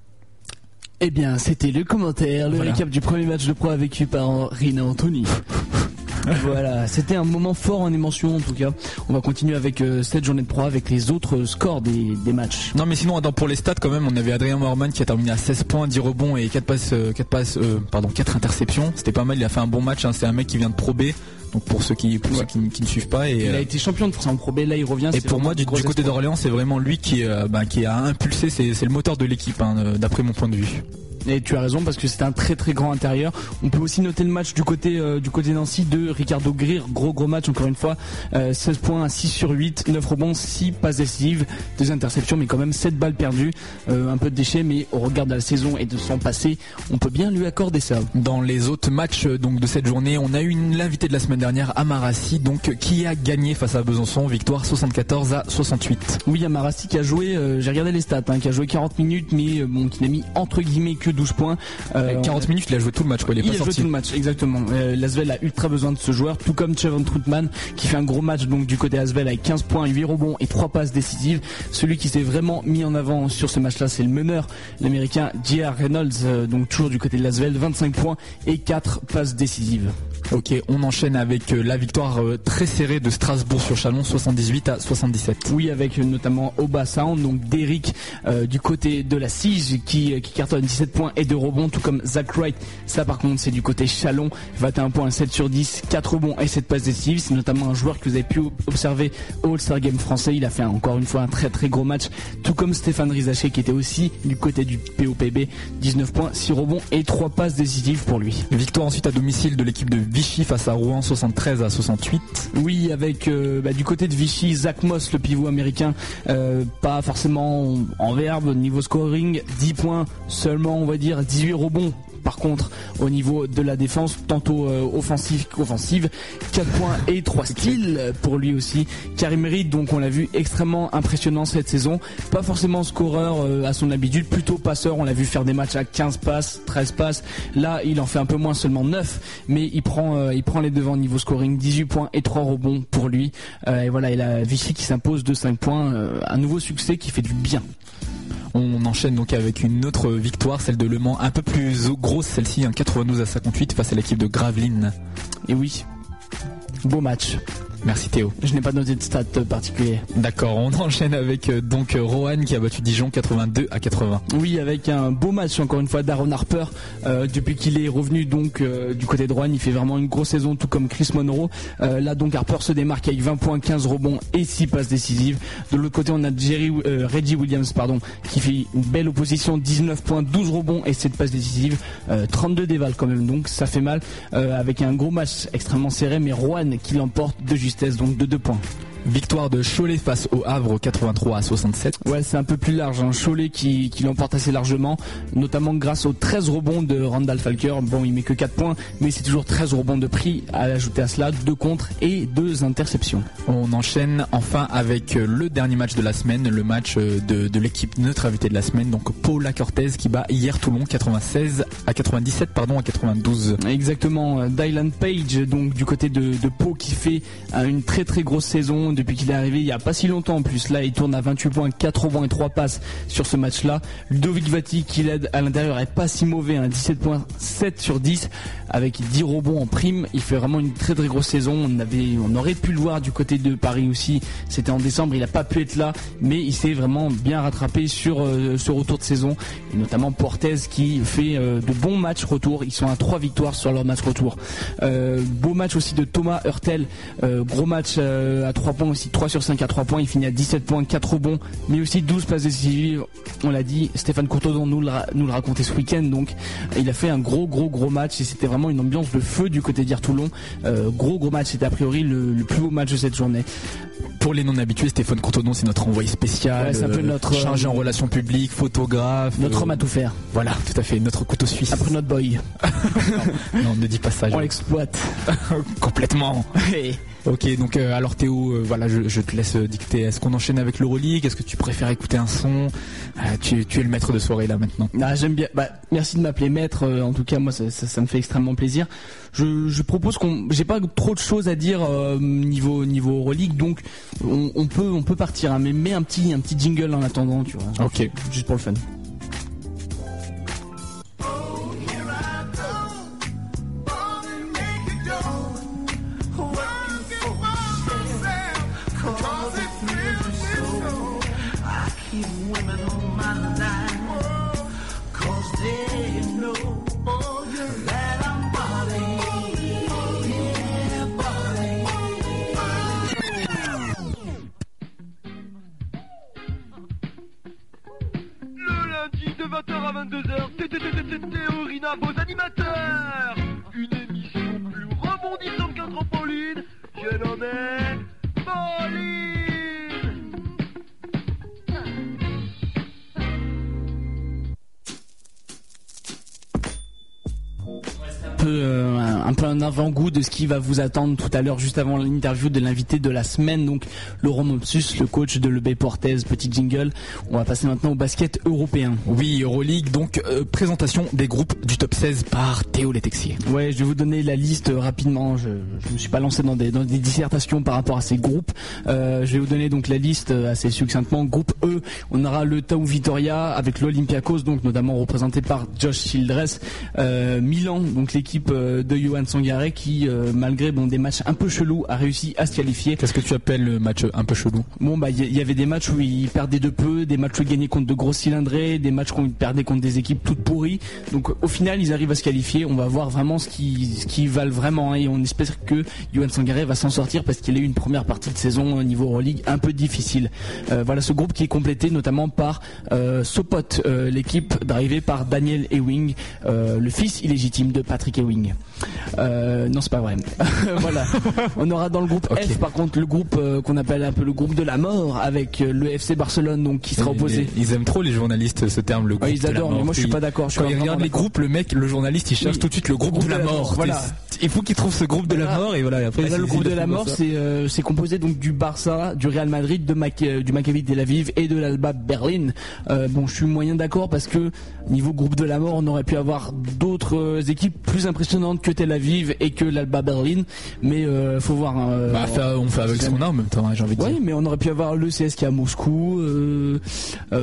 Eh bien c'était le commentaire, le voilà. récap du premier match de pro vécu par Rina Anthony. Voilà, c'était un moment fort en émotion en tout cas. On va continuer avec euh, cette journée de pro avec les autres scores des, des matchs. Non mais sinon attends, pour les stats quand même, on avait Adrien Moorman qui a terminé à seize points, dix rebonds et quatre passes, euh, quatre passes, euh, pardon, quatre interceptions. C'était pas mal, il a fait un bon match, hein. C'est un mec qui vient de Pro B. Donc pour ceux qui, pour ouais. ceux qui, qui ne suivent pas, et il euh, a été champion de France en Pro B, là il revient. Et pour moi du, du côté d'Orléans, c'est vraiment lui qui, euh, bah, qui a impulsé, c'est, c'est le moteur de l'équipe, hein, d'après mon point de vue. Et tu as raison parce que c'était un très très grand intérieur. On peut aussi noter le match du côté euh, du côté Nancy de Ricardo Greer, gros gros match encore une fois, euh, seize points, six sur huit, neuf rebonds, six passes décisives, deux interceptions mais quand même sept balles perdues, euh, un peu de déchets, mais au regard de la saison et de son passé, on peut bien lui accorder ça. Dans les autres matchs donc de cette journée, on a eu une, l'invité de la semaine dernière, Amarassi, donc qui a gagné face à Besançon, victoire soixante-quatorze à soixante-huit. Oui, Amarassi qui a joué, euh, j'ai regardé les stats, hein, qui a joué quarante minutes mais euh, bon, qui n'a mis entre guillemets que douze points. Euh, quarante minutes, il a joué tout le match, quoi. Il est il pas a sorti. joué tout le match, exactement. Euh, L'Asvel a ultra besoin de ce joueur, tout comme Trevon Troutman qui fait un gros match donc du côté Asvel avec quinze points, huit rebonds et trois passes décisives. Celui qui s'est vraiment mis en avant sur ce match-là, c'est le meneur, l'américain J R Reynolds, euh, donc toujours du côté de l'Asvel, vingt-cinq points et quatre passes décisives. Ok, on enchaîne avec euh, la victoire euh, très serrée de Strasbourg sur Chalon, soixante-dix-huit à soixante-dix-sept. Oui, avec euh, notamment Oba Sound, donc d'Eric euh, du côté de la Sige qui, euh, qui cartonne dix-sept points et deux rebonds, tout comme Zach Wright. Ça par contre c'est du côté Chalon, vingt et un points, sept sur dix, quatre rebonds et sept passes décisives. C'est notamment un joueur que vous avez pu observer au All-Star Game français. Il a fait encore une fois un très très gros match, tout comme Stéphane Rizaché qui était aussi du côté du P O P B, dix-neuf points, six rebonds et trois passes décisives pour lui. Victoire ensuite à domicile de l'équipe de Vichy face à Rouen, soixante-treize à soixante-huit. Oui, avec euh, bah, du côté de Vichy, Zach Moss, le pivot américain, euh, pas forcément en verbe, niveau scoring, dix points seulement, on va dire, dix-huit rebonds. Par contre, au niveau de la défense, tantôt euh, offensive qu'offensive, quatre points et trois steals pour lui aussi. Karim Reed, donc on l'a vu, extrêmement impressionnant cette saison. Pas forcément scoreur euh, à son habitude, plutôt passeur. On l'a vu faire des matchs à quinze passes, treize passes. Là, il en fait un peu moins, seulement neuf, mais il prend, euh, il prend les devants au niveau scoring, dix-huit points et trois rebonds pour lui. Euh, et voilà, il a Vichy qui s'impose de cinq points. Euh, un nouveau succès qui fait du bien. On enchaîne donc avec une autre victoire, celle de Le Mans, un peu plus grosse celle-ci, un quatre-vingt-douze à cinquante-huit face à l'équipe de Gravelines. Et oui, beau match. Merci Théo. Je n'ai pas noté de stats particuliers. D'accord, on enchaîne avec euh, donc Rohan qui a battu Dijon quatre-vingt-deux à quatre-vingts. Oui, avec un beau match encore une fois d'Aaron Harper. Euh, depuis qu'il est revenu donc euh, du côté de Rohan, il fait vraiment une grosse saison, tout comme Chris Monroe. Euh, là donc Harper se démarque avec vingt points, quinze rebonds et six passes décisives. De l'autre côté, on a Jerry, euh, Reggie Williams pardon, qui fait une belle opposition, dix-neuf points, douze rebonds et sept passes décisives. Euh, trente-deux dévals quand même, donc ça fait mal. Euh, avec un gros match extrêmement serré, mais Rohan qui l'emporte de justesse, donc de deux points. Victoire de Cholet face au Havre, quatre-vingt-trois à soixante-sept. Ouais, c'est un peu plus large, hein. Cholet qui, qui l'emporte assez largement, notamment grâce aux treize rebonds de Randall Falker. Bon, il met que quatre points, mais c'est toujours treize rebonds de prix à ajouter à cela, deux contres et deux interceptions. On enchaîne enfin avec le dernier match de la semaine, le match de, de l'équipe notre invité de la semaine, donc Paula Cortez qui bat hier Toulon quatre-vingt-seize à quatre-vingt-dix-sept pardon à quatre-vingt-douze. Exactement, Dylan Page donc du côté de, de Pau qui fait une très très grosse saison depuis qu'il est arrivé il n'y a pas si longtemps en plus. Là il tourne à vingt-huit points, quatre rebonds et trois passes sur ce match là. Ludovic Vati qui l'aide à l'intérieur est pas si mauvais, hein, dix-sept points, sept sur dix avec dix rebonds en prime. Il fait vraiment une très très grosse saison. On, avait, on aurait pu le voir du côté de Paris aussi, c'était en décembre, il n'a pas pu être là, mais il s'est vraiment bien rattrapé sur euh, ce retour de saison, et notamment Portez qui fait euh, de bons matchs retour. Ils sont à trois victoires sur leur match retour. Euh, beau match aussi de Thomas Hurtel, euh, gros match euh, à trois points aussi, trois sur cinq à trois points, il finit à dix-sept points, quatre rebonds, mais aussi douze passes décisives. On l'a dit, Stéphane Courtaudon nous le, nous le racontait ce week-end, donc il a fait un gros gros gros match et c'était vraiment une ambiance de feu du côté d'Hyères Toulon. Euh, gros gros match, c'était a priori le, le plus beau match de cette journée. Pour les non-habitués, Stéphane Courtaudon, c'est notre envoyé spécial, ouais, c'est un peu notre, euh, chargé en relations publiques, photographe. Notre euh, homme à tout faire. Voilà, tout à fait, notre couteau suisse. Après notre boy. non, non, ne dis pas ça. On l'exploite. Complètement. Ok, donc euh, alors Théo, euh, voilà, je, je te laisse euh, dicter. Est-ce qu'on enchaîne avec l'Euroleague? Est-ce que tu préfères écouter un son? euh, tu, tu es le maître de soirée là maintenant. Ah, j'aime bien. Bah, merci de m'appeler maître. Euh, en tout cas, moi, ça, ça, ça me fait extrêmement plaisir. Je, je propose qu'on, j'ai pas trop de choses à dire euh, niveau niveau Euroleague, donc on, on peut on peut partir. Hein, mais mets un petit un petit jingle en attendant, tu vois. Ok. Juste pour le fun. De vingt heures à vingt-deux heures, Théo Rina, vos animateurs. Une émission plus rebondissante qu'un trampoline, je nommais Pauline. Un peu, euh, un peu un avant-goût de ce qui va vous attendre tout à l'heure, juste avant l'interview de l'invité de la semaine, donc Laurent Mopsus, le coach de l'E B Portez. Petit jingle. On va passer maintenant au basket européen. Oui, Euroleague, donc euh, présentation des groupes du top seize par Théo Letexier. Ouais, je vais vous donner la liste euh, rapidement. Je ne me suis pas lancé dans des, dans des dissertations par rapport à ces groupes. Euh, je vais vous donner donc la liste euh, assez succinctement. Groupe E, on aura le Tau Vitoria avec l'Olympiakos, donc notamment représenté par Josh Childress. Euh, Milan, donc l'équipe de Yoann Sangaré qui, euh, malgré bon, des matchs un peu chelous, a réussi à se qualifier. Qu'est-ce que tu appelles le match un peu chelou? Bon, bah, il y, y avait des matchs où ils perdaient de peu, des matchs où ils gagnaient contre de gros cylindrés, des matchs où ils perdaient contre des équipes toutes pourries. Donc, au final, ils arrivent à se qualifier. On va voir vraiment ce qui, ce qui valent vraiment, hein, et on espère que Yoann Sangaré va s'en sortir parce qu'il a eu une première partie de saison au niveau Euroleague un peu difficile. Euh, voilà ce groupe qui est complété notamment par euh, Sopot, euh, l'équipe drivée par Daniel Ewing, euh, le fils illégitime de Patrick Ewing. Euh, non, c'est pas vrai. Voilà. On aura dans le groupe okay. F, par contre, le groupe euh, qu'on appelle un peu le groupe de la mort, avec euh, le F C Barcelone, donc qui sera opposé. Ils, ils aiment trop les journalistes ce terme, le groupe. Ah, ils adorent, de la mort. Mais moi je suis pas d'accord. Quand ils regardent les groupes, le mec, le journaliste, il cherche oui. tout de suite le groupe, le groupe de, de la mort. Voilà. Il faut qu'il trouve ce groupe de la mort et voilà. Et après, là, le groupe de la mort, c'est euh, c'est composé donc du Barça, du Real Madrid, de Mac euh, du Maccabi Tel Aviv et de l'Alba Berlin. Euh, bon, je suis moyen d'accord parce que niveau groupe de la mort, on aurait pu avoir d'autres euh, équipes plus impressionnantes que Tel Aviv et que l'Alba Berlin, mais euh, faut voir. Euh, bah, fait, on fait avec ce qu'on a en même temps, hein, j'ai envie de ouais, dire. Oui, mais on aurait pu avoir le C S K à Moscou, euh, euh,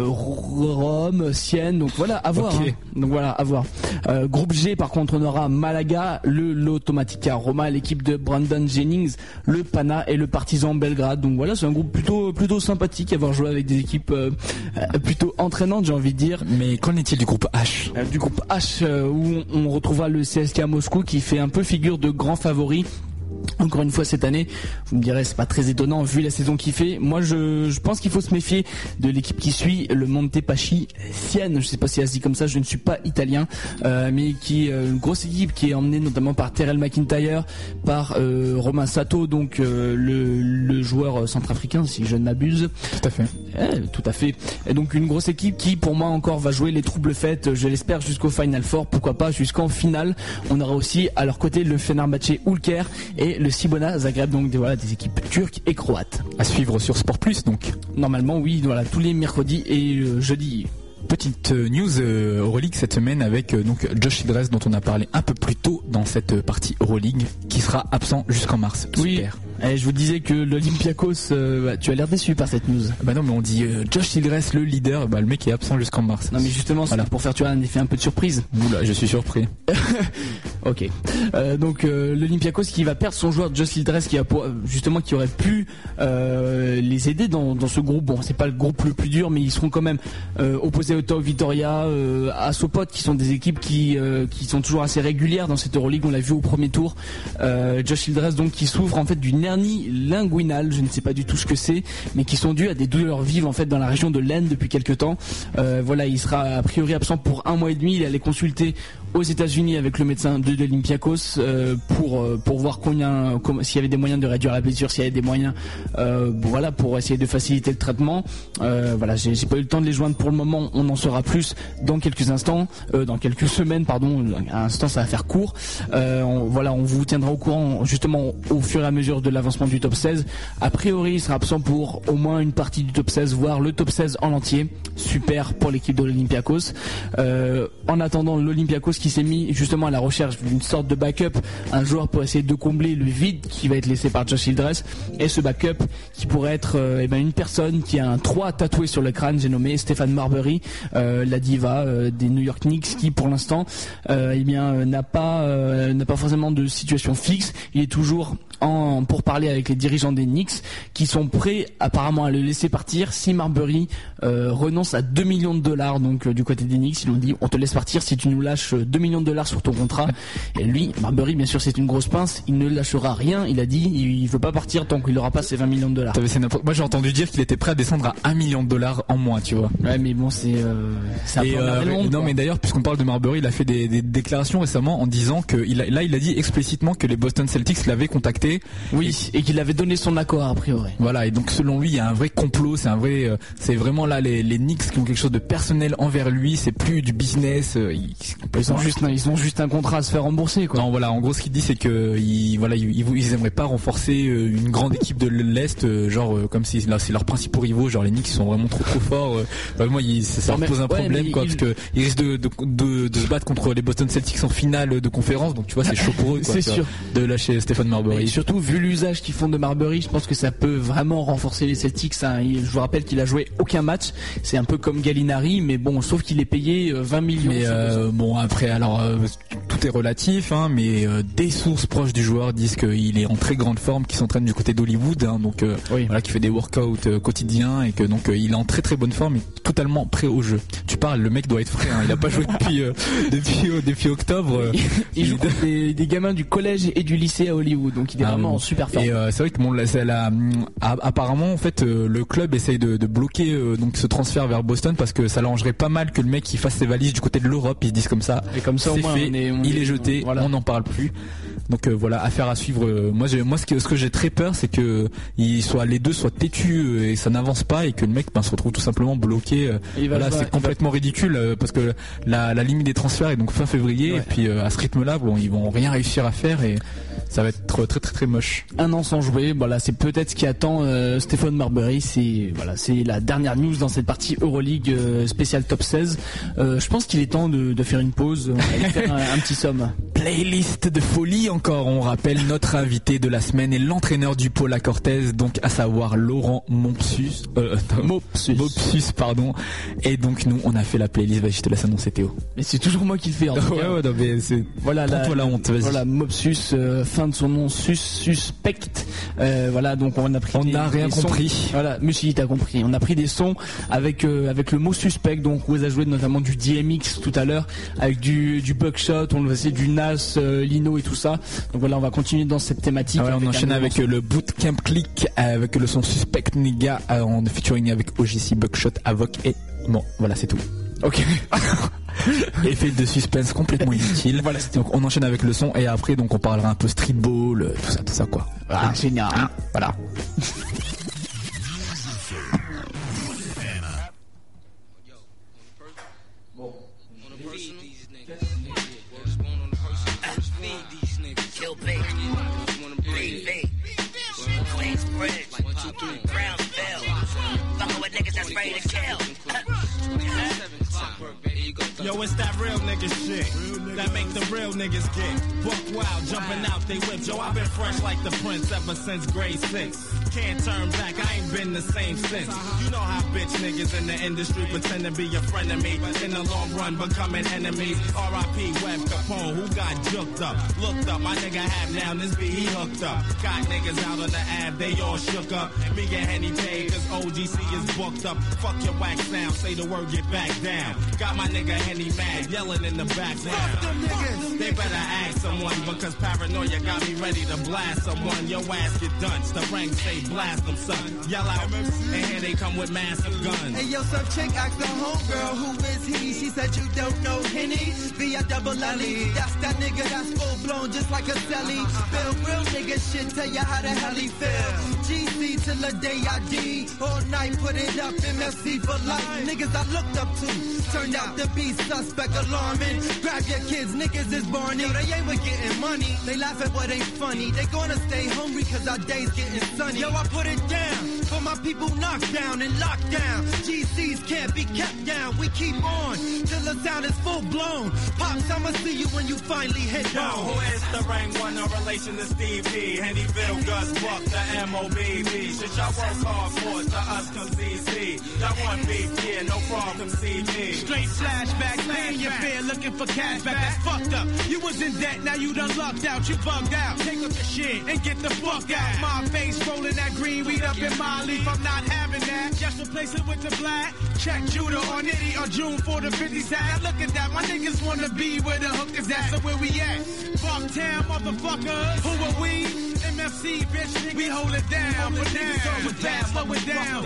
Rome, Sienne, donc voilà, à voir. Okay. Hein. Donc voilà, à voir. Euh, groupe G, par contre, on aura Malaga, le l'Automatica Roma, l'équipe de Brandon Jennings, le Pana et le Partizan Belgrade. Donc voilà, c'est un groupe plutôt plutôt sympathique à avoir joué avec des équipes euh, plutôt entraînantes, j'ai envie de dire. Mais qu'en est-il du groupe H? euh, Du groupe H, euh, où on, on retrouvera le C S K à Moscou qui fait un peu figure de grand favori. Encore une fois cette année, vous me direz c'est pas très étonnant vu la saison qu'il fait. Moi je, je pense qu'il faut se méfier de l'équipe qui suit, le Montepaschi Sienne. Je sais pas si elle se dit comme ça, je ne suis pas italien, euh, mais qui est euh, une grosse équipe qui est emmenée notamment par Terrell McIntyre, par euh, Romain Sato, donc euh, le, le joueur centrafricain si je ne m'abuse. Tout à fait. Eh, tout à fait. Et donc une grosse équipe qui pour moi encore va jouer les troubles fêtes, je l'espère jusqu'au Final Four, pourquoi pas jusqu'en finale. On aura aussi à leur côté le Fenerbahçe Ulker et le Cibona Zagreb, donc des, voilà, des équipes turques et croates. À suivre sur Sport Plus donc. Normalement oui, voilà, tous les mercredis et euh, jeudi. Petite news euh, Euroleague cette semaine avec euh, donc Josh Childress dont on a parlé un peu plus tôt dans cette partie Euroleague qui sera absent jusqu'en mars. Oui. Super. Et je vous disais que l'Olympiakos, euh, bah, tu as l'air déçu par cette news. Bah non mais on dit euh, Josh Childress le leader, bah le mec est absent jusqu'en mars. Non mais justement c'est voilà. Pour faire tu vois un effet un peu de surprise. Oula, je suis surpris. Ok. Euh, donc euh, l'Olympiakos qui va perdre son joueur Josh Hildress qui a justement qui aurait pu euh, les aider dans, dans ce groupe. Bon, c'est pas le groupe le plus dur, mais ils seront quand même euh, opposés au Top Vitoria, euh, à Sopot, qui sont des équipes qui euh, qui sont toujours assez régulières dans cette Euroleague. On l'a vu au premier tour. Euh, Josh Hildress donc qui souffre en fait d'une hernie linguinale. Je ne sais pas du tout ce que c'est, mais qui sont dues à des douleurs vives en fait dans la région de l'Aisne depuis quelques temps. Euh, voilà, il sera a priori absent pour un mois et demi. Il allait consulter aux États-Unis avec le médecin de, de l'Olympiakos euh, pour euh, pour voir combien com- s'il y avait des moyens de réduire la blessure, s'il y avait des moyens euh, voilà pour essayer de faciliter le traitement. Euh, voilà, j'ai, j'ai pas eu le temps de les joindre pour le moment. On en saura plus dans quelques instants, euh, dans quelques semaines pardon. À l'instant, ça va faire court. Euh, on, voilà, on vous tiendra au courant justement au fur et à mesure de l'avancement du top seize. A priori, il sera absent pour au moins une partie du top seize, voire le top seize en entier. Super pour l'équipe de l'Olympiakos. Euh, en attendant, l'Olympiakos qui s'est mis justement à la recherche d'une sorte de backup, un joueur pour essayer de combler le vide qui va être laissé par Josh Hildress, et ce backup qui pourrait être euh, eh ben une personne qui a un trois tatoué sur le crâne, j'ai nommé Stephen Marbury, euh, la diva euh, des New York Knicks, qui pour l'instant euh, eh bien euh, n'a pas euh, n'a pas forcément de situation fixe. Il est toujours en pour parler avec les dirigeants des Knicks qui sont prêts apparemment à le laisser partir si Marbury euh, renonce à deux millions de dollars. Donc euh, du côté des Knicks, ils ont dit on te laisse partir si tu nous lâches deux millions de dollars sur ton contrat. Et lui, Marbury, bien sûr, c'est une grosse pince, il ne lâchera rien. Il a dit il veut pas partir tant qu'il n'aura pas ses vingt millions de dollars. Moi j'ai entendu dire qu'il était prêt à descendre à un million de dollars en moins, tu vois. Ouais, mais bon, c'est euh, c'est un peu euh, le monde, non, mais d'ailleurs, puisqu'on parle de Marbury, il a fait des, des déclarations récemment en disant que il a, là il a dit explicitement que les Boston Celtics l'avaient contacté. Oui, et, et qu'il avait donné son accord a priori. Voilà, et donc selon lui, il y a un vrai complot, c'est un vrai euh, c'est vraiment là les, les Knicks qui ont quelque chose de personnel envers lui, c'est plus du business. Euh, ils, ils ont juste ils ont juste un contrat à se faire rembourser, quoi. Non, voilà, en gros ce qu'il dit c'est que ils voilà ils, ils aimeraient pas renforcer une grande équipe de l'Est, genre euh, comme si là c'est leurs principaux rivaux, genre les Knicks sont vraiment trop trop forts. Euh, vraiment ils, ça, ça leur pose un ouais, problème quoi, il... parce que ils risquent de, de, de, de se battre contre les Boston Celtics en finale de conférence, donc tu vois c'est chaud pour eux quoi, c'est sûr de lâcher Stephen Marbury. Et surtout vu l'usage qu'ils font de Marbury, je pense que ça peut vraiment renforcer les Celtics. Hein. Je vous rappelle qu'il a joué aucun match, c'est un peu comme Gallinari, mais bon, sauf qu'il est payé vingt millions. Mais euh, bon après alors euh, tout est relatif, hein, mais euh, des sources proches du joueur disent qu'il est en très grande forme, qu'il s'entraîne du côté d'Hollywood, hein, donc euh, oui. Voilà, qui fait des workouts euh, quotidiens et que donc euh, il est en très très bonne forme et totalement prêt au jeu. Tu parles, le mec doit être frais, hein, il a pas joué depuis euh, depuis euh, depuis octobre. Euh, il, il joue contre des, des gamins du collège et du lycée à Hollywood, donc il est ah, vraiment bon. en super forme. Et euh, c'est vrai que bon, là, c'est la, apparemment en fait euh, le club essaye de, de bloquer euh, donc ce transfert vers Boston parce que ça l'arrangerait pas mal que le mec il fasse ses valises du côté de l'Europe, ils se disent comme ça. Et comme ça, c'est au moins, fait, on est, on il est, est jeté, voilà. On n'en parle plus. Donc euh, voilà, affaire à suivre. Euh, moi, j'ai, moi, ce que, ce que j'ai très peur, c'est que ils soient les deux soient têtus euh, et ça n'avance pas et que le mec ben, se retrouve tout simplement bloqué. Euh, voilà, c'est complètement va... ridicule euh, parce que la, la limite des transferts est donc fin février ouais. Et puis euh, à ce rythme-là, bon, ils vont rien réussir à faire et ça va être très très très, très moche. Un an sans jouer, voilà, c'est peut-être ce qui attend euh, Stephen Marbury. C'est voilà, c'est la dernière news dans cette partie Euroleague euh, spéciale top seize. Euh, je pense qu'il est temps de, de faire une pause. On va aller faire un, un petit somme. Playlist de folie encore. On rappelle notre invité de la semaine et l'entraîneur du Paula Cortez, donc à savoir Laurent Mopsus. Euh, Mopsus. Mopsus, pardon. Et donc nous, on a fait la playlist. Vas-y, je te laisse annoncer Théo. Mais c'est toujours moi qui le fais. En tout ouais, cas. ouais, non, mais c'est. Voilà la, la honte. Vas-y. Voilà Mopsus, euh, fin de son nom, sus, suspect. Euh, voilà, donc on a pris. On n'a rien compris. Sons. Voilà, monsieur, t'as compris. On a pris des sons avec euh, avec le mot suspect. Donc on vous a joué notamment du D M X tout à l'heure, avec du du Buckshot, on va essayer du Nas, euh, Lino et tout ça. Donc voilà, on va continuer dans cette thématique. Ah ouais, on enchaîne avec le Bootcamp Click avec le son Suspect Nigga en featuring avec O G C, Buckshot, Avoc et bon, voilà, c'est tout. Ok. Effet de suspense complètement inutile. Voilà, donc on enchaîne avec le son et après donc on parlera un peu streetball, tout ça, tout ça quoi. Ah, génial. Ah, voilà. Yo, it's that real nigga shit that make the real niggas get buck wild, jumping out they whips. Yo, I've been fresh like the Prince ever since grade six. Can't turn back, I ain't been the same since. You know how bitch niggas in the industry pretend to be your friend of me, in the long run becoming enemies. R I P Web Capone, who got juked up, looked up. My nigga have now this beat he hooked up. Got niggas out on the ab, they all shook up. Me and Henny paid, cause O G C is booked up. Fuck your whack sound, say the word, get back down. Got my nigga Henny mad, yelling in the background. They better ask someone, because paranoia got me ready to blast someone. Your ass get dunced, the rank say blast them, son. Yell out, and here they come with massive guns. Hey yo, some chick asked the homegirl, who is he? She said you don't know Henny, be a double L E. That's that nigga that's full blown just like a celly. Feel real nigga shit, tell you how the hell he feel. G C till the day I D, all night put it up, M F C for life. Niggas I looked up to, turned out to be suspect alarming. Grab your kids, niggas is born in. They ain't with getting money, they laugh at what ain't funny. They gonna stay hungry cause our days getting sunny. Yo, I put it down for my people knocked down and locked down. G Cs can't be kept down, we keep on till the sound is full blown. Pops, I'ma see you when you finally hit Yo, home. who is the rank one, no relation to Steve D? Hennyville, Gus, Buck, the M O B B. Shit, y'all work hard for it, to us come C C. Y'all want beef, yeah, no problem, C D. Straight flashback, paying your fare, looking for cash back. That's fucked up. You was in debt, now you done lucked out. You bugged out. Take up the shit and get the fuck out. My face rolling that green weed up in my leaf. I'm not having that. Just replace it with the black. Check Judah or Nitty or June for the fifty side. Look at that. My niggas wanna be where the hookers at. So where we at? Bucktown, motherfuckers. Who are we? M F C, bitch, nigga. We hold it down. Put down. Put down. Slow it down.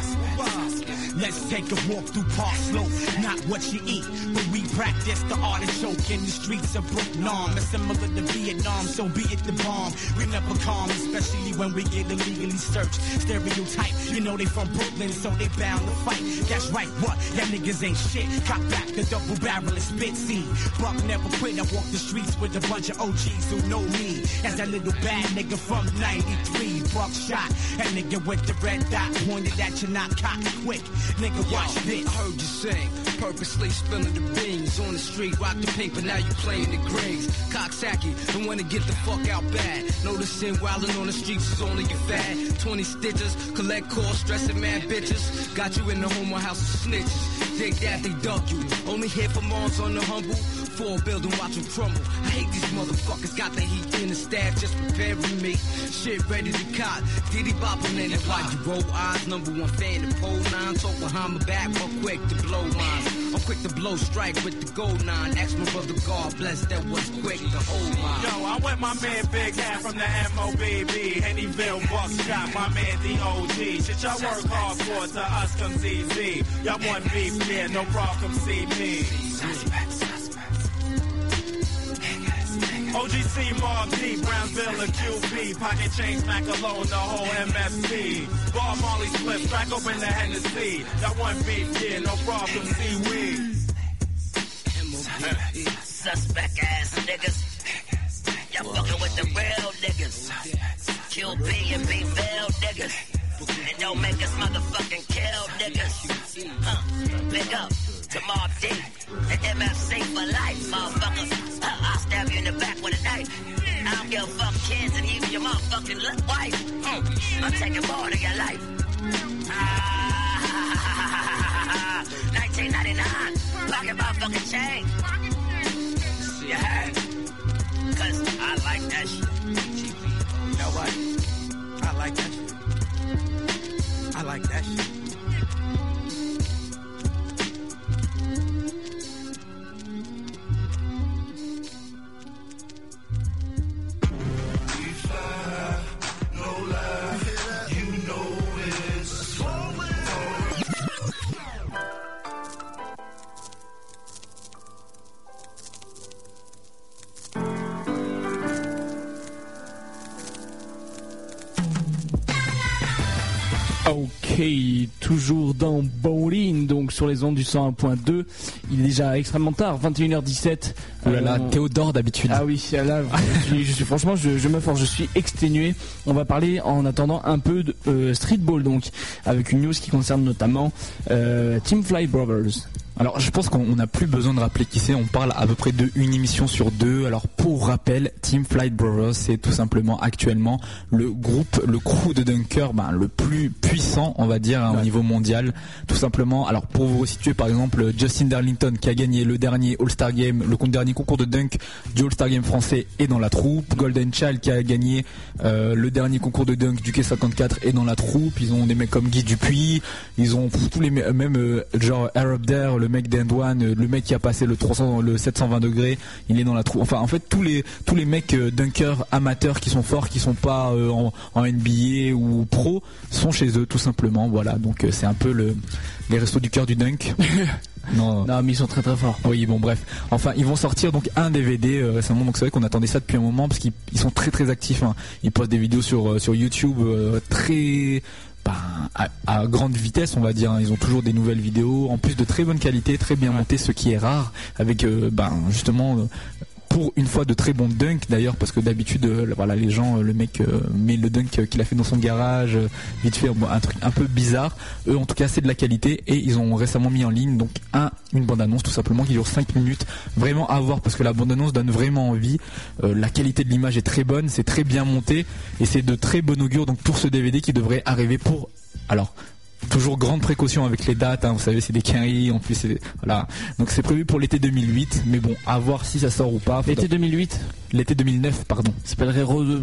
Let's take a walk through Park Slope. Not what you eat, but we practice the artichoke in the streets of Brooklyn. It's similar to Vietnam, so be it the bomb. We never calm, especially when we get illegally searched. Stereotype, you know they from Brooklyn, so they bound to fight. That's right, what? Y'all niggas ain't shit. Cock back the double barrel and spit seed. Buck never quit, I walk the streets with a bunch of O Gs who know me as that little bad nigga from ninety-three. Buck shot, that nigga with the red dot pointed at you, not cock quick. Nigga, watch this. I heard you sing, purposely spilling the beans on the street. Rock the paper, now you playing the grades. Cocksacky, don't wanna get the fuck out bad. Noticing wildin' on the streets is only a fad. twenty stitches, collect calls, stressing mad bitches. Got you in the home house of snitches. Dig that, they dug you. Only here for moms on the humble. Four building, watch them crumble. I hate these motherfuckers, got the heat in the staff, just preparing me. Shit ready to cop. Diddy bopping in it like you roll eyes. Number one fan, the pole nine. Talk behind my back, but quick to blow mine. I'm quick to blow strike with the gold nine. Ask my brother, God bless, that was quick to hold mine. Yo, I'm with my man Big Hat from the M O B B. Hennyville, Buckshot, my man D O G. Shit, y'all work hard for it, to us come Z Z. Y'all want beef, yeah, no problem, see me. O G C, Mob D, Brownsville, and Q B. Pocket chain, smack alone, the whole M F C. Bar Molly split, crack open the Hennessy. Y'all want beef, yeah, no problem, see we. Suspect ass niggas. Y'all fucking with the real niggas. Q B and B-Ville niggas. And don't make us motherfucking kill niggas. Huh, big up to Mob D and M F C for life, motherfuckers. Uh, I'll stab you in the back with a knife. I don't give a fuck kids and even your motherfucking wife. Mm. I'm taking more than your life. Ah, nineteen ninety-nine, pocket motherfucking chain. You heard? Cause I like that shit. You know what? I like that shit. I like that shit. Ok, toujours dans Bowling, donc sur les ondes du cent un point deux. Il est déjà extrêmement tard, vingt et une heures dix-sept. Oh là là, euh, Théodore d'habitude. Ah oui, là, je, je suis, franchement, je, je me force, je suis exténué. On va parler en attendant un peu de euh, streetball, donc, avec une news qui concerne notamment euh, Team Fly Brothers. Alors je pense qu'on n'a plus besoin de rappeler qui c'est, on parle à peu près de une émission sur deux. Alors pour rappel, Team Flight Brothers, c'est tout simplement actuellement le groupe, le crew de dunkers ben, le plus puissant, on va dire, hein, ouais. au niveau mondial. Tout simplement, alors pour vous resituer, par exemple, Justin Darlington qui a gagné le dernier All-Star Game, le dernier concours de dunk du All-Star Game français est dans la troupe. Golden Child qui a gagné euh, le dernier concours de dunk du K cinquante-quatre est dans la troupe. Ils ont des mecs comme Guy Dupuis, ils ont tous les même euh, genre Arab Dare, le mec d'Endouane, le mec qui a passé le trois cents, le sept cent vingt degrés, il est dans la troupe. Enfin, en fait, tous les tous les mecs euh, dunkers amateurs qui sont forts, qui sont pas euh, en, en N B A ou pro, sont chez eux tout simplement. Voilà, donc euh, c'est un peu le les restos du cœur du dunk. Non. non mais ils sont très très forts. Oui bon bref. Enfin ils vont sortir donc un D V D euh, récemment, donc c'est vrai qu'on attendait ça depuis un moment parce qu'ils ils sont très très actifs. Hein. Ils postent des vidéos sur euh, sur YouTube euh, très ben, à, à grande vitesse on va dire. Hein. Ils ont toujours des nouvelles vidéos en plus de très bonne qualité, très bien montées, ce qui est rare avec euh, ben justement. Euh, pour une fois de très bons dunks d'ailleurs, parce que d'habitude euh, voilà les gens euh, le mec euh, met le dunk euh, qu'il a fait dans son garage euh, vite fait, bon, un truc un peu bizarre. Eux en tout cas c'est de la qualité et ils ont récemment mis en ligne donc un une bande annonce tout simplement qui dure cinq minutes, vraiment à voir parce que la bande annonce donne vraiment envie. Euh, la qualité de l'image est très bonne, c'est très bien monté et c'est de très bon augure donc pour ce D V D qui devrait arriver pour alors toujours grande précaution avec les dates, hein, vous savez c'est des quinries, en plus c'est, voilà. Donc c'est prévu pour l'été deux mille huit, mais bon, à voir si ça sort ou pas. L'été Faudra... deux mille huit L'été deux mille neuf, pardon. Ça s'appellerait re...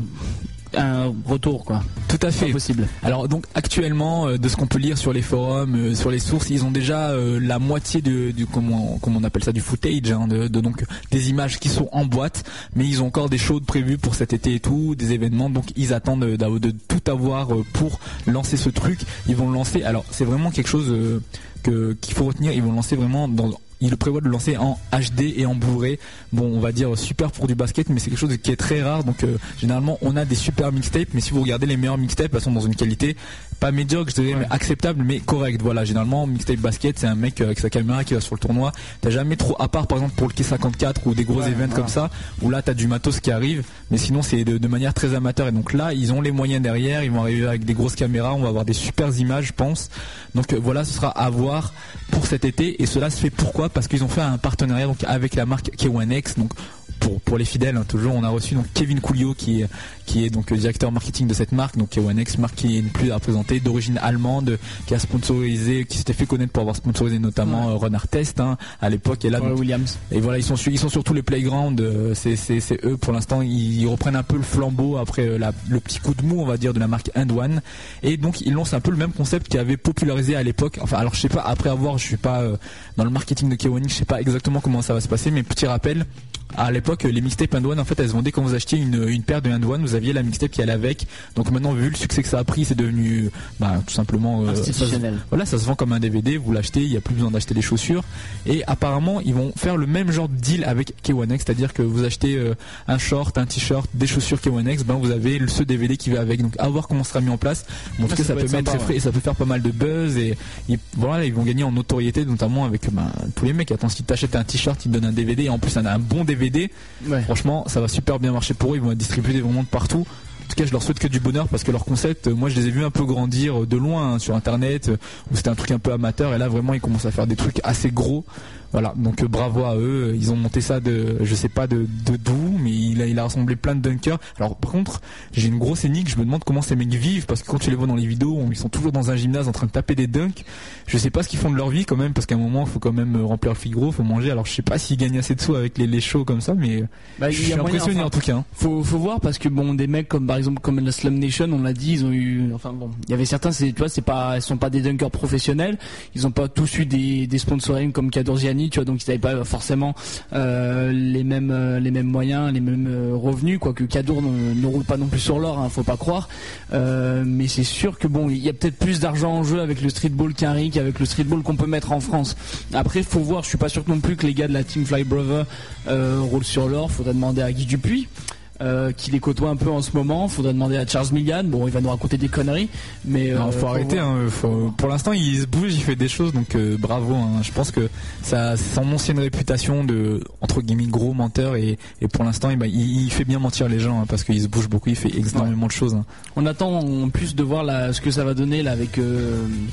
un retour quoi. Tout à fait. Pas possible. Alors donc actuellement, euh, de ce qu'on peut lire sur les forums, euh, sur les sources, ils ont déjà euh, la moitié de, du comment, comment on appelle ça, du footage, hein, de, de donc des images qui sont en boîte, mais ils ont encore des shows prévus pour cet été et tout, des événements, donc ils attendent de, de, de tout avoir pour lancer ce truc. Ils vont le lancer. Alors c'est vraiment quelque chose euh, que qu'il faut retenir. Ils vont le lancer vraiment dans il le prévoit de le lancer en H D et en Blu-ray. Bon, on va dire super pour du basket, mais c'est quelque chose qui est très rare. Donc euh, généralement, on a des super mixtapes, mais si vous regardez les meilleurs mixtapes, elles sont dans une qualité pas médiocre, je dirais, ouais. mais acceptable, mais correcte. Voilà, généralement, mixtape basket, c'est un mec avec sa caméra qui va sur le tournoi. T'as jamais trop, à part par exemple pour le K cinquante-quatre ou des gros ouais, events voilà. comme ça, où là t'as du matos qui arrive, mais sinon c'est de, de manière très amateur. Et donc là, ils ont les moyens derrière, ils vont arriver avec des grosses caméras, on va avoir des super images, je pense. Donc euh, voilà, ce sera à voir pour cet été. Et cela se fait pourquoi ? Parce qu'ils ont fait un partenariat donc avec la marque K un X. Donc pour pour les fidèles, hein, toujours, on a reçu donc Kevin Coulio qui est qui est donc directeur marketing de cette marque, donc K un X, marque qui est une plus à présenter, d'origine allemande, qui a sponsorisé, qui s'était fait connaître pour avoir sponsorisé notamment ouais. euh, Ron Artest hein, à l'époque. Et là, ouais, donc, Williams. Et voilà, ils sont sur, ils sont sur tous les playgrounds. Euh, c'est c'est c'est eux pour l'instant. Ils, ils reprennent un peu le flambeau après euh, la, le petit coup de mou, on va dire, de la marque And One. Et donc ils lancent un peu le même concept qui avait popularisé à l'époque. Enfin, alors je sais pas. Après avoir, je suis pas euh, dans le marketing de K un X, je sais pas exactement comment ça va se passer, mais petit rappel. À l'époque, les mixtapes And One, en fait, elles se vendaient quand vous achetiez une, une paire de And One, vous aviez la mixtape qui allait avec. Donc maintenant, vu le succès que ça a pris, c'est devenu bah, tout simplement euh, institutionnel. Ça se, voilà, ça se vend comme un D V D, vous l'achetez, il n'y a plus besoin d'acheter les chaussures. Et apparemment, ils vont faire le même genre de deal avec K un X, c'est-à-dire que vous achetez euh, un short, un t-shirt, des chaussures K un X, ben vous avez ce D V D qui va avec. Donc à voir comment ça sera mis en place. Bon, en tout cas, ça, ça peut, peut mettre sympa, ouais. et ça peut faire pas mal de buzz et, et voilà, ils vont gagner en notoriété, notamment avec ben, tous les mecs. Attends, si tu achètes un t-shirt, ils te donnent un D V D et en plus, un, un bon D V D. Ouais. Franchement, ça va super bien marcher pour eux. Ils vont être distribués vraiment de partout. En tout cas, je leur souhaite que du bonheur parce que leur concept, moi, je les ai vus un peu grandir de loin hein, sur Internet, où c'était un truc un peu amateur. Et là, vraiment, ils commencent à faire des trucs assez gros. Voilà, donc euh, bravo à eux. Ils ont monté ça de, je sais pas de de d'où, mais il a, il a rassemblé plein de dunkers. Alors par contre, j'ai une grosse énigme. Je me demande comment ces mecs vivent parce que quand tu les vois dans les vidéos, ils sont toujours dans un gymnase en train de taper des dunks. Je sais pas ce qu'ils font de leur vie quand même, parce qu'à un moment, il faut quand même remplir le frigo, faut manger. Alors je sais pas s'ils gagnent assez de sous avec les les shows comme ça, mais bah, je suis impressionné enfin, en tout cas. Hein. Faut faut voir parce que bon, des mecs comme par exemple comme la Slum Nation, on l'a dit, ils ont eu, enfin bon, il y avait certains, c'est tu vois, c'est pas, ils sont pas des dunkers professionnels. Ils ont pas tous eu des des sponsoring comme Kadorziani, tu vois, donc ils avaient pas forcément euh, les mêmes euh, les mêmes moyens, les mêmes euh, revenus, quoique Kadour ne, ne roule pas non plus sur l'or, hein, faut pas croire. Euh, mais c'est sûr que bon, il y a peut-être plus d'argent en jeu avec le streetball qu'un rig, avec le streetball qu'on peut mettre en France. Après, faut voir. Je suis pas sûr non plus que les gars de la Team Fly Brother euh, roulent sur l'or. Faudrait demander à Guy Dupuis. Euh, qui les côtoie un peu en ce moment. Faudrait demander à Charles Milligan. Bon, il va nous raconter des conneries, mais euh, non, faut, faut arrêter. Hein, faut, pour l'instant, il se bouge, il fait des choses, donc euh, bravo. Hein. Je pense que ça, son ancienne réputation de entre guillemets gros menteur et, et pour l'instant, eh ben, il, il fait bien mentir les gens hein, parce qu'il se bouge beaucoup, il fait énormément ouais. de choses. Hein. On attend en plus de voir la, ce que ça va donner là avec. Euh,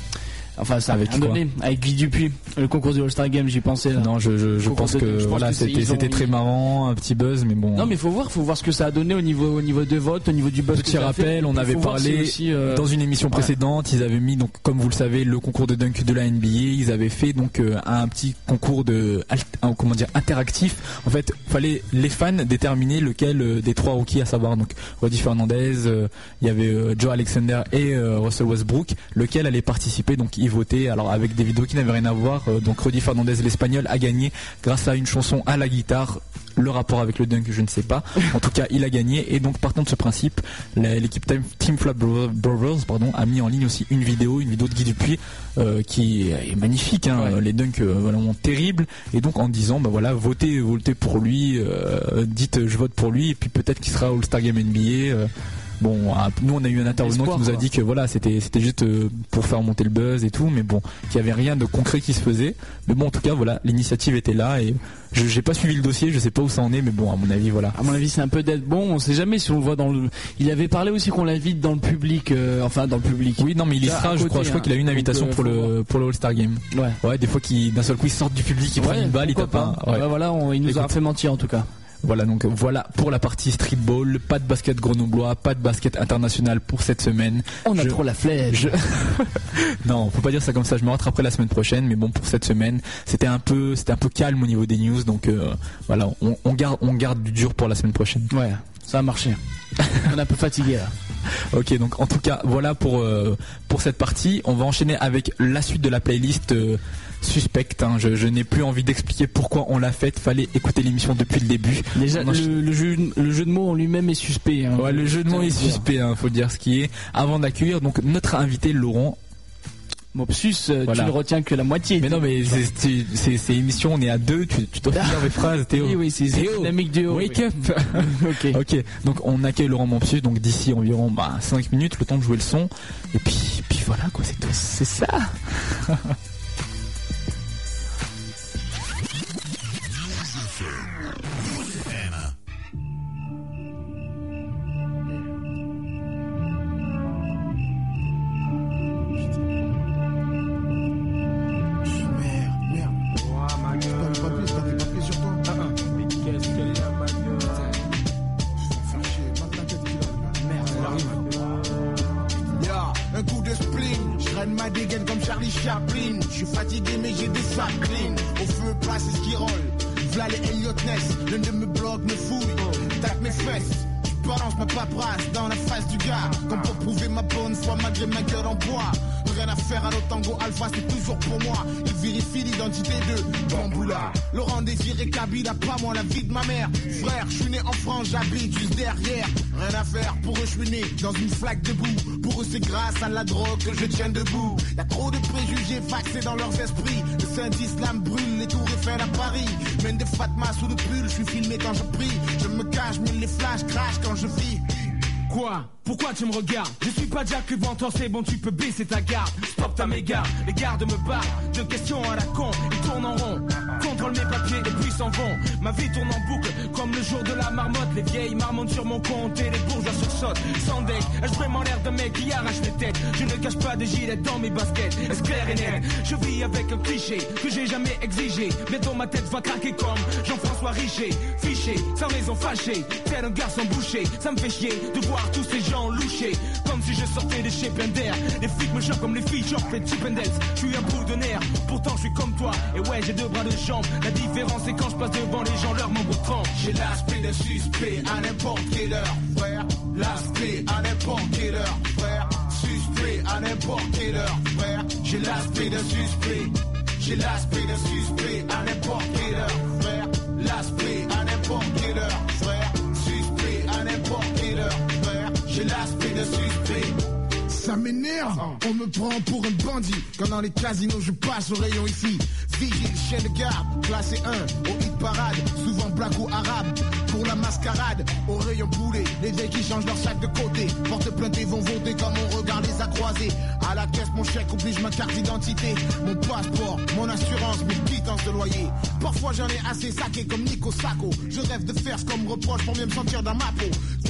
Enfin, ça avait donné avec Guy Dupuis, le concours du All-Star Game, j'y pensais. Là. Non, je, je, je pense que je voilà, pense que c'était, c'était très marrant, un petit buzz, mais bon. Non, mais faut voir, faut voir ce que ça a donné au niveau, au niveau de vote, au niveau du buzz. Petit rappel, on avait parlé aussi, euh... dans une émission précédente, ouais. Ils avaient mis donc, comme vous le savez, le concours de dunk de la N B A. Ils avaient fait donc euh, un petit concours de, un, comment dire, interactif. En fait, fallait les fans déterminer lequel euh, des trois rookies, à savoir donc Rudy Fernandez, euh, il y avait euh, Joe Alexander et euh, Russell Westbrook, lequel allait participer. Donc ils votaient. Alors avec des vidéos qui n'avaient rien à voir. Euh, donc Rudy Fernandez, l'Espagnol, a gagné grâce à une chanson à la guitare. Le rapport avec le dunk, je ne sais pas. En tout cas, il a gagné. Et donc, partant de ce principe, l'équipe Team Flap Brothers pardon, a mis en ligne aussi une vidéo, une vidéo de Guy Dupuis euh, qui est magnifique. Hein. Ouais. Les dunks euh, vraiment terribles. Et donc, en disant, bah voilà, votez, votez pour lui. Euh, dites, je vote pour lui. Et puis peut-être qu'il sera All-Star Game N B A. Euh, Bon, nous on a eu un intervenant qui nous a dit que voilà, c'était c'était juste pour faire monter le buzz et tout, mais bon, qu'il n'y avait rien de concret qui se faisait. Mais bon, en tout cas, voilà, l'initiative était là et je j'ai pas suivi le dossier, je sais pas où ça en est, mais bon, à mon avis, voilà. À mon avis, c'est un peu d'être bon. On sait jamais si on le voit dans le. Il avait parlé aussi qu'on l'invite dans le public, euh, enfin dans le public. Oui, non, mais il y sera, je crois, je crois qu'il a eu une invitation Donc, euh, pour le pour le All-Star Game. Ouais. Ouais, des fois qu'il d'un seul coup il sort du public, il ouais, prend une balle, il tape un. Ouais. Bah voilà, on, il nous Écoute. a fait mentir en tout cas. Voilà, donc voilà pour la partie streetball. Pas de basket grenoblois, pas de basket international pour cette semaine. On a je, trop la flèche. Je... non, faut pas dire ça comme ça. Je me rattraperai la semaine prochaine, mais bon, pour cette semaine, c'était un peu, c'était un peu calme au niveau des news. Donc euh, voilà, on, on garde, on garde du dur pour la semaine prochaine. Ouais, ça a marché. On est un peu fatigué là. Ok, donc en tout cas, voilà pour euh, pour cette partie. On va enchaîner avec la suite de la playlist. Euh, suspecte, hein. je, je n'ai plus envie d'expliquer pourquoi on l'a faite, fallait écouter l'émission depuis le début. Déjà le, le, jeu, le jeu de mots en lui-même est suspect. Hein. Ouais, le jeu de mots est suspect, hein, faut dire ce qui est. Avant d'accueillir donc notre invité Laurent. Mopsus, voilà. Tu ne retiens que la moitié. Mais non, mais c'est, c'est, c'est émission, on est à deux, tu, tu dois finir mes phrases, Théo. Oui, oui, c'est dynamique duo. Wake up. Ok. Ok. Donc on accueille Laurent Mopsus, donc d'ici environ bah, cinq minutes, le temps de jouer le son. Et puis, puis voilà quoi, c'est tout. C'est ça. Chaplin, je suis fatigué mais j'ai des sacs clean. Au feu place et ski roll. V'là les Elliot Ness, l'un de mes blogs me fouille. Tape mes fesses, je balance ma paperasse dans la face du gars. Comme pour prouver ma bonne foi malgré ma gueule en bois. Rien à faire à l'Otango Alpha, c'est toujours pour moi. Il vérifie l'identité de Bamboula. Laurent Désiré Kabila, pas moi la vie de ma mère. Frère, je suis né en France, j'habite juste derrière. Rien à faire, pour eux je suis né dans une flaque de boue. Pour eux c'est grâce à la drogue que je tiens debout. Y'a trop de préjugés vaxés dans leurs esprits. Le Saint d'Islam brûle les tours Eiffel à Paris. Mène des Fatma sous le pull, je suis filmé quand je prie. Je me cache, mais les flashs crachent quand je vis. Quoi? Pourquoi tu me regardes? Je suis pas Jack Ventor, c'est bon, tu peux baisser ta garde. Stop ta mégarde, les gardes me barrent. De questions à la con, ils tournent en rond. Contrôle mes papiers et puis s'en vont. Ma vie tourne en boucle, comme le jour de la marmotte. Les vieilles marmontent sur mon compte et les bourgeois sursautent. Sans deck, ai-je vraiment l'air d'un mec qui arrache les têtes? Je ne cache pas des gilets dans mes baskets, est-ce clair et net? Je vis avec un cliché que j'ai jamais exigé. Bientôt ma tête va craquer comme Jean-François Richer. Fiché, sans raison fâché, tel un garçon bouché. Ça me fait chier de voir tous ces gens louchés, comme si je sortais de chez Pender. Les flics me chopent comme les filles chopent les chip and dance. Je suis un bout de nerf, pourtant je suis comme toi. Et ouais, j'ai deux bras de jambes. La différence c'est quand je passe devant les gens, leurs membres tremblent. J'ai l'aspect d'un suspect à n'importe quelle heure, frère. L'aspect à n'importe quelle heure, frère. Suspect à n'importe quelle heure, frère. J'ai l'aspect d'un suspect. J'ai l'aspect d'un suspect à n'importe quelle heure, frère. L'aspect à n'importe quelle heure, frère. Suspect à n'importe quelle heure, frère. J'ai l'aspect d'un suspect. Ça m'énerve, on me prend pour un bandit. Quand dans les casinos je passe au rayon ici. Vigile, chien de garde, classé un au hit parade. Souvent black ou arabe, pour la mascarade. Au rayon poulet, les vieilles qui changent leur sac de côté. Porte plainte et vont voter quand mon regard les a croisés. À la caisse mon chèque oblige ma carte d'identité. Mon passeport, mon assurance, mes quittances de loyer. Parfois j'en ai assez saqué comme Nico Sacco. Je rêve de faire ce qu'on me reproche pour mieux me sentir dans ma peau.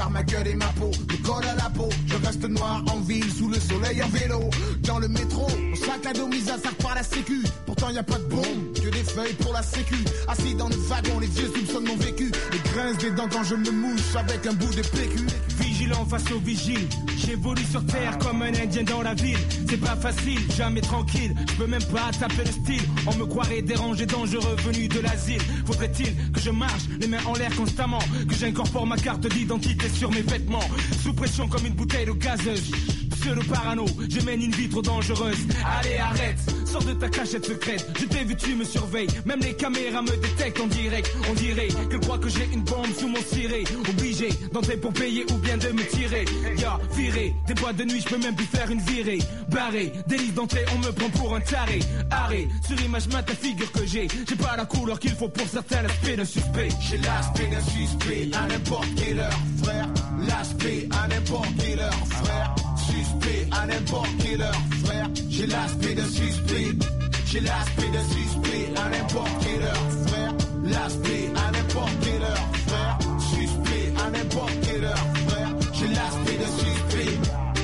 car ma gueule et ma peau me collent à la peau. Je reste noir en ville, sous le soleil en vélo. Dans le métro, mon sac à dos mis à sac par la sécu. Pourtant y a pas de bombe, que des feuilles pour la sécu. Assis dans le wagon, les vieux soupçonnent mon vécu. Les grinces des dents quand je me mouche avec un bout de P Q. Vigilant face aux vigiles, j'évolue sur terre comme un indien dans la ville. C'est pas facile, jamais tranquille, je peux même pas taper le style. On me croirait dérangé, dangereux, venu de l'asile. Faudrait-il que je marche, les mains en l'air constamment, que j'incorpore ma carte d'identité sur mes vêtements. Sous pression comme une bouteille de gazeuse. Pseudo parano, je mène une vie trop dangereuse. Allez arrête, sors de ta cachette secrète. Je t'ai vu, tu me surveilles, même les caméras me détectent en direct. On dirait que croit que j'ai une bombe sous mon ciré. Obligé d'entrer pour payer ou bien de me tirer. Ya, viré, des boîtes de nuit, je peux même plus faire une virée. Barré, délice d'entrée, on me prend pour un taré. Arrêt, sur image mat la figure que j'ai. J'ai pas la couleur qu'il faut pour certains, l'aspect d'un suspect. J'ai l'aspect d'un suspect à n'importe quelle heure, frère. L'aspect à n'importe quelle heure, frère. Suspect à n'importe quelle heure, frère. J'ai l'aspect d'un suspect. J'ai l'aspect d'un suspect à n'importe quelle heure, frère. L'aspect à n'importe quelle heure, frère. Suspect à n'importe quelle heure, frère. J'ai l'aspect d'un suspect.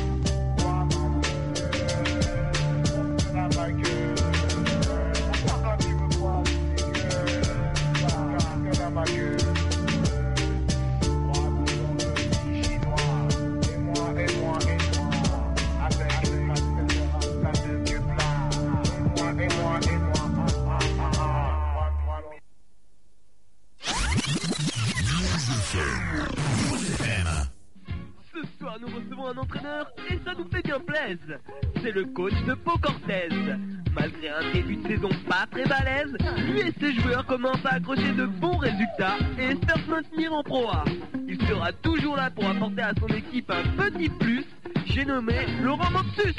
Ce soir, nous recevons un entraîneur et ça nous fait bien plaisir. C'est le coach de Pau Cortez. Malgré un début de saison pas très balèze, lui et ses joueurs commencent à accrocher de bons résultats et espèrent se maintenir en Pro A. Il sera toujours là pour apporter à son équipe un petit plus. J'ai nommé Laurent Mopsus.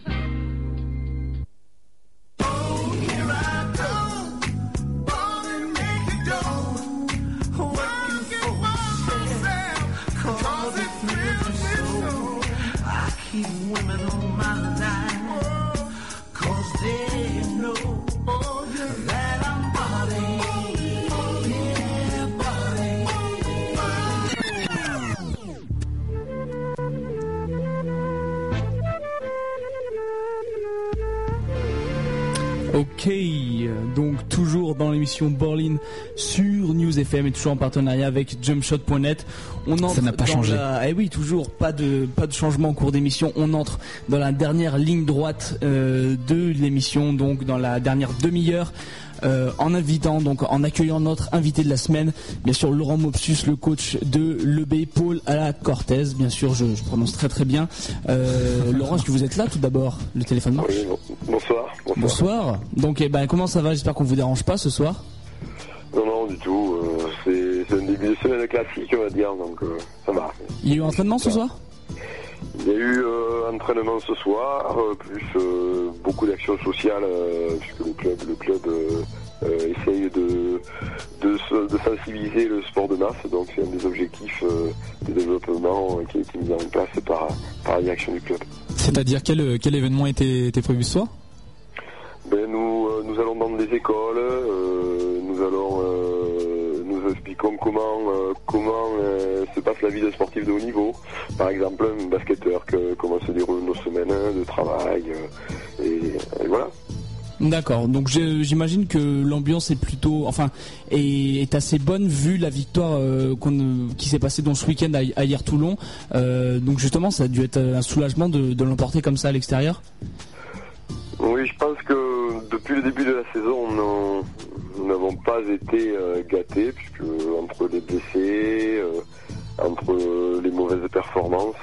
Women on my line, cause they know that I'm balling, yeah, balling. Ok, donc toujours dans l'émission Borlin sur News F M et toujours en partenariat avec jumpshot point net. On entre Ça n'a pas dans changé. La... Eh oui, toujours pas de pas de changement en cours d'émission. On entre dans la dernière ligne droite euh, de l'émission, donc dans la dernière demi-heure. Euh, en invitant, donc en accueillant notre invité de la semaine, bien sûr Laurent Mopsus, le coach de l'E B Paul à la Cortez, bien sûr je, je prononce très très bien. Euh, Laurent, est-ce que vous êtes là tout d'abord? Le téléphone marche? Oui, bon. bonsoir, bonsoir. Bonsoir. Donc eh ben, comment ça va? J'espère qu'on vous dérange pas ce soir. Non, non, du tout. Euh, c'est, c'est un début de semaine classique, on va dire, donc euh, ça va. Il y a eu entraînement ce soir? Il y a eu euh, entraînement ce soir, euh, plus euh, beaucoup d'actions sociales, euh, puisque le club, le club euh, euh, essaye de, de, de sensibiliser le sport de masse, donc c'est un des objectifs euh, de développement qui a été mis en place par, par la direction du club. C'est-à-dire quel, quel événement était, était prévu ce soir? Ben nous, euh, nous allons dans des écoles, euh, nous allons, euh, nous expliquons comment, euh, comment euh, se passe la vie d'un sportif de haut niveau. Par exemple, un basketteur, que, comment se déroulent nos semaines de travail, euh, et, et voilà. D'accord, donc je, j'imagine que l'ambiance est plutôt, enfin, est, est assez bonne vu la victoire euh, qu'on, qui s'est passée dans ce week-end à, à Hier-Toulon. Euh, donc justement, ça a dû être un soulagement de, de l'emporter comme ça à l'extérieur. Oui, je pense que depuis le début de la saison, nous n'avons pas été euh, gâtés, puisque entre les blessés, euh, entre les mauvaises performances,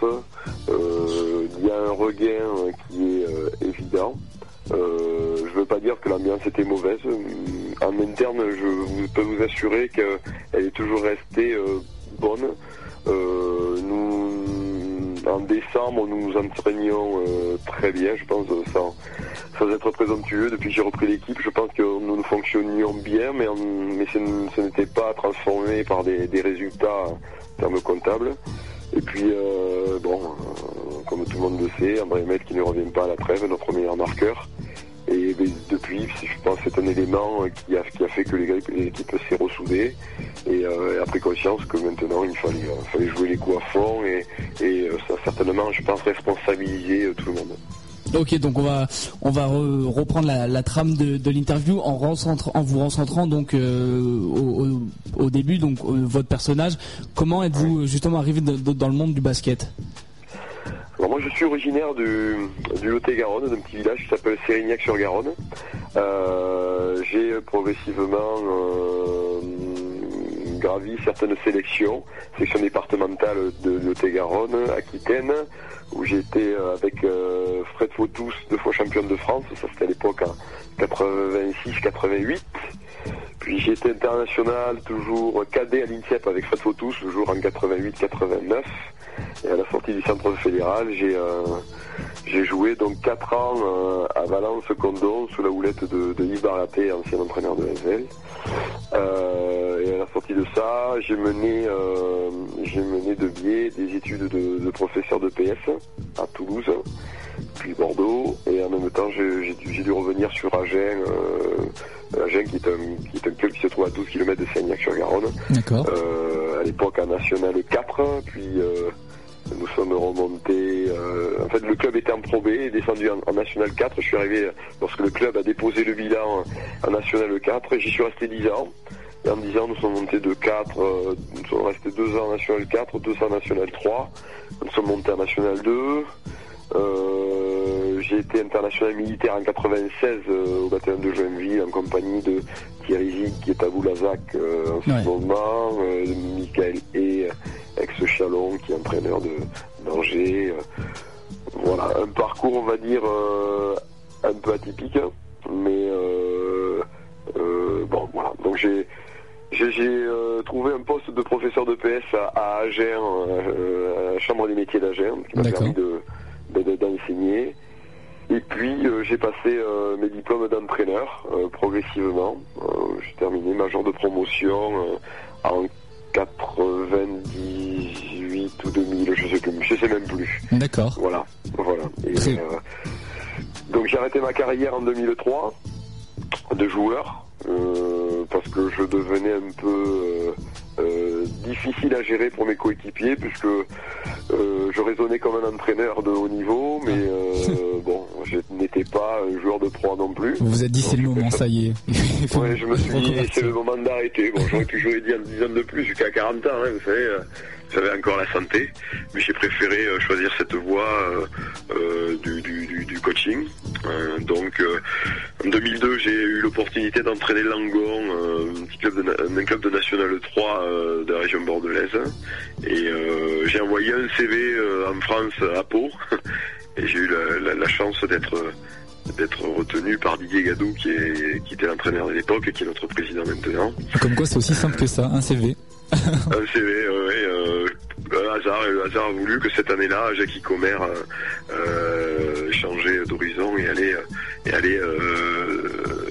euh, il y a un regain qui est euh, évident. Euh, je ne veux pas dire que l'ambiance était mauvaise. En interne, je peux vous assurer qu'elle est toujours restée euh, bonne. Euh, nous, en décembre, nous nous entraînions euh, très bien, je pense, sans, sans être présomptueux. Depuis que j'ai repris l'équipe, je pense que nous, nous fonctionnions bien, mais, mais ce, ce n'était pas transformé par des, des résultats en termes comptables. Et puis, euh, bon, euh, comme tout le monde le sait, André Met qui ne revient pas à la trêve, notre meilleur marqueur. Et et ben, depuis, je pense que c'est un élément qui a, qui a fait que l'équipe s'est ressoudée et, euh, et a pris conscience que maintenant il fallait, euh, fallait jouer les coups à fond et, et euh, ça certainement, je pense, responsabiliser euh, tout le monde. Ok, donc on va on va re, reprendre la, la trame de, de l'interview en, en vous recentrant donc euh, au, au, au début, donc euh, votre personnage. Comment êtes-vous justement arrivé de, de, dans le monde du basket? Alors moi je suis originaire du, du Lot-et-Garonne, d'un petit village qui s'appelle Sérignac-sur-Garonne. Euh, j'ai progressivement euh, gravi certaines sélections, sélections départementales de Lot-et-Garonne, Aquitaine, où j'ai été avec euh, Fred Fautous, deux fois championne de France, ça c'était à l'époque en quatre-vingt-six quatre-vingt-huit. Puis j'ai été international toujours cadet à l'INSEP avec Fred Fautous, toujours en quatre-vingt-huit quatre-vingt-neuf. Et à la sortie du centre fédéral, j'ai euh, j'ai joué donc quatre ans euh, à Valence-Condon sous la houlette de, de Yves Baraté, ancien entraîneur de S L. Euh, et à la sortie de ça, j'ai mené euh, j'ai mené de biais des études de, de professeur de P S à Toulouse, puis Bordeaux, et en même temps j'ai, j'ai, dû, j'ai dû revenir sur Agen, euh, Agen qui est, un, qui est un club qui se trouve à douze kilomètres de Sérignac-sur-Garonne. D'accord. Euh, à l'époque en National quatre, puis euh, nous sommes remontés, euh, en fait le club était en Pro B, est descendu en, en National quatre, je suis arrivé lorsque le club a déposé le bilan en National quatre, j'y suis resté dix ans. Et en dix ans, nous sommes montés de quatre, euh, nous sommes restés deux ans en National quatre, deux ans en National trois, nous sommes montés en National deux. Euh, j'ai été international militaire en quatre-vingt-seize euh, au bataillon de Joinville en compagnie de Thierry Zig qui est à Boulazac euh, en ce ouais. moment, euh, Michael et ex-Chalon qui est entraîneur de d'Angers. Euh, voilà, un parcours on va dire euh, un peu atypique, mais euh, euh, bon voilà. Donc j'ai J'ai, j'ai euh, trouvé un poste de professeur de P S à, à Agen, euh, à la Chambre des métiers d'Agen, qui m'a D'accord. permis de, de, de, d'enseigner. Et puis euh, j'ai passé euh, mes diplômes d'entraîneur euh, progressivement. Euh, j'ai terminé major de promotion euh, en quatre-vingt-dix-huit ou deux mille, je sais plus, je sais même plus. D'accord. Voilà, voilà. Et, Très... euh, donc j'ai arrêté ma carrière en deux mille trois de joueur. Euh, parce que je devenais un peu euh, euh, difficile à gérer pour mes coéquipiers, puisque euh, je raisonnais comme un entraîneur de haut niveau, mais euh, bon, je n'étais pas un joueur de pro non plus. Vous vous êtes dit, donc, c'est le moment, ça, ça y est. Ouais, je me suis dit, c'est le moment d'arrêter. Bon, j'aurais pu jouer dix ans de plus jusqu'à quarante ans, hein, vous savez. Euh, J'avais encore la santé, mais j'ai préféré euh, choisir cette voie euh, euh, du, du, du, du coaching. Euh, donc euh, en deux mille deux, j'ai eu l'opportunité d'entraîner Langon, euh, un petit club de, un club de National trois euh, de la région bordelaise. Et euh, j'ai envoyé un C V euh, en France à Pau, et j'ai eu la, la, la chance d'être d'être retenu par Didier Gadou, qui, est, qui était l'entraîneur de l'époque et qui est notre président maintenant. Comme quoi, c'est aussi simple que ça, un C V. Un C V, euh, oui. Euh, le hasard, le hasard a voulu que cette année-là, Jackie Comer euh, euh, changeait d'horizon et allait, et allait, euh,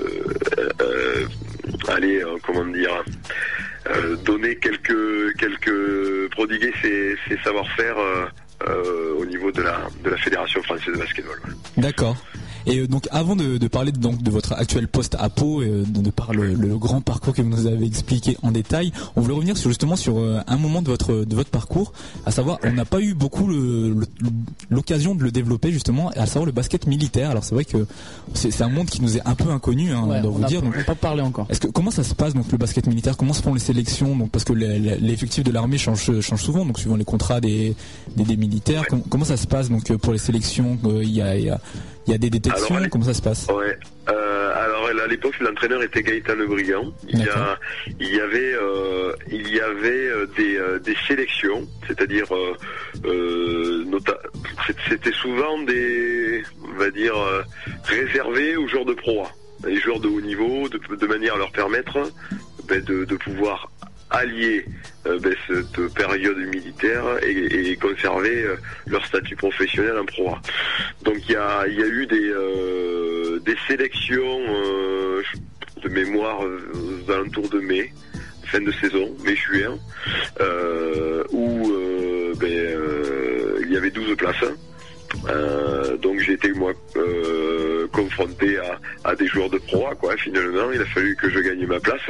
euh, allait euh, comment dire, euh, donner quelques, quelques, prodiguer ses, ses savoir-faire euh, euh, au niveau de la, de la Fédération française de basketball. D'accord. Et donc avant de, de parler de, donc, de votre actuel poste à Pau, et de, de par le, le grand parcours que vous nous avez expliqué en détail, on voulait revenir sur justement sur un moment de votre de votre parcours, à savoir on n'a pas eu beaucoup le, le, l'occasion de le développer justement, à savoir le basket militaire. Alors c'est vrai que c'est, c'est un monde qui nous est un peu inconnu, hein, ouais, on doit vous dire. Donc, on n'a pas parlé encore. Est-ce que comment ça se passe donc le basket militaire? Comment se font les sélections? Donc parce que les, les, l'effectif de l'armée change change souvent, donc suivant les contrats des des, des militaires. Ouais. Com- comment ça se passe donc pour les sélections? Il y a, il y a Il y a des détections, alors, comment ça se passe? Ouais. Euh, alors à l'époque l'entraîneur était Gaëtan Le Brigand. Il y, a, il y avait, euh, il y avait des, euh, des sélections, c'est-à-dire euh, euh, nota- c'était souvent des, on va dire, euh, réservés aux joueurs de pro A, les joueurs de haut niveau, de, de manière à leur permettre ben, de, de pouvoir allier euh, ben, cette période militaire et, et conserver euh, leur statut professionnel en pro A. Donc il y a, y a eu des, euh, des sélections euh, de mémoire aux alentours de mai, fin de saison, mai-juin, euh, où euh, ben, euh, il y avait douze places. Euh, donc j'ai été moi euh, confronté à, à des joueurs de Pro A, quoi. Finalement, il a fallu que je gagne ma place.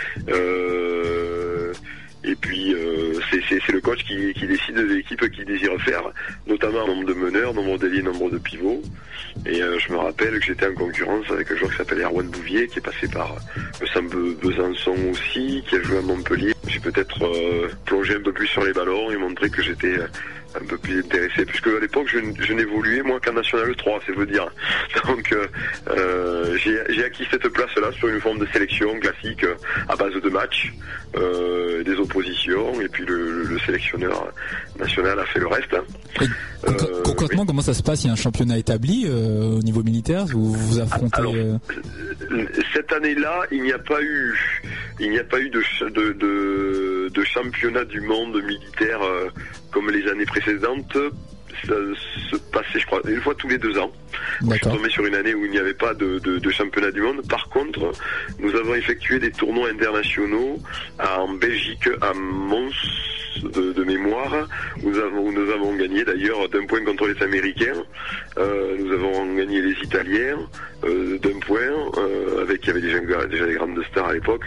Euh, Et puis euh, c'est, c'est, c'est le coach qui, qui décide de l'équipe qu'il désire faire, notamment nombre de meneurs, nombre d'ailiers, nombre de pivots. Et euh, je me rappelle que j'étais en concurrence avec un joueur qui s'appelle Erwan Bouvier, qui est passé par me semble Besançon aussi, qui a joué à Montpellier. J'ai peut-être euh, plongé un peu plus sur les ballons et montré que j'étais un peu plus intéressé, puisque à l'époque je, je n'évoluais moi qu'en National trois, c'est vous dire. Donc euh, euh, j'ai, j'ai acquis cette place-là sur une forme de sélection classique euh, à base de matchs, euh, des oppositions, et puis le, le sélectionneur national a fait le reste. Hein. Conc- euh, concrètement, oui. comment ça se passe? Il y a un championnat établi euh, au niveau militaire où vous vous affrontez? Alors, euh... cette année-là, il n'y a pas eu, il n'y a pas eu de, de, de, de championnat du monde militaire euh, comme les années précédentes. Ça se passait, je crois, une fois tous les deux ans. Je suis tombé sur une année où il n'y avait pas de, de, de championnat du monde. Par contre, nous avons effectué des tournois internationaux en Belgique, à Mons, de, de mémoire, où nous avons, où nous avons gagné d'ailleurs d'un point contre les Américains. Euh, nous avons gagné les Italiens euh, d'un point, euh, avec il y avait déjà, déjà des grandes stars à l'époque.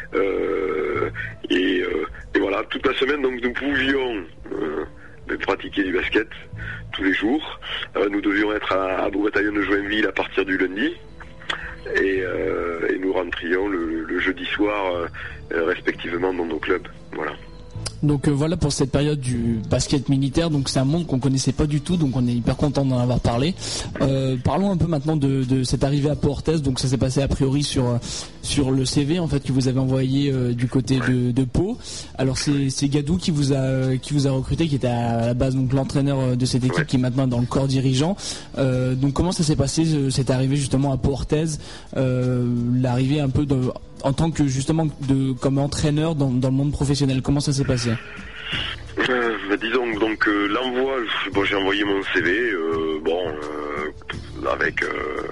Euh, et, euh, et voilà, toute la semaine, donc nous pouvions euh, de pratiquer du basket tous les jours. Euh, nous devions être à, à Beau Bataillon de Joinville à partir du lundi. Et, euh, et nous rentrions le, le jeudi soir euh, respectivement dans nos clubs. Voilà. Donc euh, voilà pour cette période du basket militaire. Donc c'est un monde qu'on connaissait pas du tout, donc on est hyper content d'en avoir parlé. Euh, parlons un peu maintenant de, de cette arrivée à Pau Orthez. Donc ça s'est passé a priori sur sur le C V en fait que vous avez envoyé euh, du côté de, de Pau. Alors c'est, c'est Gadou qui vous a qui vous a recruté, qui était à la base donc l'entraîneur de cette équipe, ouais. Qui est maintenant dans le corps dirigeant. Euh, donc comment ça s'est passé cette arrivée justement à Pau Orthez, euh, l'arrivée un peu de en tant que justement de comme entraîneur dans, dans le monde professionnel, comment ça s'est passé? euh, bah, Disons donc euh, l'envoi, bon, j'ai envoyé mon C V, euh, bon euh, avec euh,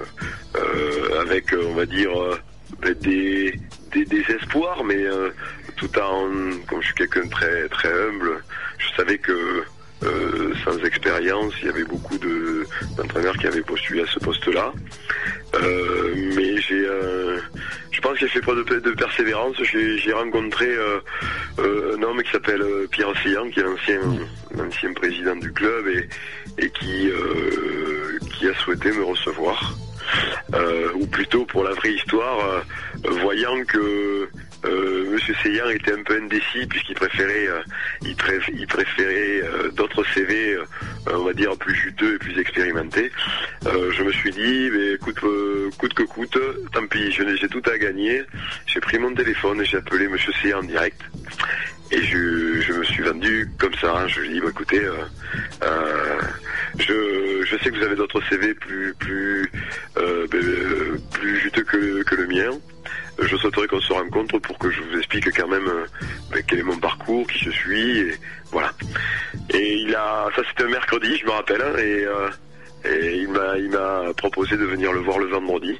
euh, avec on va dire euh, des, des des espoirs, mais euh, tout en comme je suis quelqu'un de très très humble, je savais que Euh, sans expérience, il y avait beaucoup de, d'entraîneurs qui avaient postulé à ce poste-là. Euh, mais j'ai, euh, je pense que j'ai fait preuve de, de persévérance. J'ai, j'ai rencontré euh, euh, un homme qui s'appelle Pierre Seillan, qui est l'ancien, l'ancien président du club et, et qui, euh, qui a souhaité me recevoir. Euh, ou plutôt, pour la vraie histoire, euh, voyant que Euh, Monsieur Seillan était un peu indécis puisqu'il préférait, euh, il, préf- il préférait euh, d'autres C V, euh, on va dire plus juteux et plus expérimentés. Euh, je me suis dit, mais écoute, euh, coûte que coûte, tant pis, je, j'ai tout à gagner. J'ai pris mon téléphone et j'ai appelé Monsieur Seillan en direct. Et je, je me suis vendu comme ça. Hein. Je lui ai dit, bah, écoutez, euh, euh, je, je sais que vous avez d'autres C V plus, plus, euh, euh, plus juteux que, que le mien. Je souhaiterais qu'on se rencontre pour que je vous explique quand même euh, ben, quel est mon parcours, qui je suis, et voilà. Et il a, ça c'était un mercredi, je me rappelle, hein, et, euh, et il m'a, il m'a proposé de venir le voir le vendredi.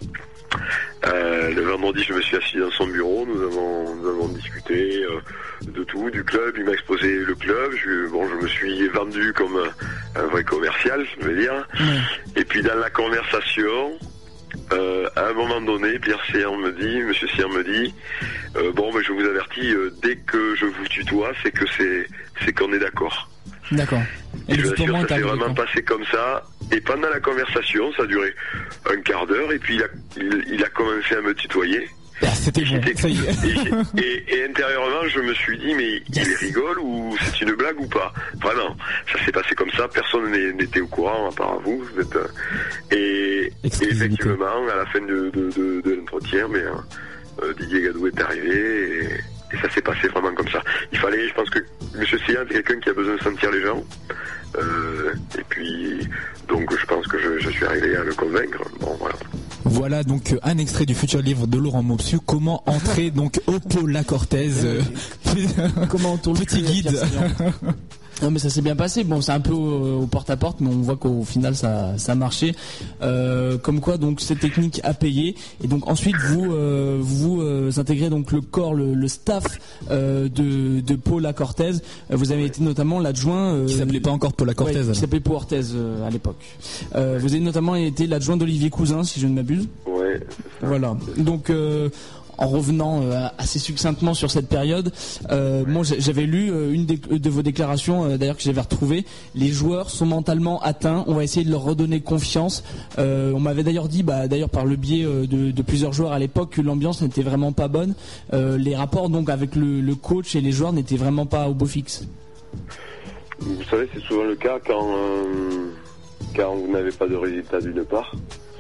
Euh, le vendredi, je me suis assis dans son bureau, nous avons, nous avons discuté euh, de tout, du club, il m'a exposé le club, je, bon, je me suis vendu comme un, un vrai commercial, je veux dire. Mmh. Et puis dans la conversation, Euh, à un moment donné, Pierre Seillan me dit, Monsieur Seillan me dit, euh, bon, mais je vous avertis, euh, dès que je vous tutoie, c'est que c'est, c'est qu'on est d'accord. D'accord. Et, et je vous assure, ça s'est vraiment passé comme ça. Et pendant la conversation, ça a duré un quart d'heure, et puis il a, il, il a commencé à me tutoyer. Ah, c'était bon, ça y est. Et, et, et intérieurement, je me suis dit, mais yes. Il rigole ou c'est une blague ou pas? Vraiment, ça s'est passé comme ça, personne n'était au courant, à part vous. Vous êtes, et, et effectivement, à la fin de, de, de, de l'entretien, mais, euh, Didier Gadou est arrivé et, et ça s'est passé vraiment comme ça. Il fallait, je pense que M. Seillan est quelqu'un qui a besoin de sentir les gens. Euh, et puis, donc je pense que je, je suis arrivé à le convaincre. Bon, voilà. Voilà donc un extrait du futur livre de Laurent Mopsu, comment entrer donc au Pau La Corthez. Euh, comment on tourne petit guide. Non mais ça s'est bien passé, bon c'est un peu au, au porte-à-porte mais on voit qu'au final ça, ça a marché, euh, comme quoi donc cette technique a payé et donc ensuite vous euh, vous euh, intégrez donc le corps, le, le staff euh, de, de Paula Cortez, vous avez été notamment l'adjoint euh, qui s'appelait pas encore Paula Cortez, ouais, qui s'appelait Paula Cortez euh, à l'époque, euh, vous avez notamment été l'adjoint d'Olivier Cousin si je ne m'abuse. Ouais. Voilà, donc euh, en revenant euh, assez succinctement sur cette période, euh, moi j'avais lu euh, une de vos déclarations, euh, d'ailleurs que j'avais retrouvée. Les joueurs sont mentalement atteints. On va essayer de leur redonner confiance. Euh, on m'avait d'ailleurs dit, bah, d'ailleurs par le biais euh, de, de plusieurs joueurs à l'époque, que l'ambiance n'était vraiment pas bonne. Euh, les rapports donc avec le, le coach et les joueurs n'étaient vraiment pas au beau fixe. Vous savez, c'est souvent le cas quand euh, quand vous n'avez pas de résultat d'une part,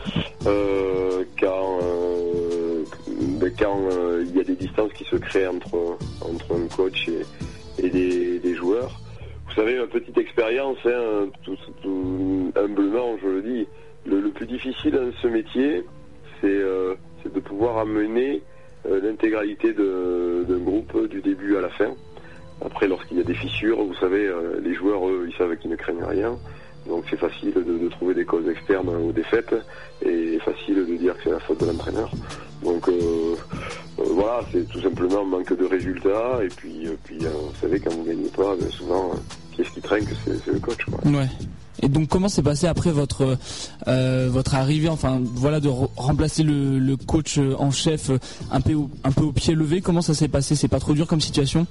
euh, quand euh, ben, quand euh, il y a des distances qui se créent entre entre un coach et, et des, des joueurs. Vous savez, ma petite expérience, hein, tout, tout humblement, je le dis, le, le plus difficile dans ce métier, c'est euh, c'est de pouvoir amener euh, l'intégralité de, d'un groupe du début à la fin. Après, lorsqu'il y a des fissures, vous savez, euh, les joueurs, eux, ils savent qu'ils ne craignent rien. Donc c'est facile de, de trouver des causes externes aux défaites et facile de dire que c'est la faute de l'entraîneur. Donc euh, euh, voilà, c'est tout simplement un manque de résultats. Et puis, euh, puis euh, vous savez, quand vous ne gagnez pas, ben, souvent, euh, qui est-ce qui traîne, c'est, c'est le coach, quoi. Ouais. Et donc comment s'est passé après votre euh, votre arrivée, enfin voilà, de re- remplacer le, le coach en chef un peu au, un peu au pied levé. Comment ça s'est passé? C'est pas trop dur comme situation?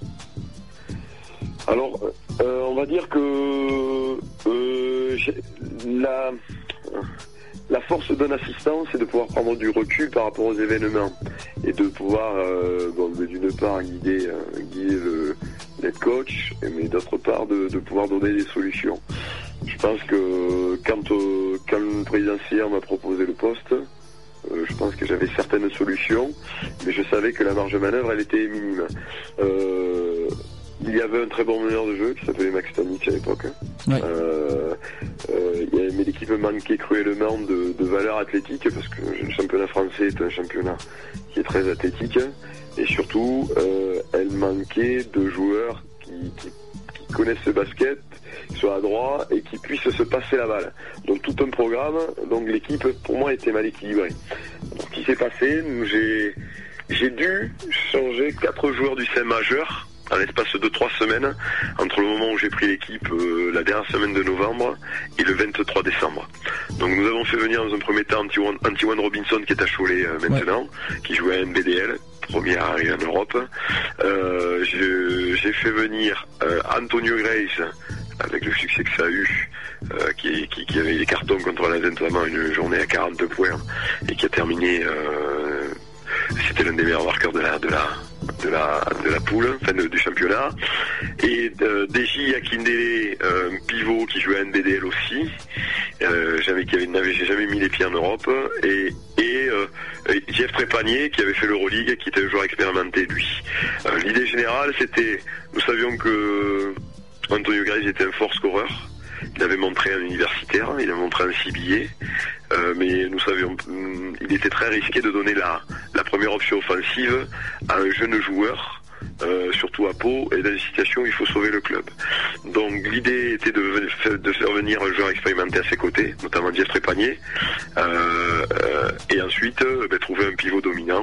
Alors, euh, on va dire que euh, la, la force d'un assistant, c'est de pouvoir prendre du recul par rapport aux événements et de pouvoir, euh, bon, d'une part, guider, euh, guider le, l'head coach, mais d'autre part, de, de pouvoir donner des solutions. Je pense que quand, euh, quand le président C R m'a proposé le poste, euh, je pense que j'avais certaines solutions, mais je savais que la marge de manœuvre, elle était minime. Euh, Il y avait un très bon meneur de jeu qui s'appelait Max Stanich à l'époque. Ouais. Euh, euh, mais l'équipe manquait cruellement de, de valeur athlétique parce que le championnat français est un championnat qui est très athlétique et surtout euh, elle manquait de joueurs qui, qui, qui connaissent ce basket, qui soient à droit et qui puissent se passer la balle. Donc tout un programme, donc l'équipe pour moi était mal équilibrée. Donc, ce qui s'est passé, j'ai, j'ai dû changer quatre joueurs du C M majeur à l'espace de trois semaines, entre le moment où j'ai pris l'équipe, euh, la dernière semaine de novembre, et le vingt-trois décembre. Donc nous avons fait venir dans un premier temps Antiwan, Antiwan Robinson, qui est à Cholet euh, maintenant, ouais. qui jouait à N B D L, première arrivée en Europe. Euh, je, j'ai fait venir euh, Antonio Grace, avec le succès que ça a eu, euh, qui, qui, qui avait des cartons contre la notamment une journée à quarante points, et qui a terminé... Euh, c'était l'un des meilleurs marqueurs de la de la de la de la poule, enfin de, du championnat. Et euh, Deji Akindele, euh, pivot qui jouait à N B D L aussi, euh, jamais qui avait n'avait jamais mis les pieds en Europe. Et et euh, Jeff Trépanier qui avait fait l'Euroleague, qui était un joueur expérimenté lui. Euh, l'idée générale, c'était, nous savions que Antonio Grace était un fort scoreur. Il avait montré un universitaire, il avait montré un C B A, euh, mais nous savions, il était très risqué de donner la, la première option offensive à un jeune joueur, euh, surtout à Pau, et dans une situation où il faut sauver le club. Donc l'idée était de, de faire venir un joueur expérimenté à ses côtés, notamment Jeff Trépanier, euh, euh, et ensuite euh, ben, trouver un pivot dominant.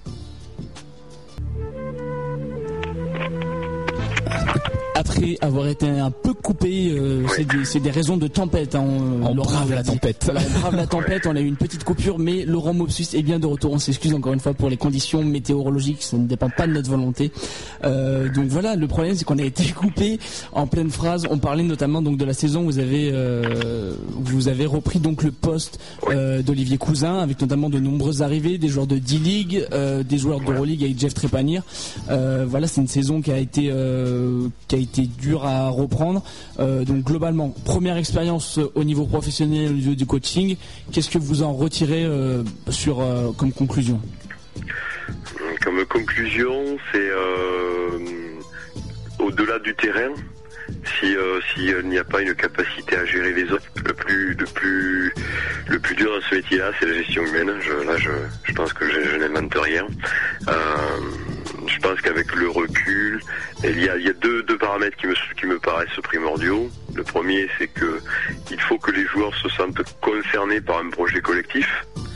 Après avoir été un peu coupé, euh, ouais. c'est, des, c'est des raisons de tempête. Hein, on, on brave la tempête. Voilà, on brave la tempête, on a eu une petite coupure, mais Laurent Mopsus est bien de retour. On s'excuse encore une fois pour les conditions météorologiques, ça ne dépend pas de notre volonté. Euh, donc voilà, le problème c'est qu'on a été coupé en pleine phrase. On parlait notamment donc de la saison où vous avez, euh, vous avez repris donc le poste euh, d'Olivier Cousin, avec notamment de nombreuses arrivées, des joueurs de D-League, euh, des joueurs d'Euroleague avec Jeff Trépanier. Euh, voilà, c'est une saison qui a été, euh, qui a été dur à reprendre. Euh, donc globalement, première expérience au niveau professionnel, au niveau du coaching. Qu'est-ce que vous en retirez euh, sur euh, comme conclusion? Comme conclusion, c'est euh, au-delà du terrain. Si euh, s'il euh, n'y a pas une capacité à gérer les autres, le plus le plus le plus dur dans ce métier-là, c'est la gestion humaine. Je, là, je, je pense que je, je n'invente rien. Euh, je pense qu'avec le recul, il y a, il y a deux, deux paramètres qui me, qui me paraissent primordiaux. Le premier, c'est que il faut que les joueurs se sentent concernés par un projet collectif.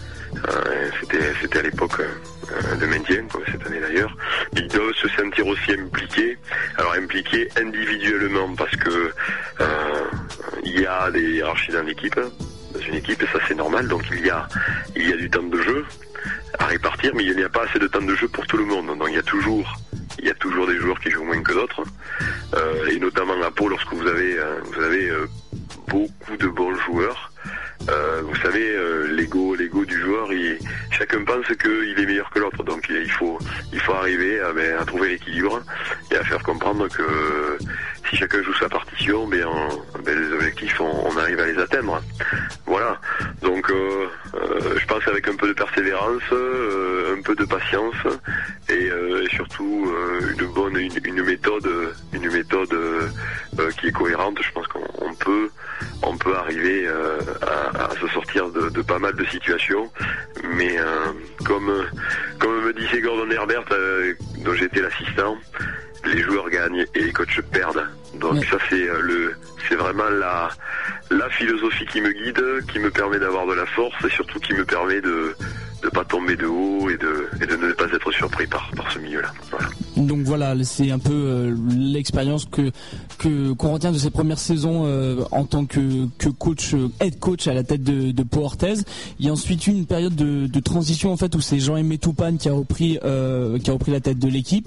Euh, c'était, c'était à l'époque euh, de maintien, comme cette année d'ailleurs. Ils doivent se sentir aussi impliqués. Alors impliqués individuellement parce que euh, il y a des hiérarchies dans l'équipe, dans une équipe, et ça c'est normal. Donc il y a, il y a du temps de jeu à répartir, mais il n'y a pas assez de temps de jeu pour tout le monde. Donc il y a toujours, il y a toujours des joueurs qui jouent moins que d'autres, euh, et notamment à Pau, lorsque vous avez, euh, vous avez euh, beaucoup de bons joueurs. Euh, vous savez, euh, l'ego, l'ego du joueur, il, chacun pense qu'il est meilleur que l'autre, donc il faut, il faut arriver à, ben, à trouver l'équilibre et à faire comprendre que euh, si chacun joue sa partition, ben, on, ben, les objectifs, on, on arrive à les atteindre. Voilà. Donc, euh, euh, je pense avec un peu de persévérance, euh, un peu de patience et, euh, et surtout euh, une bonne, une, une méthode, une méthode euh, qui est cohérente. Je pense qu'on on peut, on peut arriver euh, à, à se sortir de, de pas mal de situations, mais euh, comme, comme me disait Gordon Herbert, euh, dont j'étais l'assistant, les joueurs gagnent et les coachs perdent. Donc ouais. ça c'est le, c'est vraiment la, la philosophie qui me guide, qui me permet d'avoir de la force et surtout qui me permet de de pas tomber de haut et de, et de ne pas être surpris par, par ce milieu-là. Voilà. Donc voilà, c'est un peu euh, l'expérience que, que qu'on retient de ces premières saisons euh, en tant que, que coach, euh, head coach à la tête de, de Pau Orthez. Il y a ensuite eu une période de, de transition en fait où c'est Jean-Aimé Toupane qui a repris euh, qui a repris la tête de l'équipe.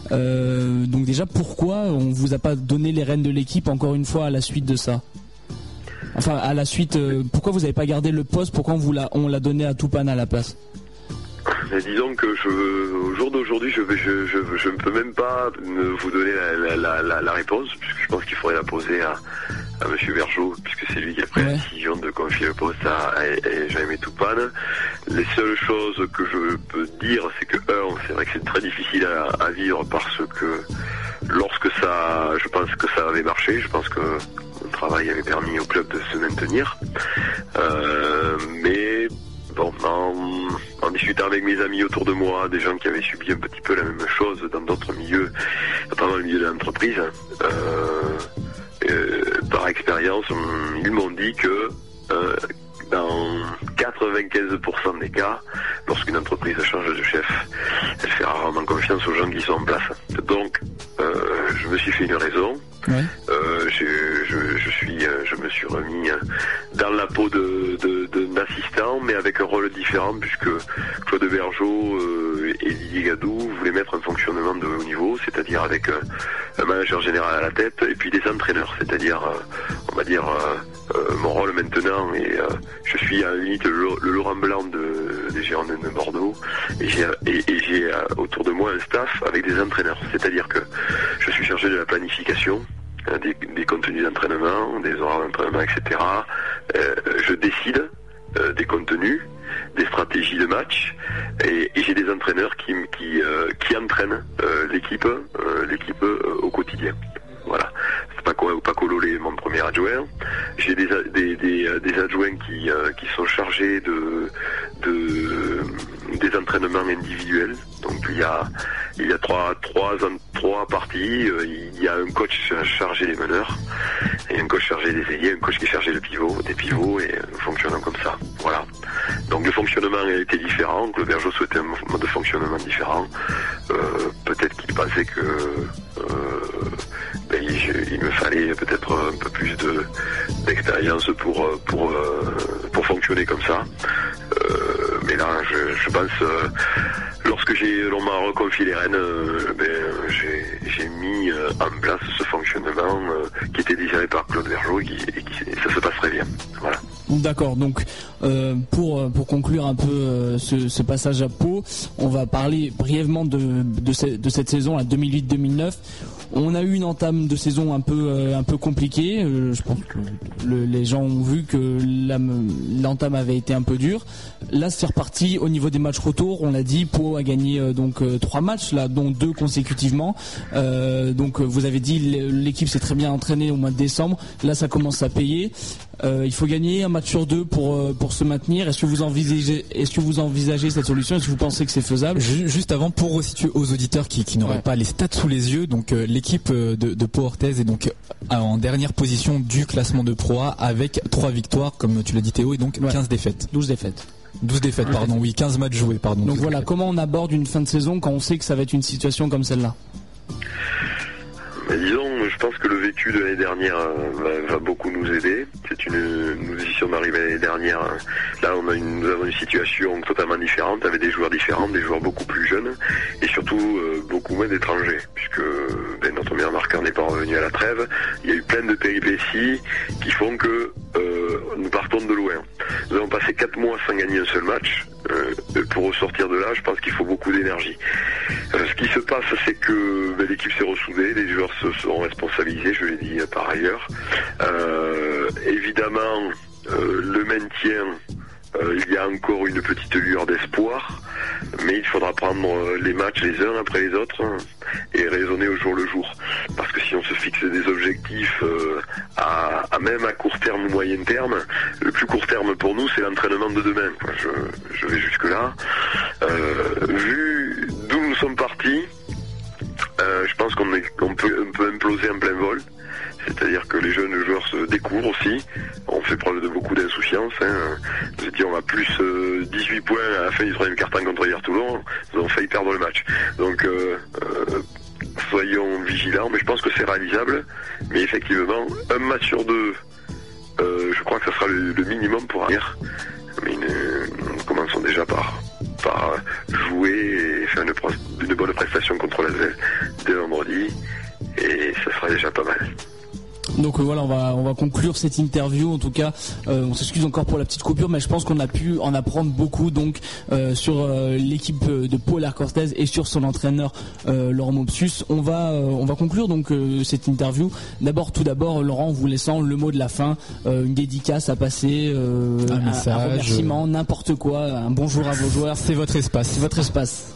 Euh, donc déjà, pourquoi on vous a pas donné les rênes de l'équipe encore une fois à la suite de ça? Enfin, à la suite, euh, pourquoi vous n'avez pas gardé le poste? Pourquoi on vous l'a, on l'a donné à Toupane à la place? Mais disons que je, au jour d'aujourd'hui, je, je, je, je ne peux même pas vous donner la, la, la, la réponse, puisque je pense qu'il faudrait la poser à, à Monsieur Bergeau, puisque c'est lui qui a pris ouais. la décision de confier le poste à, à, à Jean-Aimé Toupane. Les seules choses que je peux dire, c'est que un, c'est vrai que c'est très difficile à, à vivre parce que lorsque ça, je pense que ça avait marché, je pense que mon travail avait permis au club de se maintenir. Euh, mais bon, en, en discutant avec mes amis autour de moi, des gens qui avaient subi un petit peu la même chose dans d'autres milieux, notamment le milieu de l'entreprise, euh, euh, par expérience, ils m'ont dit que euh, dans quatre-vingt-quinze pour cent des cas, lorsqu'une entreprise change de chef, elle fait rarement confiance aux gens qui sont en place. Donc, euh, je me suis fait une raison. Ouais. Euh, je, je, je suis, je me suis remis dans la peau de, de, de d'assistant, mais avec un rôle différent, puisque Claude Bergeau euh, et Didier Gadou voulaient mettre un fonctionnement de haut niveau, c'est-à-dire avec euh, un manager général à la tête et puis des entraîneurs, c'est-à-dire, euh, on va dire, euh, euh, mon rôle maintenant, et euh, je suis à la limite le, le Laurent Blanc de, des Girondins de Bordeaux, et j'ai, et, et j'ai euh, autour de moi un staff avec des entraîneurs, c'est-à-dire que je suis chargé de la planification, Des, des contenus d'entraînement, des horaires d'entraînement, et cetera. Euh, je décide euh, des contenus, des stratégies de match, et, et j'ai des entraîneurs qui, qui, euh, qui entraînent euh, l'équipe, euh, l'équipe euh, au quotidien. Voilà. C'est Paco, Paco Lolé, mon premier adjoint. J'ai des, des, des, des adjoints qui, euh, qui sont chargés de, de, des entraînements individuels. Donc il y a, il y a trois, trois, trois parties. Il y a un coach chargé des meneurs, et un coach chargé des ailiers, un coach qui est chargé de pivot, des pivots, et nous fonctionnons comme ça. Voilà. Donc le fonctionnement était différent. Claude Bergeau souhaitait un mode de fonctionnement différent. Euh, peut-être qu'il pensait que euh, ben, il, il me fallait peut-être un peu plus de d'expérience pour pour pour fonctionner comme ça. Euh, mais là, je, je pense, euh, lorsque j'ai l'on m'a reconfié les rênes, euh, ben, j'ai, j'ai mis euh, en place ce fonctionnement euh, qui était désiré par Claude Bergeau, et, qui, et qui, ça se passe très bien. Voilà. D'accord, donc euh, pour pour conclure un peu euh, ce, ce passage à Pau, on va parler brièvement de de, ce, de cette saison à deux mille huit deux mille neuf. On a eu une entame de saison un peu euh, un peu compliquée. Euh, je pense que le, les gens ont vu que la, l'entame avait été un peu dure. Là, c'est reparti au niveau des matchs retour. On l'a dit, Pau a gagné euh, donc euh, trois matchs là, dont deux consécutivement. Euh, donc vous avez dit l'équipe s'est très bien entraînée au mois de décembre. Là, ça commence à payer. Euh, il faut gagner un match sur deux pour euh, pour se maintenir. Est-ce que vous envisagez est-ce que vous envisagez cette solution? Est-ce que vous pensez que c'est faisable? Juste avant, pour resituer aux auditeurs qui, qui n'auraient ouais. pas les stats sous les yeux, donc euh, l'équipe de, de Pau Orthez est donc euh, en dernière position du classement de Pro A avec trois victoires, comme tu l'as dit Théo, et donc ouais. quinze défaites. douze défaites. douze défaites, pardon, oui, quinze matchs joués, pardon. Donc voilà, comment on aborde une fin de saison quand on sait que ça va être une situation comme celle-là? Mais disons, je pense que le vécu de l'année dernière euh, va, va beaucoup nous aider. C'est une, nous y sommes arrivés l'année dernière. Là, on a une, nous avons une situation totalement différente, avec des joueurs différents, des joueurs beaucoup plus jeunes, et surtout euh, beaucoup moins d'étrangers, puisque ben, notre meilleur marqueur n'est pas revenu à la trêve. Il y a eu plein de péripéties qui font que euh, nous partons de loin. Nous avons passé quatre mois sans gagner un seul match. Euh, pour ressortir de là, je pense qu'il faut beaucoup d'énergie. Euh, ce qui se passe, c'est que ben, l'équipe s'est ressoudée, les joueurs se seront responsabilisés, je l'ai dit euh, par ailleurs. Euh, évidemment, euh, le maintien, euh, il y a encore une petite lueur d'espoir, mais il faudra prendre euh, les matchs les uns après les autres hein, et raisonner au jour le jour. Parce que si on se fixe des objectifs euh, à, à même à court terme ou moyen terme, le plus court terme pour nous, c'est l'entraînement de demain. Je, je vais jusque-là. Euh, vu d'où nous sommes partis, Euh, je pense qu'on est, qu'on peut, on peut imploser en plein vol. C'est-à-dire que les jeunes joueurs se découvrent aussi. On fait preuve de beaucoup d'insouciance. Hein. Nous étions à plus euh, dix-huit points à la fin du troisième quart-temps contre hier Toulon. Nous avons failli perdre le match. Donc euh, euh, soyons vigilants, mais je pense que c'est réalisable. Mais effectivement, un match sur deux, euh, je crois que ça sera le, le minimum pour arrière. Mais euh, nous commençons déjà par, par jouer et faire une, une bonne prestation contre la Z dès vendredi. Et ça sera déjà pas mal. Donc euh, voilà, on va on va conclure cette interview. En tout cas, euh, on s'excuse encore pour la petite coupure, mais je pense qu'on a pu en apprendre beaucoup donc euh, sur euh, l'équipe de Pau Orthez et sur son entraîneur euh, Laurent Mopsus. On va euh, on va conclure donc euh, cette interview. D'abord, tout d'abord, Laurent, en vous laissant le mot de la fin, euh, une dédicace à passer, euh, un message, un remerciement, n'importe quoi, un bonjour à vos joueurs. C'est votre espace. C'est votre espace.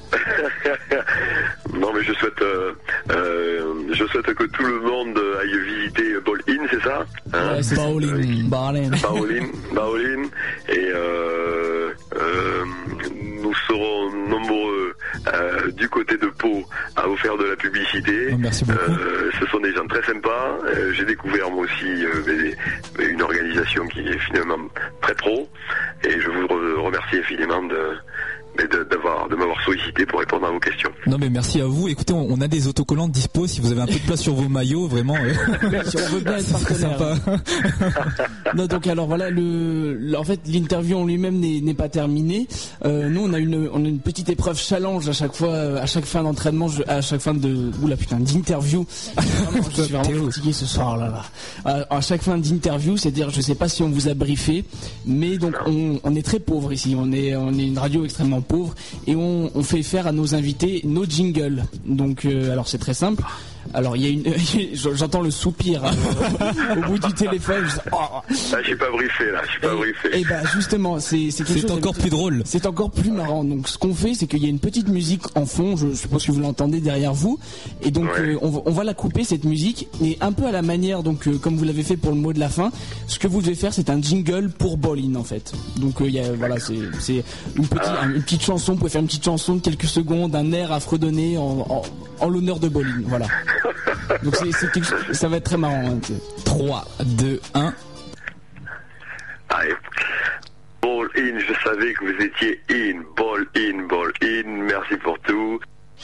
Non mais je souhaite euh, euh, je souhaite que tout le monde aille visiter Ball-In, c'est ça hein ouais, c'est Ball-In, Ball-In. Ball-In, Ball-In. Et euh, euh, nous serons nombreux euh, du côté de Pau à vous faire de la publicité. Oh, merci beaucoup. Euh, ce sont des gens très sympas. Euh, j'ai découvert moi aussi euh, une organisation qui est finalement très pro. Et je vous remercie infiniment de mais de, d'avoir, de m'avoir sollicité pour répondre à vos questions. Non mais merci à vous. Écoutez, on, on a des autocollants dispo si vous avez un peu de place sur vos maillots, vraiment. Euh... Si on veut bien être partenaire. Sympa. Non, donc alors voilà, le, le, en fait l'interview en lui-même n'est, n'est pas terminée. Euh, nous on a une, on a une petite épreuve challenge à chaque fois, à chaque fin d'entraînement, je, à chaque fin de, oula putain, d'interview. Vraiment, je suis vraiment fatigué ce soir là. là. À, à chaque fin d'interview, c'est-à-dire, je sais pas si on vous a briefé, mais donc on, on est très pauvre ici. On est, on est une radio extrêmement pauvre et on, on fait faire à nos invités nos jingles. Donc euh, alors c'est très simple. Alors il y a une, j'entends le soupir hein, au bout du téléphone. Je... Oh. Là, j'ai pas briefé là, j'ai pas briefé. Et bah justement, c'est c'est, quelque c'est chose encore plus drôle. C'est encore plus marrant. Donc ce qu'on fait, c'est qu'il y a une petite musique en fond. Je suppose que vous l'entendez derrière vous. Et donc ouais. euh, on, va, on va la couper cette musique et un peu à la manière donc euh, comme vous l'avez fait pour le mot de la fin. Ce que vous devez faire, c'est un jingle pour Ball-In en fait. Donc il euh, y a voilà, c'est c'est une petite ah. une petite chanson. Vous pouvez faire une petite chanson de quelques secondes, un air à fredonner en, en, en l'honneur de Ball-In. Voilà. Donc c'est, c'est quelque chose, ça va être très marrant. Hein, trois, deux, un. Allez. Ball in, je savais que vous étiez in. Ball in, ball in. Merci pour tout.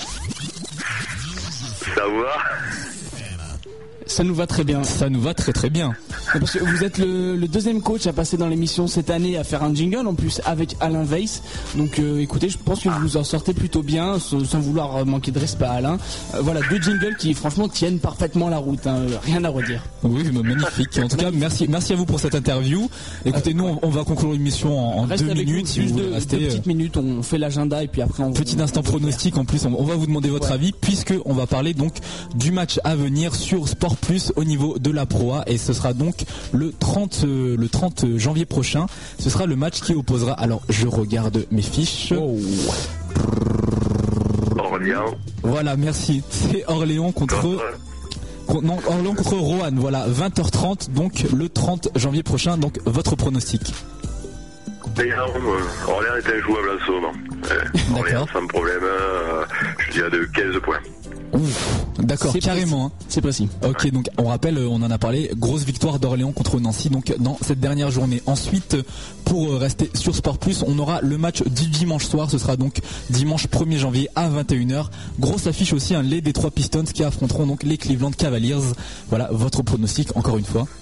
Ça va? Ça nous va très bien. Ça nous va très très bien. Parce que vous êtes le, le deuxième coach à passer dans l'émission cette année à faire un jingle en plus avec Alain Weiss. Donc euh, écoutez, je pense que vous vous en sortez plutôt bien sans, sans vouloir manquer de respect à Alain. Euh, voilà, deux jingles qui franchement tiennent parfaitement la route. Hein, rien à redire. Oui, magnifique. En tout cas, merci, merci à vous pour cette interview. Écoutez, nous on, on va conclure l'émission en, en deux minutes. Si vous voulez rester. Deux petites minutes, on fait l'agenda et puis après on. Petit on, instant on pronostic. En plus, on, on va vous demander votre ouais. avis puisque on va parler donc du match à venir sur Sport Plus au niveau de la Pro A et ce sera donc le trente, euh, le trente janvier prochain. Ce sera le match qui opposera. Alors je regarde mes fiches. Oh. Orléans. Voilà, merci. C'est Orléans contre non, Orléans contre Roanne, voilà, vingt heures trente, donc le trente janvier prochain. Donc votre pronostic? D'ailleurs, euh, Orléans est injouable en ce moment. Euh, Orléans sans problème, euh, je dirais de quinze points. Ouf, d'accord, c'est carrément. Hein. C'est précis. Ok, ouais. Donc on rappelle, on en a parlé, grosse victoire d'Orléans contre Nancy donc dans cette dernière journée. Ensuite, pour rester sur Sport Plus, on aura le match du dimanche soir. Ce sera donc dimanche premier janvier à vingt et une heures. Grosse affiche aussi, hein, les Detroit Pistons qui affronteront donc les Cleveland Cavaliers. Voilà votre pronostic encore une fois.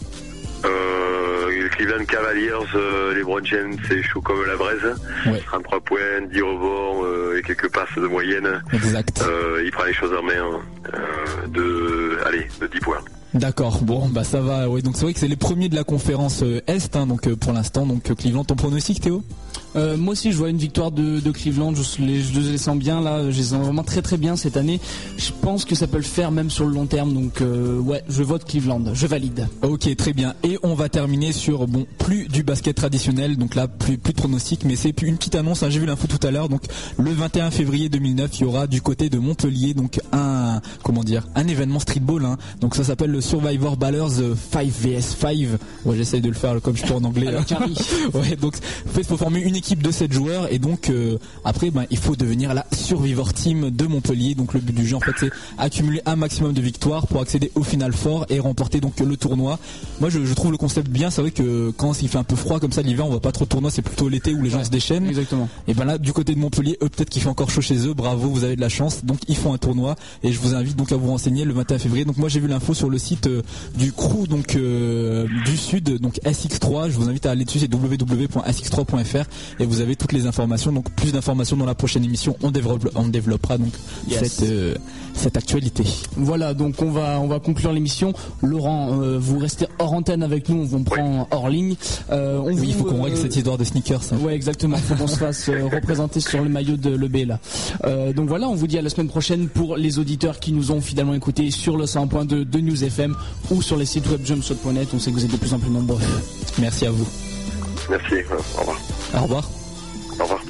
Euh, Cleveland Cavaliers, euh, les LeBron James, c'est chaud comme la braise. Ouais. trente-trois points, dix rebonds euh, et quelques passes de moyenne. Exact. Euh, il prend les choses en main euh, de, allez, de dix points. D'accord, bon bah ça va, oui, donc c'est vrai que c'est les premiers de la conférence euh, Est, hein, donc euh, pour l'instant, donc euh, Cleveland, ton pronostic Théo? Euh, moi aussi je vois une victoire de, de Cleveland, je les, je les sens bien là, je les sens vraiment très très bien cette année. Je pense que ça peut le faire même sur le long terme, donc euh, ouais, je vote Cleveland, je valide. Ok, très bien. Et on va terminer sur, bon, plus du basket traditionnel, donc là plus, plus de pronostics, mais c'est une petite annonce, hein, j'ai vu l'info tout à l'heure, donc le vingt et un février deux mille neuf, il y aura du côté de Montpellier, donc un, comment dire, un événement streetball, hein, donc ça s'appelle le Survivor Ballers cinq V S cinq, ouais j'essaye de le faire comme je peux en anglais là. Ouais, donc en fait il faut former une équipe de sept joueurs et donc euh, après ben, il faut devenir la Survivor Team de Montpellier. Donc le but du jeu en fait c'est accumuler un maximum de victoires pour accéder au Final Four et remporter donc le tournoi. Moi je, je trouve le concept bien, c'est vrai que quand il fait un peu froid comme ça l'hiver on voit pas trop de tournois, c'est plutôt l'été où les gens ouais, se déchaînent. Exactement. Et ben là du côté de Montpellier, eux peut-être qu'il fait encore chaud chez eux, bravo, vous avez de la chance. Donc ils font un tournoi et je vous invite donc à vous renseigner le vingt et un février. Donc moi j'ai vu l'info sur le site euh, du crew donc euh, du Sud, donc S X trois, je vous invite à aller dessus, c'est w w w point s x trois point f r et vous avez toutes les informations. Donc plus d'informations dans la prochaine émission, on développe, on développera donc yes. cette euh, cette actualité. Voilà, donc on va on va conclure l'émission. Laurent, euh, vous restez hors antenne avec nous, on vous prend oui. hors ligne. Euh, on oui, vous, il faut qu'on euh, règle cette histoire des sneakers. Hein. Ouais, exactement. Il faut qu'on se fasse euh, représenter sur le maillot de l'E B là. Euh, donc voilà, on vous dit à la semaine prochaine pour les auditeurs qui nous ont fidèlement écoutés sur le cent un point deux de News F M ou sur les sites web jumpshot point net. On sait que vous êtes de plus en plus nombreux. Merci à vous. Merci. Au revoir. Au revoir. Au revoir.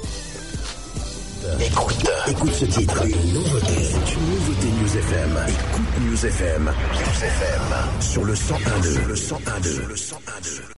Écoute, écoute ce titre. Une nouveauté. Une nouveauté News F M. Écoute News F M. News F M. Sur le cent un point deux. Sur le cent un point deux.